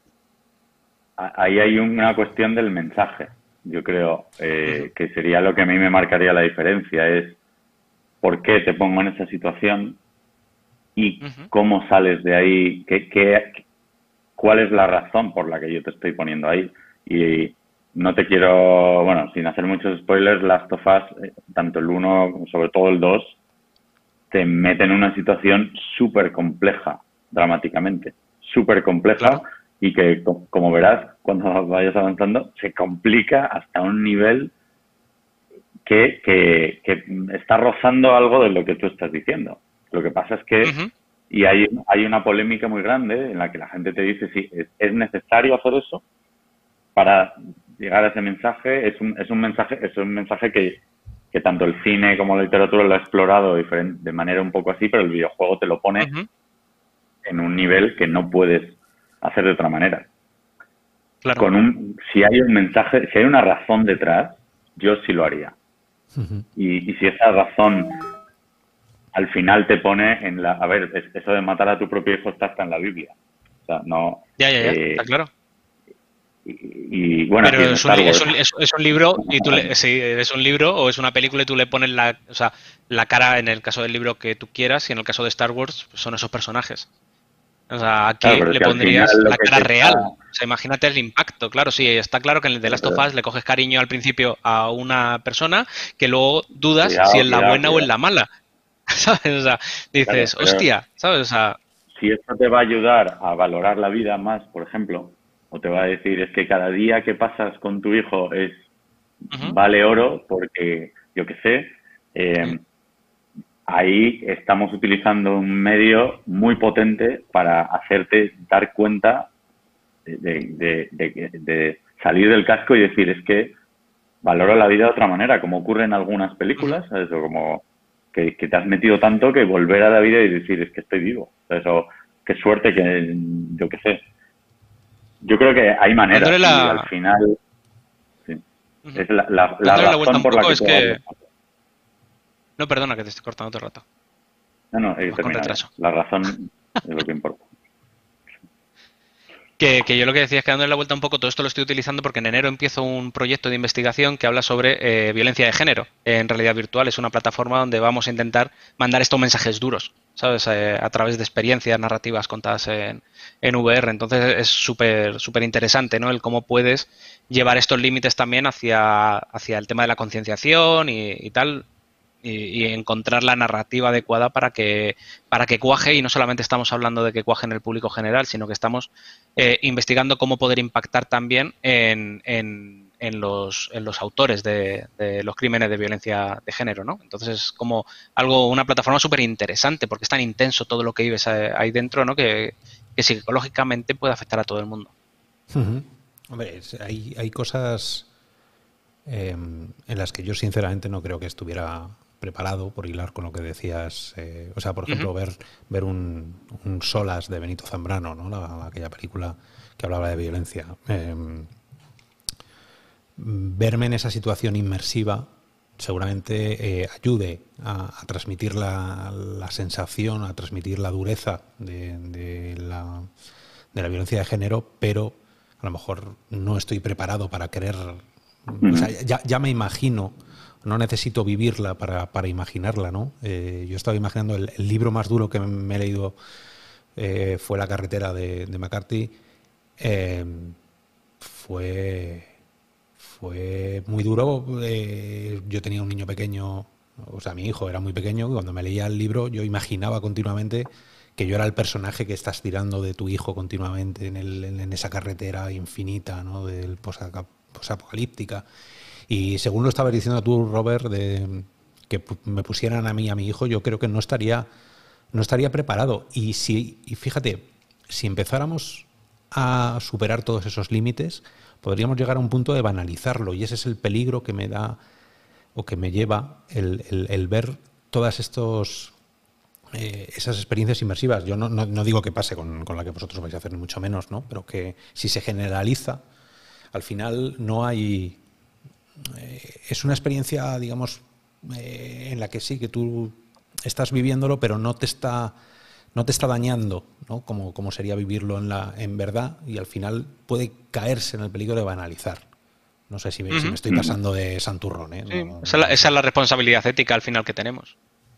E: Ahí hay una cuestión del mensaje. Yo creo eh, que sería lo que a mí me marcaría la diferencia, es por qué te pongo en esa situación y uh-huh. cómo sales de ahí, qué, qué, cuál es la razón por la que yo te estoy poniendo ahí. Y no te quiero, bueno, sin hacer muchos spoilers, Last of Us, eh, tanto el uno como sobre todo el dos, te mete en una situación súper compleja, dramáticamente, súper compleja. Claro. Y que, como verás, cuando vayas avanzando, se complica hasta un nivel que, que, que está rozando algo de lo que tú estás diciendo. Lo que pasa es que, uh-huh. y hay, hay una polémica muy grande en la que la gente te dice, sí, es, es necesario hacer eso para llegar a ese mensaje. Es un, es un mensaje, es un mensaje que, que tanto el cine como la literatura lo ha explorado diferente, de manera un poco así, pero el videojuego te lo pone uh-huh. en un nivel que no puedes hacer de otra manera. Claro. Con un, si hay un mensaje, si hay una razón detrás, yo sí lo haría. Uh-huh. Y, y si esa razón al final te pone en la... A ver, eso de matar a tu propio hijo está hasta en la Biblia. O sea, no...
D: Ya, ya, ya,
E: eh,
D: está claro.
E: Y, y bueno...
D: Pero es un, es, un, es, es un libro y tú le, sí, es un libro o es una película y tú le pones la, o sea, la cara en el caso del libro que tú quieras y en el caso de Star Wars pues son esos personajes. O sea, aquí claro, le pondrías la cara real. Está... O sea, imagínate el impacto. Claro, sí, está claro que en el de Last of Us le coges cariño al principio a una persona que luego dudas cuidado, si es la cuidado, buena cuidado. o es la mala. ¿Sabes? O sea, dices, claro, hostia, ¿sabes? O sea...
E: Si esto te va a ayudar a valorar la vida más, por ejemplo, o te va a decir, es que cada día que pasas con tu hijo es uh-huh. vale oro porque, yo qué sé... Eh, uh-huh. Ahí estamos utilizando un medio muy potente para hacerte dar cuenta de, de, de, de salir del casco y decir, es que valoro la vida de otra manera, como ocurre en algunas películas, ¿sabes? O como que, que te has metido tanto que volver a la vida y decir, es que estoy vivo. ¿Sabes? O qué suerte que, yo qué sé. Yo creo que hay maneras la... y al final sí, uh-huh. es la, la, la razón
D: la
E: por la que...
D: Es que... No, perdona, que te estoy cortando todo el rato.
E: No, no, hay que
D: Vas con
E: terminar.
D: retraso.
E: La razón es lo que importa.
D: Que, que yo lo que decía es que dándole la vuelta un poco, todo esto lo estoy utilizando porque en enero empiezo un proyecto de investigación que habla sobre eh, violencia de género en realidad virtual. Es una plataforma donde vamos a intentar mandar estos mensajes duros, ¿sabes? Eh, a través de experiencias narrativas contadas en, en V R. Entonces es súper súper interesante, ¿no? El cómo puedes llevar estos límites también hacia, hacia el tema de la concienciación y, y tal. Y, y encontrar la narrativa adecuada para que para que cuaje, y no solamente estamos hablando de que cuaje en el público general, sino que estamos eh, investigando cómo poder impactar también en, en, en, los, en los autores de, de los crímenes de violencia de género, ¿no? Entonces es como algo, una plataforma súper interesante porque es tan intenso todo lo que vives ahí dentro, ¿no? Que, que psicológicamente puede afectar a todo el mundo.
C: Uh-huh. Hombre, es, hay, hay cosas eh, en las que yo sinceramente no creo que estuviera preparado, por hilar con lo que decías, eh, o sea, por ejemplo, uh-huh. ver ver un, un Solas de Benito Zambrano, ¿no? La, aquella película que hablaba de violencia. Eh, verme en esa situación inmersiva seguramente eh, ayude a, a transmitir la, la sensación, a transmitir la dureza de, de, la, de la violencia de género, pero a lo mejor no estoy preparado para querer... Uh-huh. O sea, ya, ya me imagino... No necesito vivirla para, para imaginarla, ¿no? Eh, yo estaba imaginando el, el libro más duro que me he leído eh, fue La carretera de, de McCarthy. Eh, fue, fue muy duro. Eh, yo tenía un niño pequeño, o sea, mi hijo era muy pequeño, y cuando me leía el libro yo imaginaba continuamente que yo era el personaje que estás tirando de tu hijo continuamente en, el, en esa carretera infinita, ¿no? Del posapocalíptica. Y según lo estabas diciendo tú, Robert, de que me pusieran a mí y a mi hijo, yo creo que no estaría, no estaría preparado. Y, si, y fíjate, si empezáramos a superar todos esos límites, podríamos llegar a un punto de banalizarlo. Y ese es el peligro que me da o que me lleva el, el, el ver todas estos, eh, esas experiencias inmersivas. Yo no, no, no digo que pase con, con la que vosotros vais a hacer, ni mucho menos, ¿no? Pero que si se generaliza, al final no hay... Es una experiencia, digamos, eh, en la que sí, que tú estás viviéndolo, pero no te está, no te está dañando, ¿no? Como, como sería vivirlo en, la, en verdad, y al final puede caerse en el peligro de banalizar. No sé si, uh-huh. si me estoy pasando de santurrón, ¿eh?
D: Sí,
C: no, no,
D: esa, es la, esa es la responsabilidad ética al final que tenemos.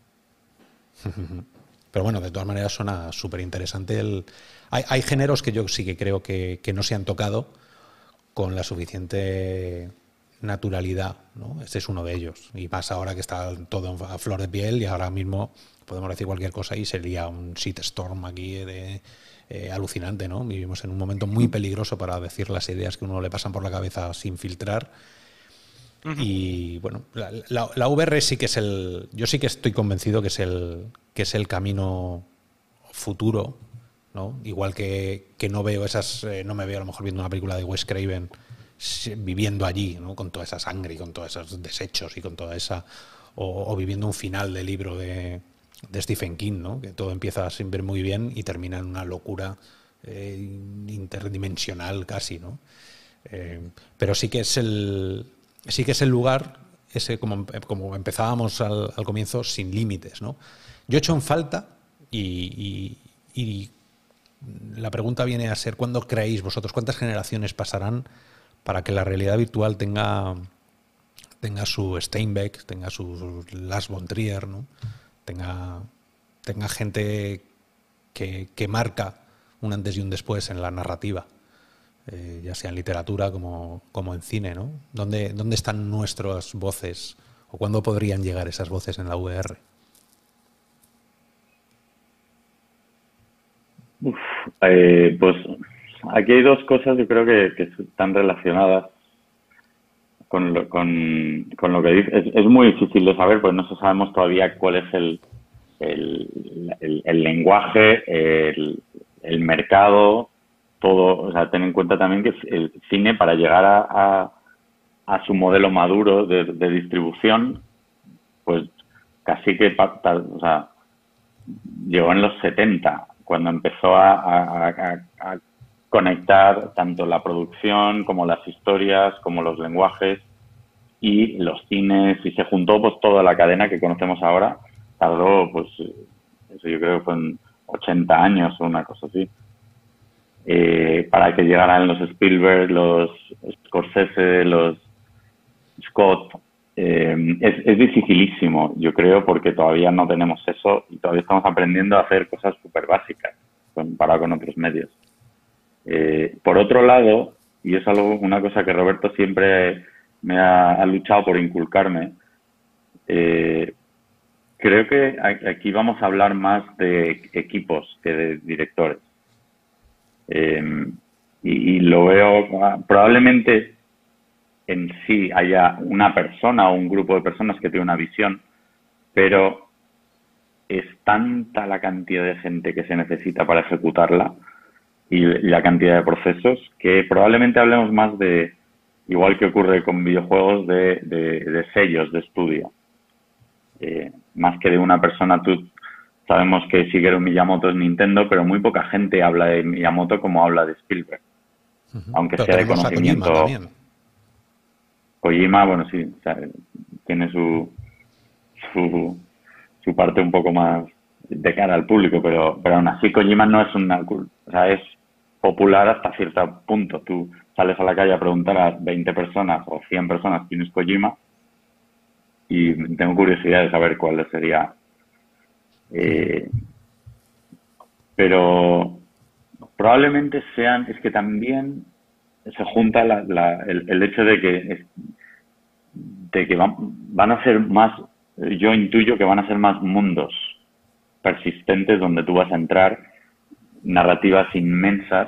C: Pero bueno, de todas maneras suena súper interesante. El... Hay, hay géneros que yo sí que creo que, que no se han tocado con la suficiente... naturalidad, ¿no? Este es uno de ellos, y más ahora que está todo a flor de piel, y ahora mismo podemos decir cualquier cosa y sería un shitstorm aquí de, eh, alucinante, ¿no? Vivimos en un momento muy peligroso para decir las ideas que uno le pasan por la cabeza sin filtrar. Uh-huh. Y bueno, la, la, la V R sí que es el, yo sí que estoy convencido que es el que es el camino futuro, ¿no? Igual que, que no veo esas, eh, no me veo a lo mejor viendo una película de Wes Craven viviendo allí, ¿no? Con toda esa sangre y con todos esos desechos y con toda esa... O, o viviendo un final de libro de, de Stephen King, ¿no? Que todo empieza sin ver muy bien y termina en una locura eh, interdimensional casi, ¿no? Eh, pero sí que es el sí que es el lugar, ese como, como empezábamos al, al comienzo, sin límites, ¿no? Yo he hecho en falta y, y, y la pregunta viene a ser, ¿cuándo creéis vosotros? ¿Cuántas generaciones pasarán para que la realidad virtual tenga, tenga su Steinbeck, tenga su Lars von Trier, ¿no? tenga, tenga gente que, que marca un antes y un después en la narrativa, eh, ya sea en literatura como, como en cine, ¿no? ¿Dónde, ¿Dónde están nuestras voces o cuándo podrían llegar esas voces en la V R?
E: Uf, eh, pues... Aquí hay dos cosas, yo creo que, que están relacionadas con lo, con, con lo que dices. Es, es muy difícil de saber, porque no sabemos todavía cuál es el, el, el, el lenguaje, el, el mercado, todo. O sea, ten en cuenta también que el cine, para llegar a, a, a su modelo maduro de, de distribución, pues casi que o sea, llegó en los setenta, cuando empezó a, a, a, a conectar tanto la producción como las historias, como los lenguajes, y los cines, y se juntó pues toda la cadena que conocemos ahora. Tardó, pues, eso yo creo que fue en ochenta años o una cosa así, eh, para que llegaran los Spielberg, los Scorsese, los Scott. Eh, es, es dificilísimo, yo creo, porque todavía no tenemos eso y todavía estamos aprendiendo a hacer cosas súper básicas comparado con otros medios. Eh, por otro lado, y es algo, una cosa que Roberto siempre me ha, ha luchado por inculcarme, eh, creo que aquí vamos a hablar más de equipos que de directores. Eh, y, y lo veo, probablemente en sí haya una persona o un grupo de personas que tiene una visión, pero es tanta la cantidad de gente que se necesita para ejecutarla y la cantidad de procesos que probablemente hablemos más de, igual que ocurre con videojuegos, de, de, de sellos de estudio. Eh, más que de una persona. Tú sabemos que Shigeru Miyamoto es Nintendo, pero muy poca gente habla de Miyamoto como habla de Spielberg. Uh-huh. Aunque pero sea de conocimiento. Kojima, Kojima, bueno, sí, o sea, tiene su, su su parte un poco más de cara al público, pero pero aún así Kojima no es una, o sea, es popular hasta cierto punto. Tú sales a la calle a preguntar a veinte personas o cien personas quién es Kojima y tengo curiosidad de saber cuál sería. Eh, pero probablemente sean, es que también se junta la, la, el, el hecho de que de que van, van a ser más, yo intuyo que van a ser más mundos persistentes donde tú vas a entrar, narrativas inmensas,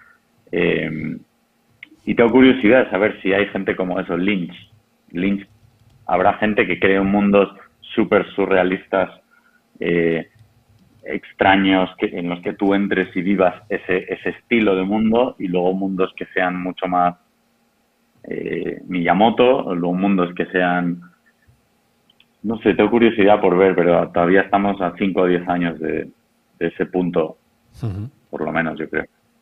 E: eh, y tengo curiosidad de saber si hay gente como eso, Lynch. Lynch, habrá gente que cree mundos súper surrealistas, eh, extraños, que, en los que tú entres y vivas ese, ese estilo de mundo, y luego mundos que sean mucho más eh, Miyamoto, o luego mundos que sean, no sé, tengo curiosidad por ver, pero todavía estamos a cinco o diez años de, de ese punto, uh-huh. Por lo menos yo creo.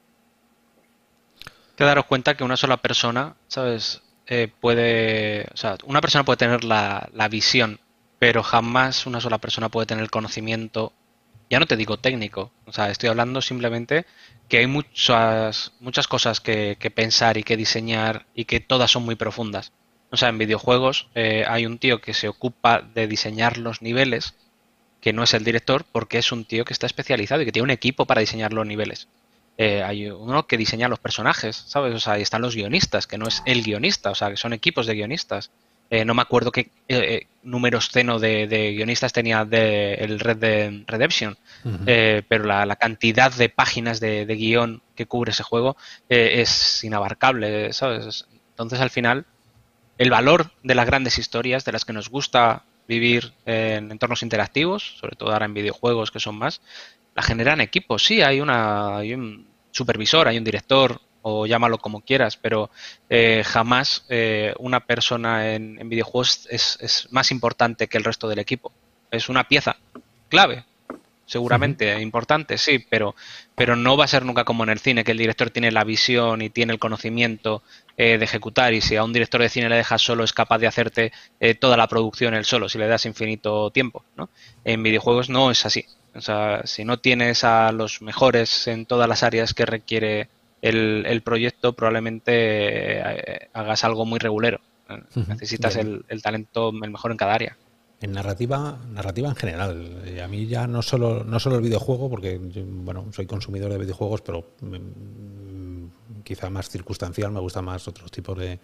D: Hay que daros cuenta que una sola persona, ¿sabes? Eh, puede, o sea, una persona puede tener la, la visión, pero jamás una sola persona puede tener el conocimiento. Ya no te digo técnico, o sea, estoy hablando simplemente que hay muchas muchas cosas que, que pensar y que diseñar y que todas son muy profundas. O sea, en videojuegos eh, hay un tío que se ocupa de diseñar los niveles, que no es el director, porque es un tío que está especializado y que tiene un equipo para diseñar los niveles. Eh, hay uno que diseña los personajes, ¿sabes? O sea, ahí están los guionistas, que no es el guionista, o sea, que son equipos de guionistas. Eh, no me acuerdo qué eh, número esceno de, de guionistas tenía de el Red Dead Redemption, uh-huh. eh, pero la, la cantidad de páginas de, de guión que cubre ese juego eh, es inabarcable, ¿sabes? Entonces, al final, el valor de las grandes historias, de las que nos gusta vivir en entornos interactivos, sobre todo ahora en videojuegos que son más, la generan equipos. Sí, hay, una, hay un supervisor, hay un director, o llámalo como quieras, pero eh, jamás eh, una persona en, en videojuegos es, es más importante que el resto del equipo. Es una pieza clave, seguramente, uh-huh. importante, sí, pero, pero no va a ser nunca como en el cine, que el director tiene la visión y tiene el conocimiento eh, de ejecutar, y si a un director de cine le dejas solo es capaz de hacerte eh, toda la producción él solo, si le das infinito tiempo, ¿no? En videojuegos no es así. O sea, si no tienes a los mejores en todas las áreas que requiere El, el proyecto, probablemente eh, hagas algo muy regulero. Uh-huh. Necesitas el, el talento el mejor en cada área.
C: En narrativa, narrativa en general. A mí ya no solo no solo el videojuego, porque yo, bueno, soy consumidor de videojuegos, pero mmm, quizá más circunstancial, me gustan más otros tipos de,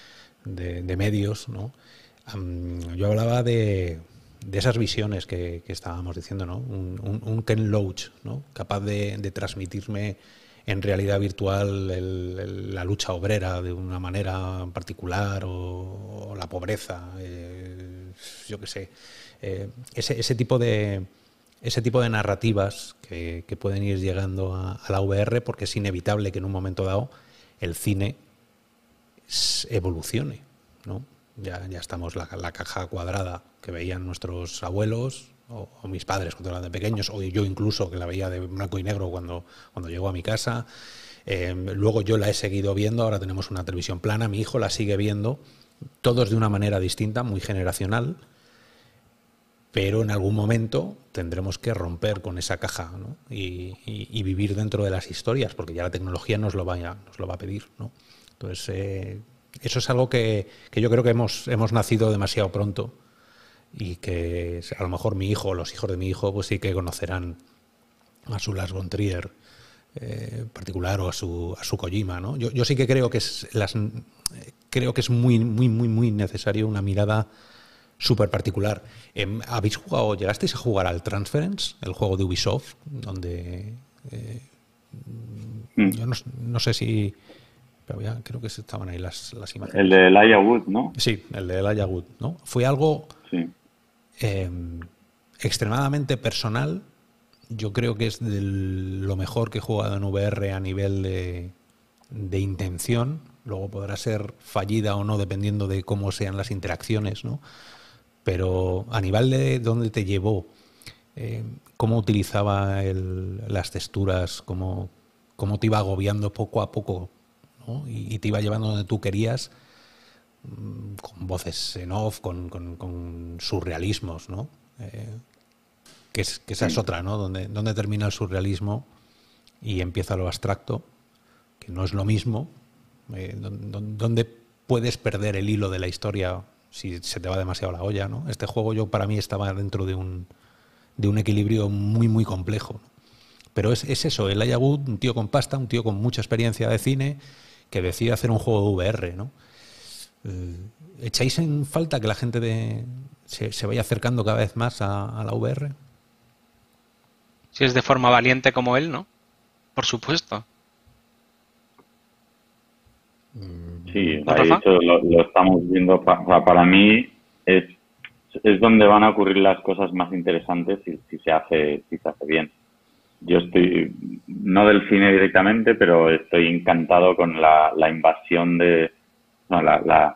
C: de, de medios, ¿no? Um, yo hablaba de, de esas visiones que, que estábamos diciendo, ¿no? Un, un, un Ken Loach, ¿no? Capaz de, de transmitirme en realidad virtual el, el, la lucha obrera de una manera particular, o, o la pobreza, eh, yo qué sé, eh, ese, ese tipo de ese tipo de narrativas que, que pueden ir llegando a, a la V R, porque es inevitable que en un momento dado el cine evolucione, ¿no? Ya, ya estamos la, la caja cuadrada que veían nuestros abuelos, o, o mis padres cuando eran de pequeños, o yo incluso, que la veía de blanco y negro cuando, cuando llegó a mi casa. Eh, luego yo la he seguido viendo, ahora tenemos una televisión plana, mi hijo la sigue viendo todos de una manera distinta, muy generacional, pero en algún momento tendremos que romper con esa caja, ¿no? y, y, y vivir dentro de las historias, porque ya la tecnología nos lo va a, nos lo va a pedir, ¿no? Entonces, eh, eso es algo que, que yo creo que hemos, hemos nacido demasiado pronto y que a lo mejor mi hijo o los hijos de mi hijo pues sí que conocerán a su Lars von Trier eh, en particular o a su, a su Kojima, ¿no? Yo, yo sí que creo que es, las, creo que es muy, muy, muy, muy necesario una mirada súper particular. ¿Habéis jugado, llegasteis a jugar al Transference, el juego de Ubisoft, donde eh, mm. yo no, no sé si, pero ya creo que estaban ahí las, las imágenes.
E: El de Elijah Wood, ¿no?
C: Sí, el de Elijah Wood, ¿no? Fue algo
E: sí.
C: eh, extremadamente personal. Yo creo que es de lo mejor que he jugado en V R a nivel de, de intención. Luego podrá ser fallida o no dependiendo de cómo sean las interacciones, ¿no? Pero a nivel de dónde te llevó, eh, cómo utilizaba el, las texturas, cómo, cómo te iba agobiando poco a poco, ¿no? y, y te iba llevando donde tú querías, con voces en off, con, con, con surrealismos, ¿no? Eh, que, es, que esa es otra, ¿no? Donde, donde termina el surrealismo y empieza lo abstracto, que no es lo mismo, eh, donde, donde puedes perder el hilo de la historia si se te va demasiado la olla, ¿no? Este juego yo para mí estaba dentro de un, de un equilibrio muy, muy complejo, ¿no? Pero es, es eso, Elijah Wood, un tío con pasta, un tío con mucha experiencia de cine, que decide hacer un juego de V R, ¿no? Eh, ¿Echáis en falta que la gente de, se, se vaya acercando cada vez más a, a la V R?
D: Si es de forma valiente como él, ¿no? Por supuesto.
E: Sí,
D: ¿No,
E: ahí
D: Rafa?
E: eso lo, lo estamos viendo. Para, para mí es, es donde van a ocurrir las cosas más interesantes si, si se hace si se hace bien. Yo estoy, no del cine directamente, pero estoy encantado con la, la invasión de, no, la, la,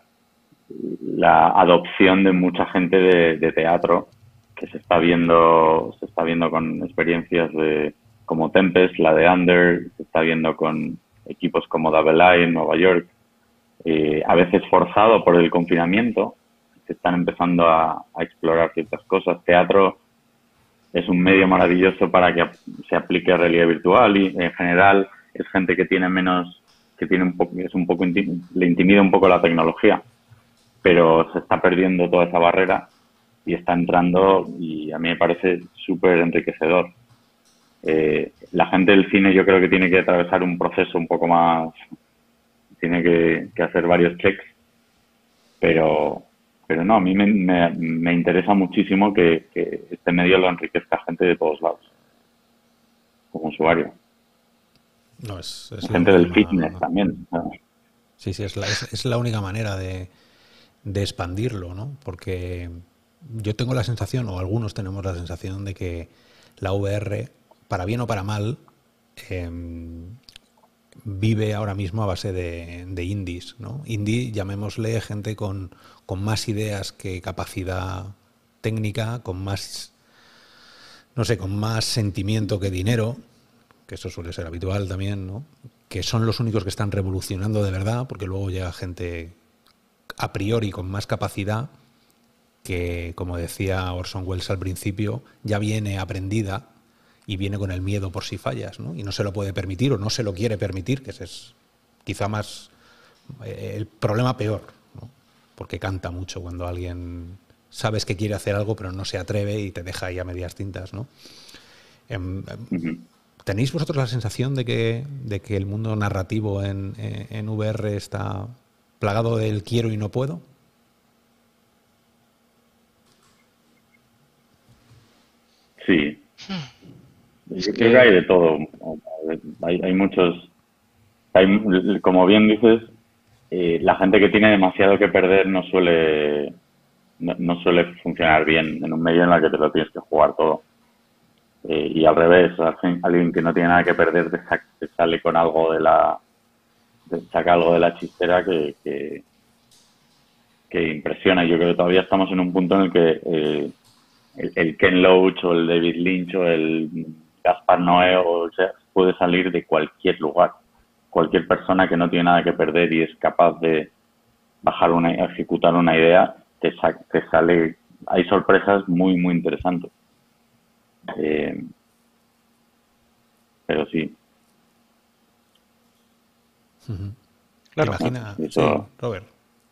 E: la adopción de mucha gente de, de teatro que se está viendo, se está viendo con experiencias de como Tempest, la de Under, se está viendo con equipos como Double I en Nueva York, eh, a veces forzado por el confinamiento, se están empezando a, a explorar ciertas cosas. Teatro es un medio maravilloso para que se aplique realidad virtual y en general es gente que tiene menos, que tiene un poco, es un poco, le intimida un poco la tecnología, pero se está perdiendo toda esa barrera y está entrando y a mí me parece súper enriquecedor. Eh, la gente del cine yo creo que tiene que atravesar un proceso un poco más, tiene que, que hacer varios checks, pero pero no, a mí me, me, me interesa muchísimo que, que este medio lo enriquezca gente de todos lados, como usuario.
C: No, es, es
E: gente del fitness no, también.
C: Sí, sí, es la, es, es la única manera de, de expandirlo, ¿no? Porque yo tengo la sensación, o algunos tenemos la sensación, de que la V R, para bien o para mal, eh, vive ahora mismo a base de, de indies, ¿no? Indie, llamémosle gente con, con más ideas que capacidad técnica, con más, no sé, con más sentimiento que dinero, que eso suele ser habitual también, ¿no? Que son los únicos que están revolucionando de verdad, porque luego llega gente a priori con más capacidad que, como decía Orson Welles al principio, ya viene aprendida y viene con el miedo por si fallas, ¿no? Y no se lo puede permitir o no se lo quiere permitir, que ese es quizá más eh, el problema peor, ¿no? Porque canta mucho cuando alguien sabes que quiere hacer algo pero no se atreve y te deja ahí a medias tintas, ¿no? Eh, uh-huh. ¿Tenéis vosotros la sensación de que, de que el mundo narrativo en, en V R está plagado del quiero y no puedo?
E: Sí. Yo creo que hay de todo. Hay, hay muchos. Hay, como bien dices, eh, la gente que tiene demasiado que perder no suele no, no suele funcionar bien en un medio en el que te lo tienes que jugar todo. Eh, y al revés, alguien que no tiene nada que perder te, sa te sale con algo de la. Te saca algo de la chistera que, que, que impresiona. Yo creo que todavía estamos en un punto en el que eh, el, el Ken Loach o el David Lynch o el Gaspar Noé o sea, puede salir de cualquier lugar. Cualquier persona que no tiene nada que perder y es capaz de, bajar una, ejecutar una idea, te, sa te sale, hay sorpresas muy, muy interesantes. Eh, pero sí.
C: Uh-huh.
D: Claro.
C: ¿Te imaginas?
E: Eso...
C: Sí, Robert.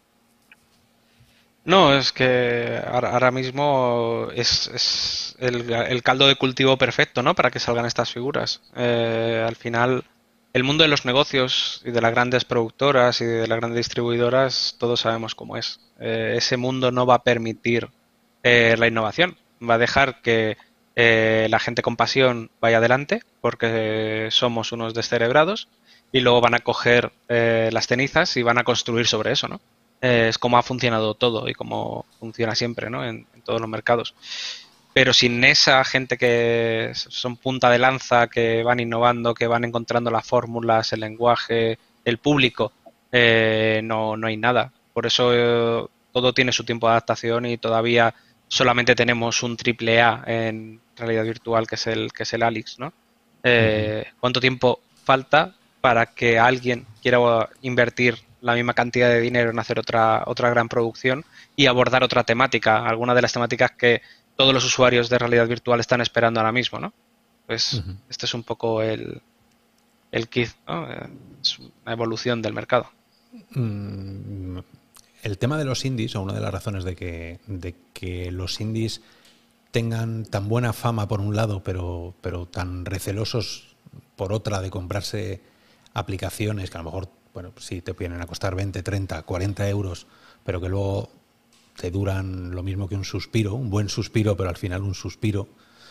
D: No, es que ahora, ahora mismo es, es el, el caldo de cultivo perfecto, ¿no? Para que salgan estas figuras. Eh, al final, el mundo de los negocios y de las grandes productoras y de las grandes distribuidoras, todos sabemos cómo es. Eh, ese mundo no va a permitir eh, la innovación. Va a dejar que eh, la gente con pasión vaya adelante, porque somos unos descerebrados, y luego van a coger eh, las cenizas y van a construir sobre eso, ¿no? Eh, es como ha funcionado todo y como funciona siempre, ¿no? En, en todos los mercados. Pero sin esa gente que son punta de lanza, que van innovando, que van encontrando las fórmulas, el lenguaje, el público, eh, no, no hay nada. Por eso eh, todo tiene su tiempo de adaptación y todavía solamente tenemos un triple A en realidad virtual, que es el que es el Alex, ¿no? Eh, uh-huh. ¿Cuánto tiempo falta para que alguien quiera invertir la misma cantidad de dinero en hacer otra otra gran producción y abordar otra temática, alguna de las temáticas que todos los usuarios de realidad virtual están esperando ahora mismo, ¿no? Pues uh-huh. este es un poco el, el kit, ¿no? Es una evolución del mercado.
C: Mm, el tema de los indies, o una de las razones de que, de que los indies tengan tan buena fama por un lado, pero, pero tan recelosos por otra de comprarse aplicaciones que a lo mejor, bueno, sí te vienen a costar veinte, treinta, cuarenta euros, pero que luego te duran lo mismo que un suspiro, un buen suspiro, pero al final un suspiro.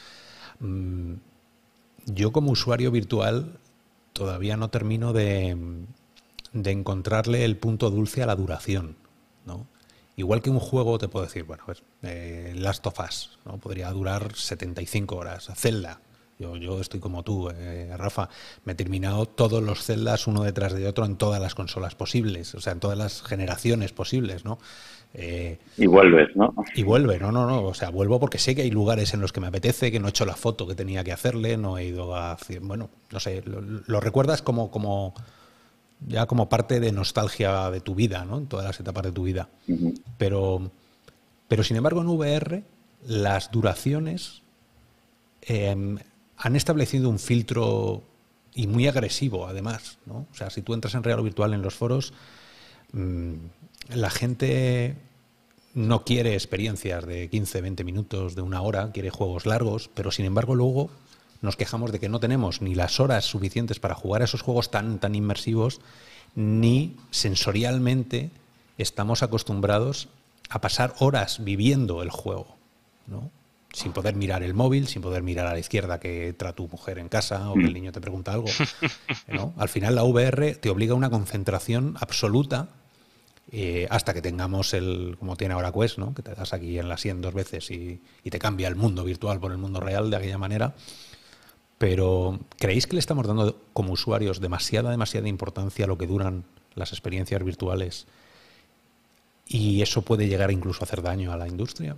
C: Yo como usuario virtual todavía no termino de, de encontrarle el punto dulce a la duración, ¿no? Igual que un juego te puedo decir, bueno, pues, eh, Last of Us, ¿no? Podría durar setenta y cinco horas, Zelda. Yo, yo estoy como tú, eh, Rafa. Me he terminado todos los Zeldas uno detrás de otro en todas las consolas posibles, o sea, en todas las generaciones posibles, ¿no? Eh,
E: y vuelves, ¿no?
C: Y vuelve, no, no, no. O sea, vuelvo porque sé que hay lugares en los que me apetece, que no he hecho la foto que tenía que hacerle, no he ido a... Bueno, no sé, lo, lo recuerdas como, como ya como parte de nostalgia de tu vida, ¿no? En todas las etapas de tu vida. Uh-huh. Pero, pero sin embargo, en V R, las duraciones... Eh, han establecido un filtro y muy agresivo, además, ¿no? O sea, si tú entras en real o virtual en los foros, mmm, la gente no quiere experiencias de quince, veinte minutos, de una hora, quiere juegos largos, pero sin embargo luego nos quejamos de que no tenemos ni las horas suficientes para jugar a esos juegos tan, tan inmersivos, ni sensorialmente estamos acostumbrados a pasar horas viviendo el juego, ¿no? Sin poder mirar el móvil, sin poder mirar a la izquierda que entra tu mujer en casa o que el niño te pregunta algo, ¿no? Al final la V R te obliga a una concentración absoluta eh, hasta que tengamos el, como tiene ahora Quest, ¿no? Que te das aquí en la sien dos veces y, y te cambia el mundo virtual por el mundo real de aquella manera. Pero ¿creéis que le estamos dando como usuarios demasiada, demasiada importancia a lo que duran las experiencias virtuales y eso puede llegar incluso a hacer daño a la industria?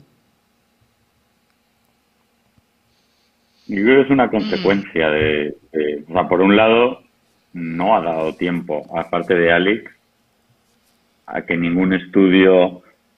E: Yo creo que es una consecuencia de, de... O sea, por un lado, no ha dado tiempo, aparte de Alex, a que ningún estudio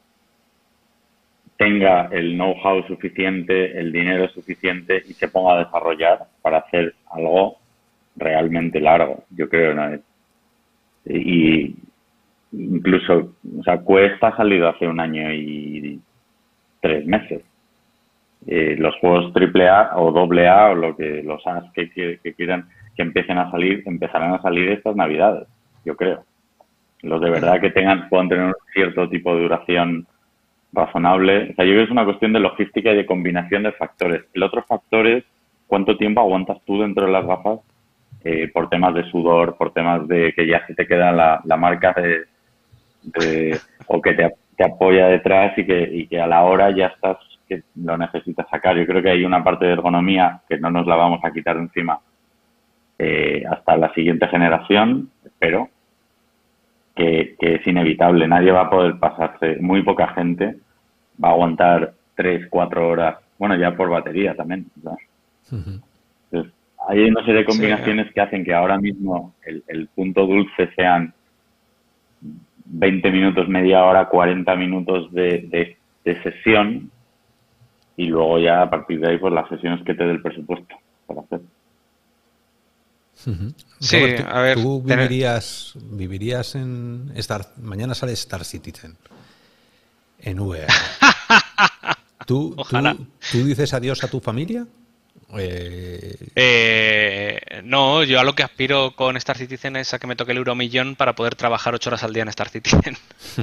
E: tenga el know-how suficiente, el dinero suficiente y se ponga a desarrollar para hacer algo realmente largo, yo creo, ¿no? Y incluso, o sea, Quest ha salido hace un año y tres meses. Eh, los juegos triple A o doble A o lo que los A's que, que, que quieran que empiecen a salir, empezarán a salir estas navidades, yo creo. Los de verdad que tengan, puedan tener un cierto tipo de duración razonable. O sea, yo creo que es una cuestión de logística y de combinación de factores. El otro factor es cuánto tiempo aguantas tú dentro de las gafas eh, por temas de sudor, por temas de que ya se te queda la, la marca de, de o que te, te apoya detrás y que, y que a la hora ya estás que lo necesitas sacar. Yo creo que hay una parte de ergonomía que no nos la vamos a quitar encima eh, hasta la siguiente generación, espero, que, que es inevitable. Nadie va a poder pasarse, muy poca gente va a aguantar tres, cuatro horas, bueno, ya por batería también, ¿verdad? Uh-huh. Entonces, hay una serie de combinaciones sí, que hacen que ahora mismo el, el punto dulce sean veinte minutos, media hora, cuarenta minutos de, de, de sesión, y luego ya a partir de ahí pues las sesiones que te dé el presupuesto para hacer.
C: Uh-huh.
D: Sí,
C: Robert, ¿tú,
D: a ver,
C: tú
D: tener-
C: vivirías, vivirías en Star, mañana sale Star Citizen en V R. ¿Tú,
D: Ojalá.
C: tú, ¿Tú dices adiós a tu familia? Eh,
D: Eh, no, yo a lo que aspiro con Star Citizen es a que me toque el euromillón para poder trabajar ocho horas al día en Star Citizen.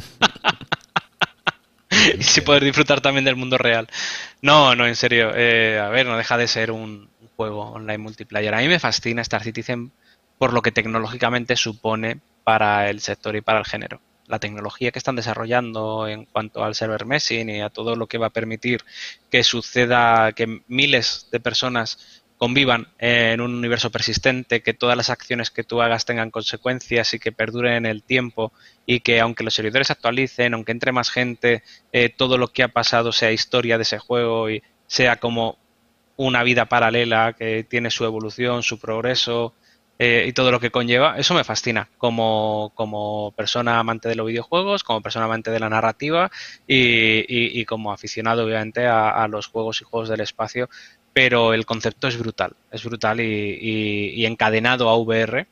D: Y sí poder disfrutar también del mundo real. No, no, en serio. Eh, a ver, no deja de ser un, un juego online multiplayer. A mí me fascina Star Citizen por lo que tecnológicamente supone para el sector y para el género. La tecnología que están desarrollando en cuanto al server meshing y a todo lo que va a permitir que suceda, que miles de personas convivan en un universo persistente, que todas las acciones que tú hagas tengan consecuencias y que perduren en el tiempo, y que aunque los servidores actualicen, aunque entre más gente, eh, todo lo que ha pasado sea historia de ese juego y sea como una vida paralela que tiene su evolución, su progreso eh, y todo lo que conlleva. Eso me fascina como, como persona amante de los videojuegos, como persona amante de la narrativa y, y, y como aficionado obviamente a, a los juegos y juegos del espacio. Pero el concepto es brutal, es brutal y, y, y encadenado a V R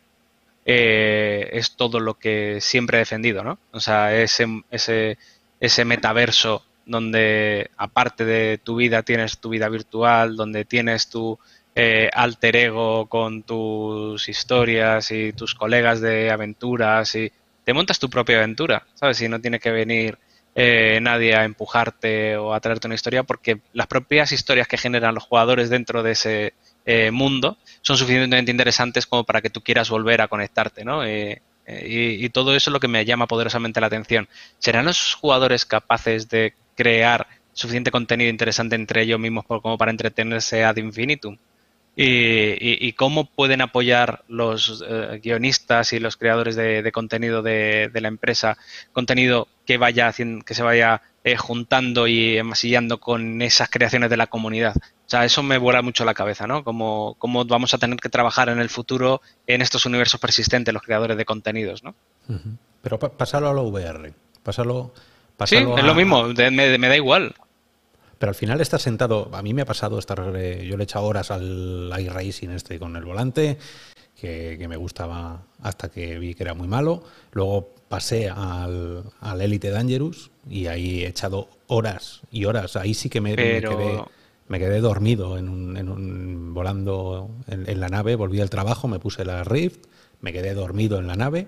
D: eh, es todo lo que siempre he defendido, ¿no? O sea, ese, ese, ese metaverso donde aparte de tu vida tienes tu vida virtual, donde tienes tu eh, alter ego con tus historias y tus colegas de aventuras y te montas tu propia aventura, ¿sabes? Y no tiene que venir Eh, nadie a empujarte o a traerte una historia, porque las propias historias que generan los jugadores dentro de ese eh, mundo son suficientemente interesantes como para que tú quieras volver a conectarte, ¿no? Eh, eh, y, y todo eso es lo que me llama poderosamente la atención. ¿Serán los jugadores capaces de crear suficiente contenido interesante entre ellos mismos por, como para entretenerse ad infinitum? Y, y, y cómo pueden apoyar los eh, guionistas y los creadores de, de contenido de, de la empresa contenido que vaya haciendo, que se vaya eh, juntando y enmasillando con esas creaciones de la comunidad. O sea, eso me vuela mucho la cabeza, ¿no? Cómo, cómo vamos a tener que trabajar en el futuro en estos universos persistentes los creadores de contenidos, ¿no?
C: uh-huh. Pero pa- pásalo a la V R. Pásalo,
D: Sí,
C: pásalo
D: es
C: a-
D: lo mismo, de- me, me da igual.
C: Pero al final estás sentado. A mí me ha pasado estar. Eh, yo le he echado horas al iRacing este con el volante, que, que me gustaba hasta que vi que era muy malo. Luego pasé al, al Elite Dangerous y ahí he echado horas y horas. Ahí sí que me,
D: Pero-
C: me quedé. Me quedé dormido en un, en un volando en, en la nave. Volví al trabajo, me puse la Rift, me quedé dormido en la nave,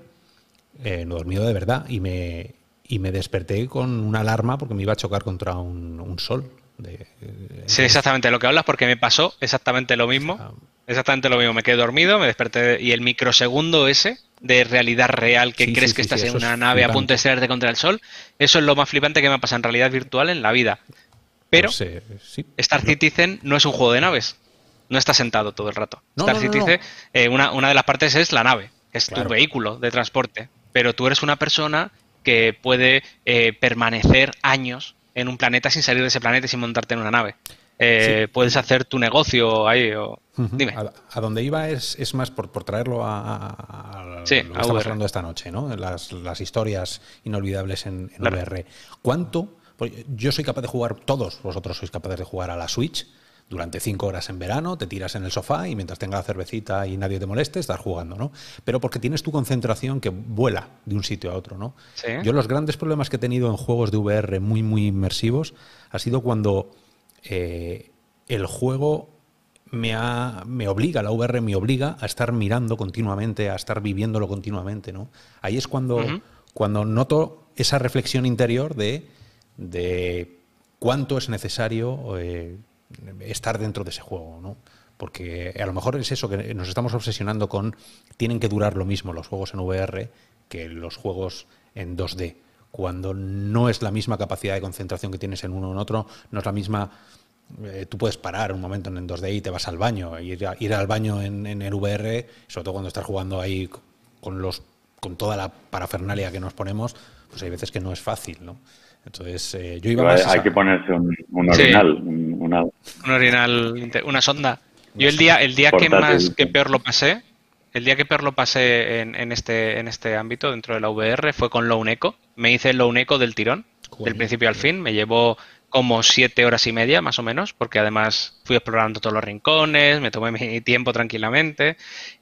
C: eh, dormido de verdad, y me y me desperté con una alarma porque me iba a chocar contra un, un sol. De,
D: Sí, exactamente lo que hablas, porque me pasó exactamente lo mismo.
C: Ah.
D: Exactamente lo mismo. Me quedé dormido, me desperté y el microsegundo ese de realidad real que
C: Sí,
D: crees
C: sí,
D: que
C: sí,
D: estás
C: sí,
D: en
C: eso es
D: una nave a
C: flipante.
D: punto de estrellarte contra el sol, eso es lo más flipante que me pasa en realidad virtual en la vida. Pero
C: Pues, eh, sí.
D: Star
C: No.
D: Citizen no es un juego de naves. No estás sentado todo el rato.
C: No,
D: Star
C: no, no, no.
D: Citizen, eh, una, una de las partes es la nave, que es
C: Claro.
D: tu vehículo de transporte. Pero tú eres una persona que puede eh, permanecer años en un planeta sin salir de ese planeta y sin montarte en una nave. Eh,
C: Sí.
D: Puedes hacer tu negocio ahí o...
C: Ujú.
D: Dime.
C: A, a donde iba es, es más por, por traerlo a, a- a
D: Sí,
C: lo que
D: a
C: estamos
D: V R.
C: hablando esta noche, ¿no? Las, las historias inolvidables en, en
D: Claro.
C: V R. ¿Cuánto? Pues yo soy capaz de jugar, todos vosotros sois capaces de jugar a la Switch durante cinco horas en verano, te tiras en el sofá y mientras tenga la cervecita y nadie te moleste, estás jugando, ¿no? Pero porque tienes tu concentración que vuela de un sitio a otro, ¿no?
D: Sí.
C: Yo los grandes problemas que he tenido en juegos de V R muy, muy inmersivos ha sido cuando eh, el juego me, ha, me obliga, la V R me obliga a estar mirando continuamente, a estar viviéndolo continuamente, ¿no? Ahí es cuando,
D: Ujú.
C: cuando noto esa reflexión interior de, de cuánto es necesario eh, estar dentro de ese juego, ¿no? Porque a lo mejor es eso, que nos estamos obsesionando con tienen que durar lo mismo los juegos en V R que los juegos en dos D, cuando no es la misma capacidad de concentración que tienes en uno o en otro, no es la misma... Eh, tú puedes parar un momento en dos D y te vas al baño, ir, a, ir al baño en, en el V R, sobre todo cuando estás jugando ahí con los con toda la parafernalia que nos ponemos, pues hay veces que no es fácil, ¿no? Entonces, eh, yo iba
E: Hay,
C: más...
E: hay
C: a-
E: que ponerse un, un
D: Sí.
E: orinal, un- una,
D: Un orinal, inter- una sonda. Yo el día, el día que
E: Portátil.
D: más, que peor lo pasé, el día que peor lo pasé en, en, este, en este ámbito, dentro de la V R, fue con Lone Echo. Me hice el Lone Echo del tirón, Joder, del principio al fin. Me llevó como siete horas y media, más o menos, porque además fui explorando todos los rincones, me tomé mi tiempo tranquilamente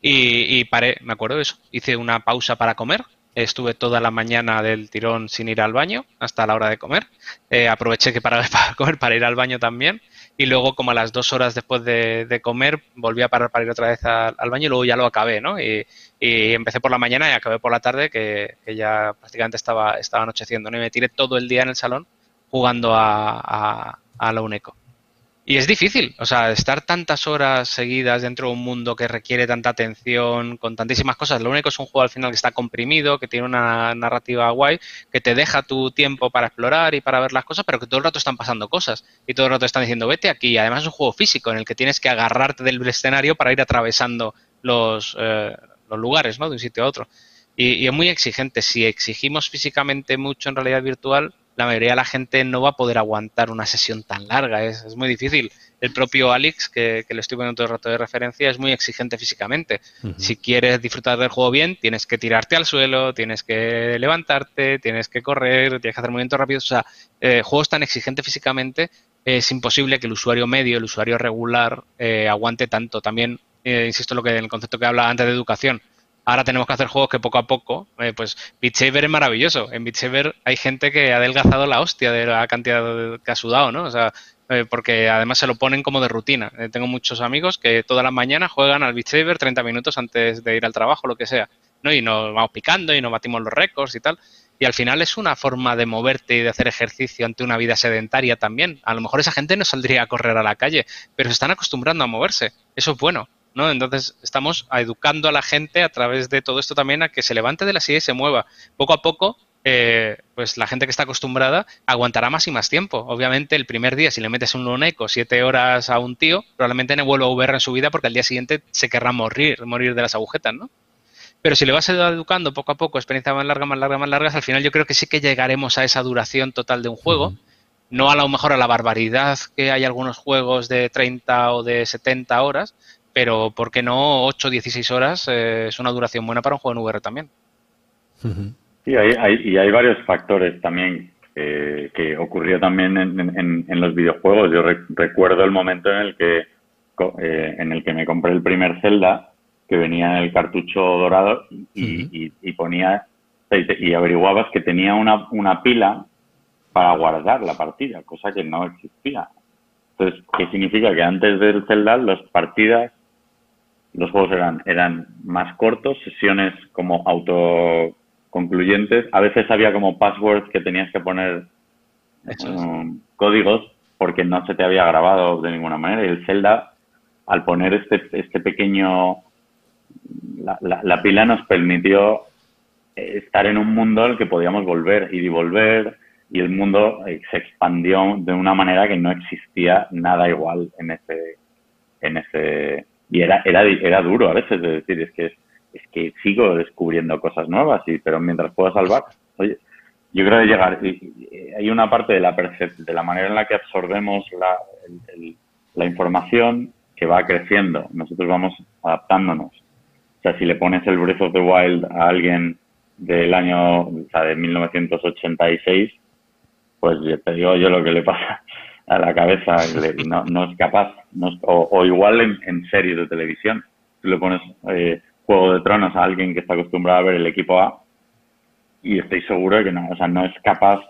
D: y, y paré, me acuerdo de eso. Hice una pausa para comer. Estuve toda la mañana del tirón sin ir al baño hasta la hora de comer. Eh, aproveché que paraba para comer para ir al baño también. Y luego, como a las dos horas después de, de comer, volví a parar para ir otra vez al, al baño y luego ya lo acabé, ¿no? Y, y empecé por la mañana y acabé por la tarde, que, que ya prácticamente estaba, estaba anocheciendo, ¿no? Y me tiré todo el día en el salón jugando a, a, a Lone Echo. Y es difícil, o sea, estar tantas horas seguidas dentro de un mundo que requiere tanta atención, con tantísimas cosas. Lo único es un juego al final que está comprimido, que tiene una narrativa guay, que te deja tu tiempo para explorar y para ver las cosas, pero que todo el rato están pasando cosas. Y todo el rato están diciendo, vete aquí. Además es un juego físico en el que tienes que agarrarte del escenario para ir atravesando los, eh, los lugares, ¿no? De un sitio a otro. Y, y es muy exigente. Si exigimos físicamente mucho en realidad virtual, la mayoría de la gente no va a poder aguantar una sesión tan larga, es, es muy difícil. El propio Alex, que, que le estoy poniendo todo el rato de referencia, es muy exigente físicamente. Uh-huh. Si quieres disfrutar del juego bien, tienes que tirarte al suelo, tienes que levantarte, tienes que correr, tienes que hacer movimientos rápidos. O sea, eh, juegos tan exigentes físicamente, eh, es imposible que el usuario medio, el usuario regular, eh, aguante tanto. También, eh, insisto en lo que, en el concepto que hablaba antes de educación. Ahora tenemos que hacer juegos que poco a poco, eh, pues Beat Saber es maravilloso. En Beat Saber hay gente que ha adelgazado la hostia de la cantidad de, que ha sudado, ¿no? O sea, eh, porque además se lo ponen como de rutina. Eh, tengo muchos amigos que todas las mañanas juegan al Beat Saber treinta minutos antes de ir al trabajo, lo que sea, ¿no? Y nos vamos picando y nos batimos los récords y tal. Y al final es una forma de moverte y de hacer ejercicio ante una vida sedentaria también. A lo mejor esa gente no saldría a correr a la calle, pero se están acostumbrando a moverse. Eso es bueno, ¿no? Entonces estamos educando a la gente a través de todo esto también a que se levante de la silla y se mueva. Poco a poco, eh, pues la gente que está acostumbrada aguantará más y más tiempo. Obviamente el primer día, si le metes un Lone Echo siete horas a un tío, probablemente no vuelva a V R en su vida porque al día siguiente se querrá morir, morir de las agujetas, ¿no? Pero si le vas educando poco a poco, experiencias más largas, más largas, más largas, al final yo creo que sí que llegaremos a esa duración total de un juego. Uh-huh. No a lo mejor a la barbaridad que hay algunos juegos de treinta o de setenta horas, pero ¿por qué no ocho o dieciséis horas? Eh, es una duración buena para un juego en V R también.
E: Sí, hay, hay, y hay varios factores también eh, que ocurrió también en, en, en los videojuegos. Yo re, recuerdo el momento en el que eh, en el que me compré el primer Zelda, que venía en el cartucho dorado y, uh-huh. y, y ponía y, y averiguabas que tenía una, una pila para guardar la partida, cosa que no existía. Entonces, ¿qué significa? Que antes del Zelda las partidas, los juegos eran, eran más cortos, sesiones como autoconcluyentes. A veces había como passwords que tenías que poner um, códigos porque no se te había grabado de ninguna manera. Y el Zelda, al poner este, este pequeño... La, la, la pila nos permitió estar en un mundo al que podíamos volver y devolver, y el mundo se expandió de una manera que no existía nada igual en ese... en ese y era era era duro a veces de decir, es que es, es que sigo descubriendo cosas nuevas, y pero mientras puedo salvar, oye, yo creo que llegar, y, y hay una parte de la percep de la manera en la que absorbemos la, el, el, la información que va creciendo. Nosotros vamos adaptándonos. O sea, si le pones el Breath of the Wild a alguien del año, o sea, de mil novecientos ochenta y seis, pues te digo yo lo que le pasa a la cabeza, no, no es capaz, no es, o, o igual en, en series de televisión, tú le pones eh, Juego de Tronos a alguien que está acostumbrado a ver el equipo A y estoy seguro de que no, o sea, no es capaz,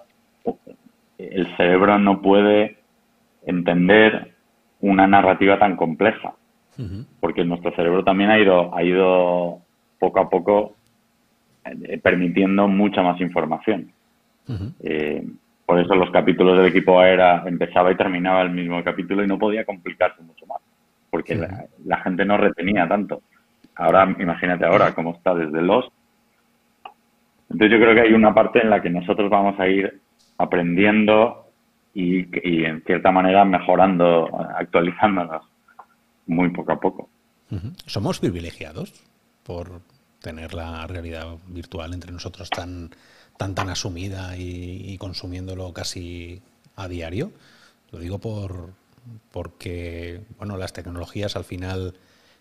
E: el cerebro no puede entender una narrativa tan compleja, uh-huh. porque nuestro cerebro también ha ido, ha ido poco a poco eh, permitiendo mucha más información. Uh-huh. Eh, Por eso los capítulos del equipo A era, empezaba y terminaba el mismo capítulo y no podía complicarse mucho más, porque uh-huh. la, la gente no retenía tanto. Ahora, imagínate ahora cómo está desde Lost. Entonces yo creo que hay una parte en la que nosotros vamos a ir aprendiendo y, y en cierta manera mejorando, actualizándonos muy poco a poco.
C: Uh-huh. ¿Somos privilegiados por tener la realidad virtual entre nosotros tan... tan tan asumida y, y consumiéndolo casi a diario? Lo digo por porque bueno, las tecnologías al final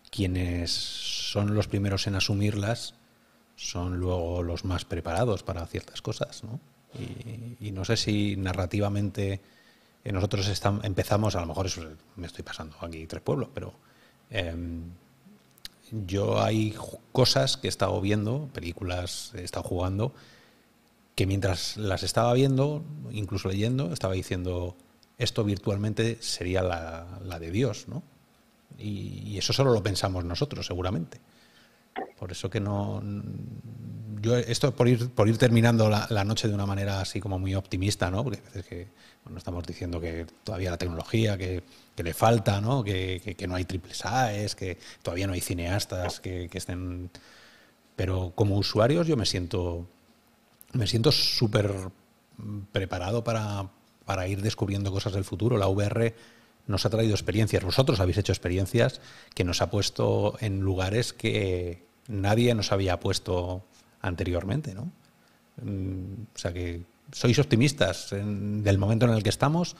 C: quienes son los primeros en asumirlas son luego los más preparados para ciertas cosas, ¿no? Y, y no sé si narrativamente eh, nosotros estamos, empezamos, a lo mejor eso me estoy pasando aquí tres pueblos, pero eh, yo hay cosas que he estado viendo, películas he estado jugando, que mientras las estaba viendo, incluso leyendo, estaba diciendo, esto virtualmente sería la, la de Dios, ¿no? Y, y eso solo lo pensamos nosotros, seguramente. Por eso que no... Yo esto por ir por ir terminando la, la noche de una manera así como muy optimista, ¿no? Porque a veces que bueno, estamos diciendo que todavía la tecnología, que, que le falta, ¿no? Que, que, que no hay triples A's, que todavía no hay cineastas que, que estén... Pero como usuarios yo me siento me siento súper preparado para, para ir descubriendo cosas del futuro. La V R nos ha traído experiencias. Vosotros habéis hecho experiencias que nos ha puesto en lugares que nadie nos había puesto anteriormente, ¿no? O sea que sois optimistas en, del momento en el que estamos.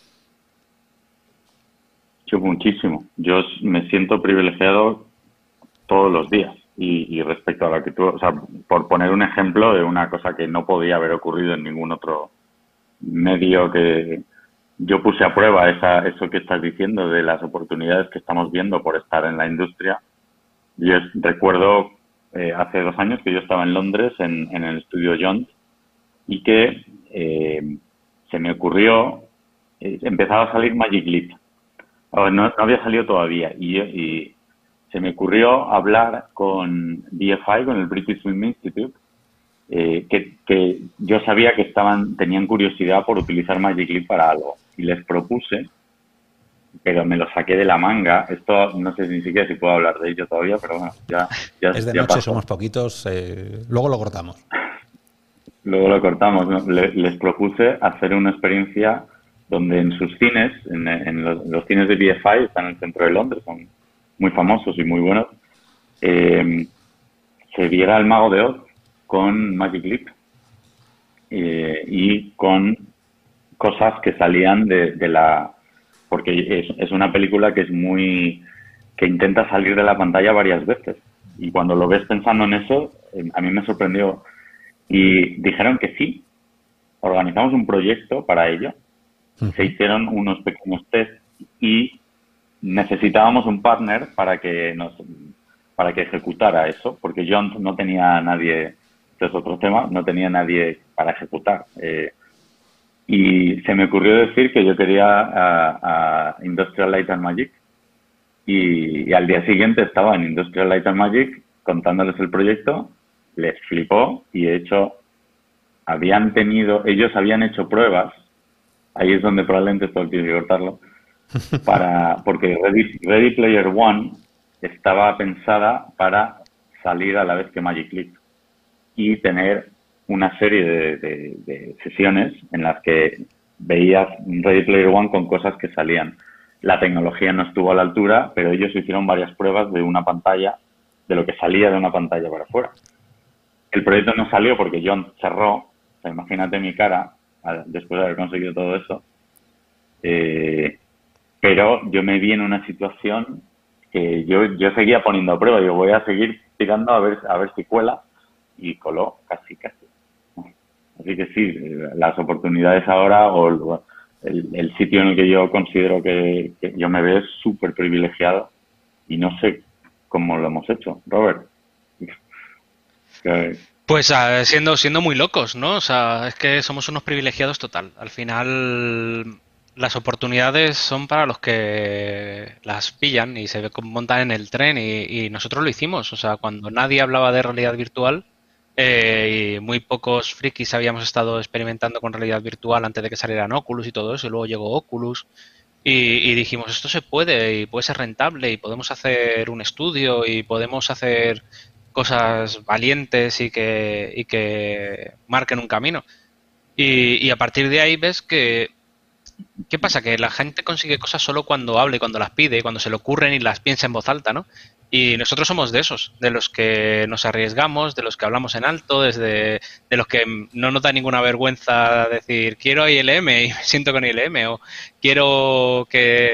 E: Yo muchísimo. Yo me siento privilegiado todos los días. Y, y respecto a lo que tú, o sea, por poner un ejemplo de una cosa que no podía haber ocurrido en ningún otro medio, que yo puse a prueba esa, eso que estás diciendo de las oportunidades que estamos viendo por estar en la industria. Yo recuerdo eh, hace dos años que yo estaba en Londres en, en el estudio Jones y que eh, se me ocurrió, eh, empezaba a salir Magic Leap. No, no había salido todavía y, y se me ocurrió hablar con B F I, con el British Film Institute, eh, que, que yo sabía que estaban tenían curiosidad por utilizar Magic Leap para algo y les propuse, pero me lo saqué de la manga. Esto no sé ni siquiera si puedo hablar de ello todavía, pero bueno, ya, ya
C: es de
E: ya
C: noche,
E: pasó.
C: somos poquitos, eh, luego lo cortamos.
E: Luego lo cortamos, ¿no? Le, les propuse hacer una experiencia donde en sus cines, en, en los, los cines de B F I, están en el centro de Londres, son muy famosos y muy buenos, eh, se viera el Mago de Oz con Magic Leap eh, y con cosas que salían de, de la... Porque es, es una película que es muy... que intenta salir de la pantalla varias veces. Y cuando lo ves pensando en eso, eh, a mí me sorprendió. Y dijeron que sí. Organizamos un proyecto para ello. Uh-huh. Se hicieron unos pequeños tests y necesitábamos un partner para que nos para que ejecutara eso, porque yo no tenía nadie, este es otro tema, no tenía nadie para ejecutar. Eh, y se me ocurrió decir que yo quería a, a Industrial Light and Magic y, y al día siguiente estaba en Industrial Light and Magic contándoles el proyecto, les flipó y de hecho habían tenido, ellos habían hecho pruebas, ahí es donde probablemente esto tienes que cortarlo, para porque Ready, Ready Player One estaba pensada para salir a la vez que Magic Leap y tener una serie de, de, de sesiones en las que veías Ready Player One con cosas que salían. La tecnología no estuvo a la altura, pero ellos hicieron varias pruebas de una pantalla, de lo que salía de una pantalla para afuera. El proyecto no salió porque John cerró. O sea, imagínate mi cara después de haber conseguido todo eso. Eh, pero yo me vi en una situación que yo, yo seguía poniendo a prueba. Yo voy a seguir tirando a ver, a ver si cuela. Y coló casi, casi. Así que sí, las oportunidades ahora o el, el sitio en el que yo considero que, que yo me veo es súper privilegiado y no sé cómo lo hemos hecho. Robert. Que...
D: Pues uh, siendo siendo muy locos, ¿no? O sea, es que somos unos privilegiados total. Al final las oportunidades son para los que las pillan y se montan en el tren y, y nosotros lo hicimos. O sea, cuando nadie hablaba de realidad virtual eh, y muy pocos frikis habíamos estado experimentando con realidad virtual antes de que salieran Oculus y todo eso, y luego llegó Oculus y, y dijimos, esto se puede y puede ser rentable y podemos hacer un estudio y podemos hacer cosas valientes y que, y que marquen un camino. Y, y a partir de ahí ves que ¿qué pasa? Que la gente consigue cosas solo cuando habla y cuando las pide y cuando se le ocurren y las piensa en voz alta, ¿no? Y nosotros somos de esos, de los que nos arriesgamos, de los que hablamos en alto, desde de los que no nos da ninguna vergüenza decir quiero I L M y me siento con I L M o quiero que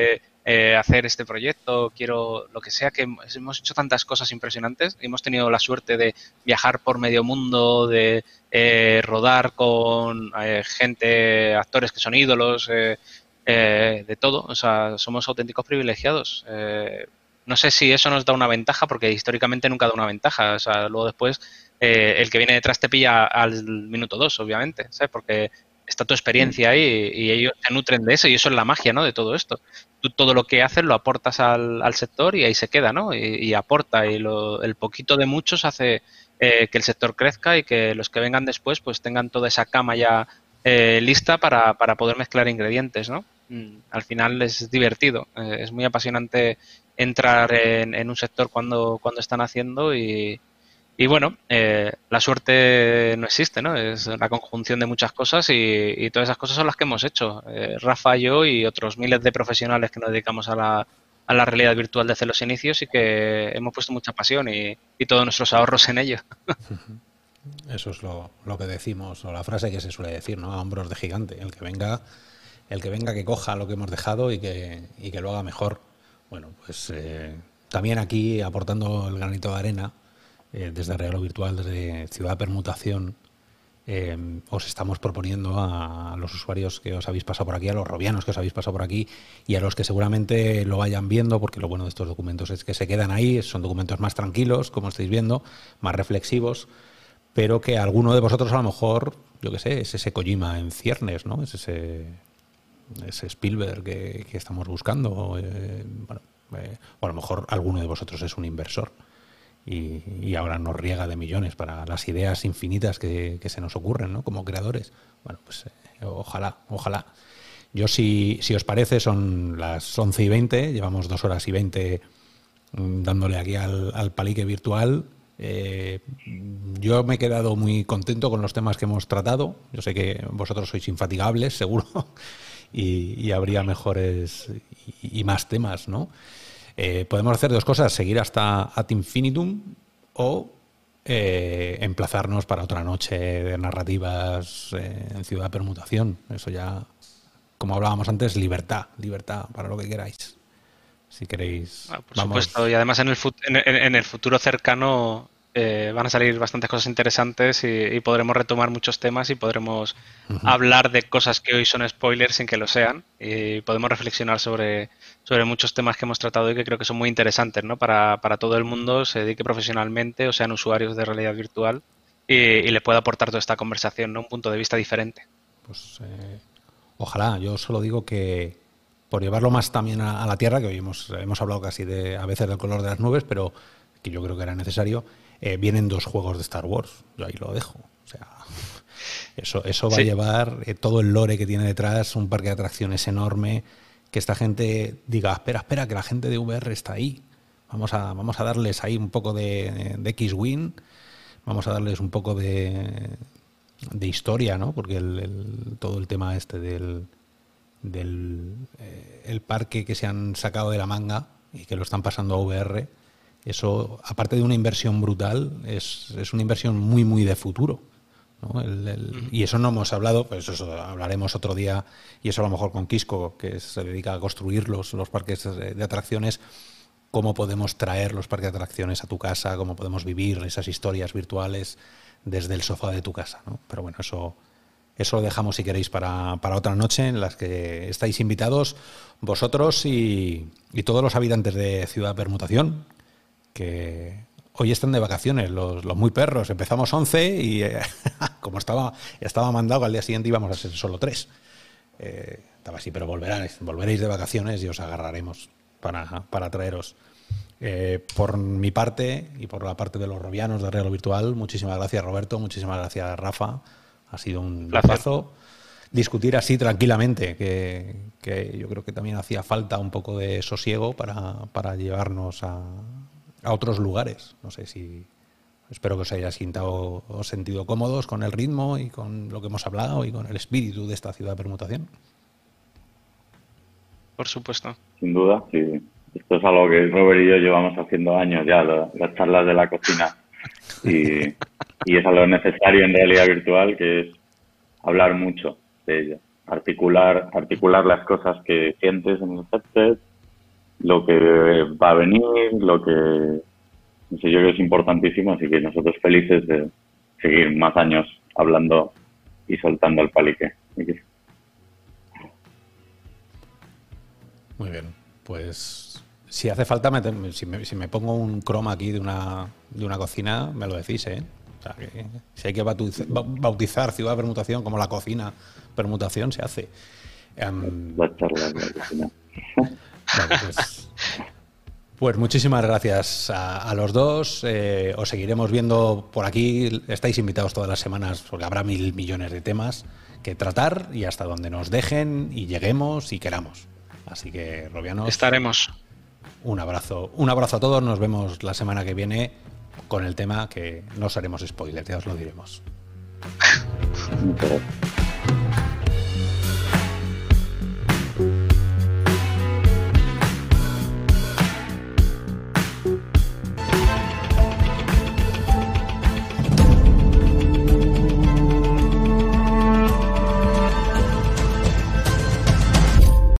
D: eh, hacer este proyecto, quiero lo que sea, que hemos hecho tantas cosas impresionantes. Hemos tenido la suerte de viajar por medio mundo, de eh, rodar con eh, gente, actores que son ídolos, eh, eh, de todo. O sea, somos auténticos privilegiados. Eh, no sé si eso nos da una ventaja, porque históricamente nunca da una ventaja. O sea, luego después eh, el que viene detrás te pilla al minuto dos, obviamente, ¿sabes? Porque está tu experiencia ahí y ellos se nutren de eso, y eso es la magia, ¿no?, de todo esto. Tú todo lo que haces lo aportas al, al sector y ahí se queda, ¿no? Y, y aporta, y lo, el poquito de muchos hace eh, que el sector crezca y que los que vengan después pues tengan toda esa cama ya eh, lista para, para poder mezclar ingredientes, ¿no? Mm, al final es divertido, eh, es muy apasionante entrar en, en un sector cuando, cuando están haciendo y Y bueno, eh, la suerte no existe, ¿no? Es la conjunción de muchas cosas y, y todas esas cosas son las que hemos hecho. Eh, Rafa, yo y otros miles de profesionales que nos dedicamos a la, a la realidad virtual desde los inicios y que hemos puesto mucha pasión y, y todos nuestros ahorros en ello.
C: Eso es lo, lo que decimos, o la frase que se suele decir, ¿no? A hombros de gigante. El que venga, el que venga que coja lo que hemos dejado y que, y que lo haga mejor. Bueno, pues eh, también aquí aportando el granito de arena. Eh, desde Realo Virtual, desde Ciudad Permutación, eh, os estamos proponiendo a los usuarios que os habéis pasado por aquí, a los robianos que os habéis pasado por aquí y a los que seguramente lo vayan viendo, porque lo bueno de estos documentos es que se quedan ahí, son documentos más tranquilos, como estáis viendo, más reflexivos, pero que alguno de vosotros a lo mejor, yo qué sé, es ese Kojima en ciernes, ¿no? Es ese, ese Spielberg que, que estamos buscando, eh, bueno, eh, o a lo mejor alguno de vosotros es un inversor. Y, y ahora nos riega de millones para las ideas infinitas que, que se nos ocurren, ¿no?, como creadores. Bueno, pues eh, ojalá, ojalá. Yo, si, si os parece, son las once y veinte, llevamos dos horas y veinte mmm, dándole aquí al, al palique virtual. Eh, yo me he quedado muy contento con los temas que hemos tratado. Yo sé que vosotros sois infatigables, seguro, y, y habría mejores y, y más temas, ¿no? Eh, podemos hacer dos cosas, seguir hasta ad infinitum o eh, emplazarnos para otra noche de narrativas eh, en Ciudad Permutación. Eso ya, como hablábamos antes, libertad, libertad para lo que queráis. Si queréis...
D: Ah, por
C: vamos...
D: supuesto, y además en el, fut en, en, en el futuro cercano eh, van a salir bastantes cosas interesantes y, y podremos retomar muchos temas y podremos uh-huh. hablar de cosas que hoy son spoilers sin que lo sean, y podemos reflexionar sobre, sobre muchos temas que hemos tratado y que creo que son muy interesantes, ¿no?, para, para todo el mundo, se dedique profesionalmente o sean usuarios de realidad virtual y, y le pueda aportar toda esta conversación, ¿no?, un punto de vista diferente.
C: Pues eh, ojalá, yo solo digo que por llevarlo más también a, a la tierra, que hoy hemos, hemos hablado casi de a veces del color de las nubes, pero que yo creo que era necesario, eh, vienen dos juegos de Star Wars, yo ahí lo dejo. O sea, eso, eso va sí. a llevar eh, todo el lore que tiene detrás, un parque de atracciones enorme, que esta gente diga, espera, espera, que la gente de V R está ahí, vamos a, vamos a darles ahí un poco de, de X-Wing, vamos a darles un poco de, de historia, ¿no? Porque el, el, todo el tema este del, del eh, el parque que se han sacado de la manga y que lo están pasando a V R, eso, aparte de una inversión brutal, es, es una inversión muy, muy de futuro, ¿no? El, el, y eso no hemos hablado, pues eso hablaremos otro día, y eso a lo mejor con Quisco, que se dedica a construir los, los parques de, de atracciones, cómo podemos traer los parques de atracciones a tu casa, cómo podemos vivir esas historias virtuales desde el sofá de tu casa, ¿no? Pero bueno, eso, eso lo dejamos si queréis para, para otra noche, en las que estáis invitados vosotros y, y todos los habitantes de Ciudad Permutación, que hoy están de vacaciones, los, los muy perros. Empezamos once y eh, como estaba, estaba mandado que al día siguiente íbamos a ser solo tres. Eh, estaba así, pero volveráis, volveréis de vacaciones y os agarraremos para, para traeros. Eh, por mi parte y por la parte de los robianos de Realo Virtual, muchísimas gracias, Roberto, muchísimas gracias, Rafa. Ha sido un placer discutir así tranquilamente, que, que yo creo que también hacía falta un poco de sosiego para, para llevarnos a... a otros lugares. No sé si... Espero que os hayáis sentido, os sentido cómodos con el ritmo y con lo que hemos hablado y con el espíritu de esta Ciudad Permutación.
D: Por supuesto.
E: Sin duda, sí. Esto es algo que Robert y yo llevamos haciendo años ya, lo, las charlas de la cocina. Y, y es algo necesario en realidad virtual, que es hablar mucho de ella. Articular, articular las cosas que sientes en el headset lo que va a venir, lo que, no sé, yo creo que es importantísimo, así que nosotros felices de seguir más años hablando y soltando el palique.
C: Muy bien, pues si hace falta, me, si, me, si me pongo un croma aquí de una, de una cocina, me lo decís, ¿eh? O sea, que si hay que bautizar, bautizar Ciudad Permutación como la cocina Permutación, se hace. Um,
E: la charla de la cocina.
C: Vale, pues, pues muchísimas gracias a, a los dos. Eh, os seguiremos viendo por aquí. Estáis invitados todas las semanas porque habrá mil millones de temas que tratar y hasta donde nos dejen y lleguemos y queramos. Así que, Robianos,
D: estaremos.
C: Un abrazo. Un abrazo a todos. Nos vemos la semana que viene con el tema que no os haremos spoiler, ya os lo diremos.
E: Muchas gracias.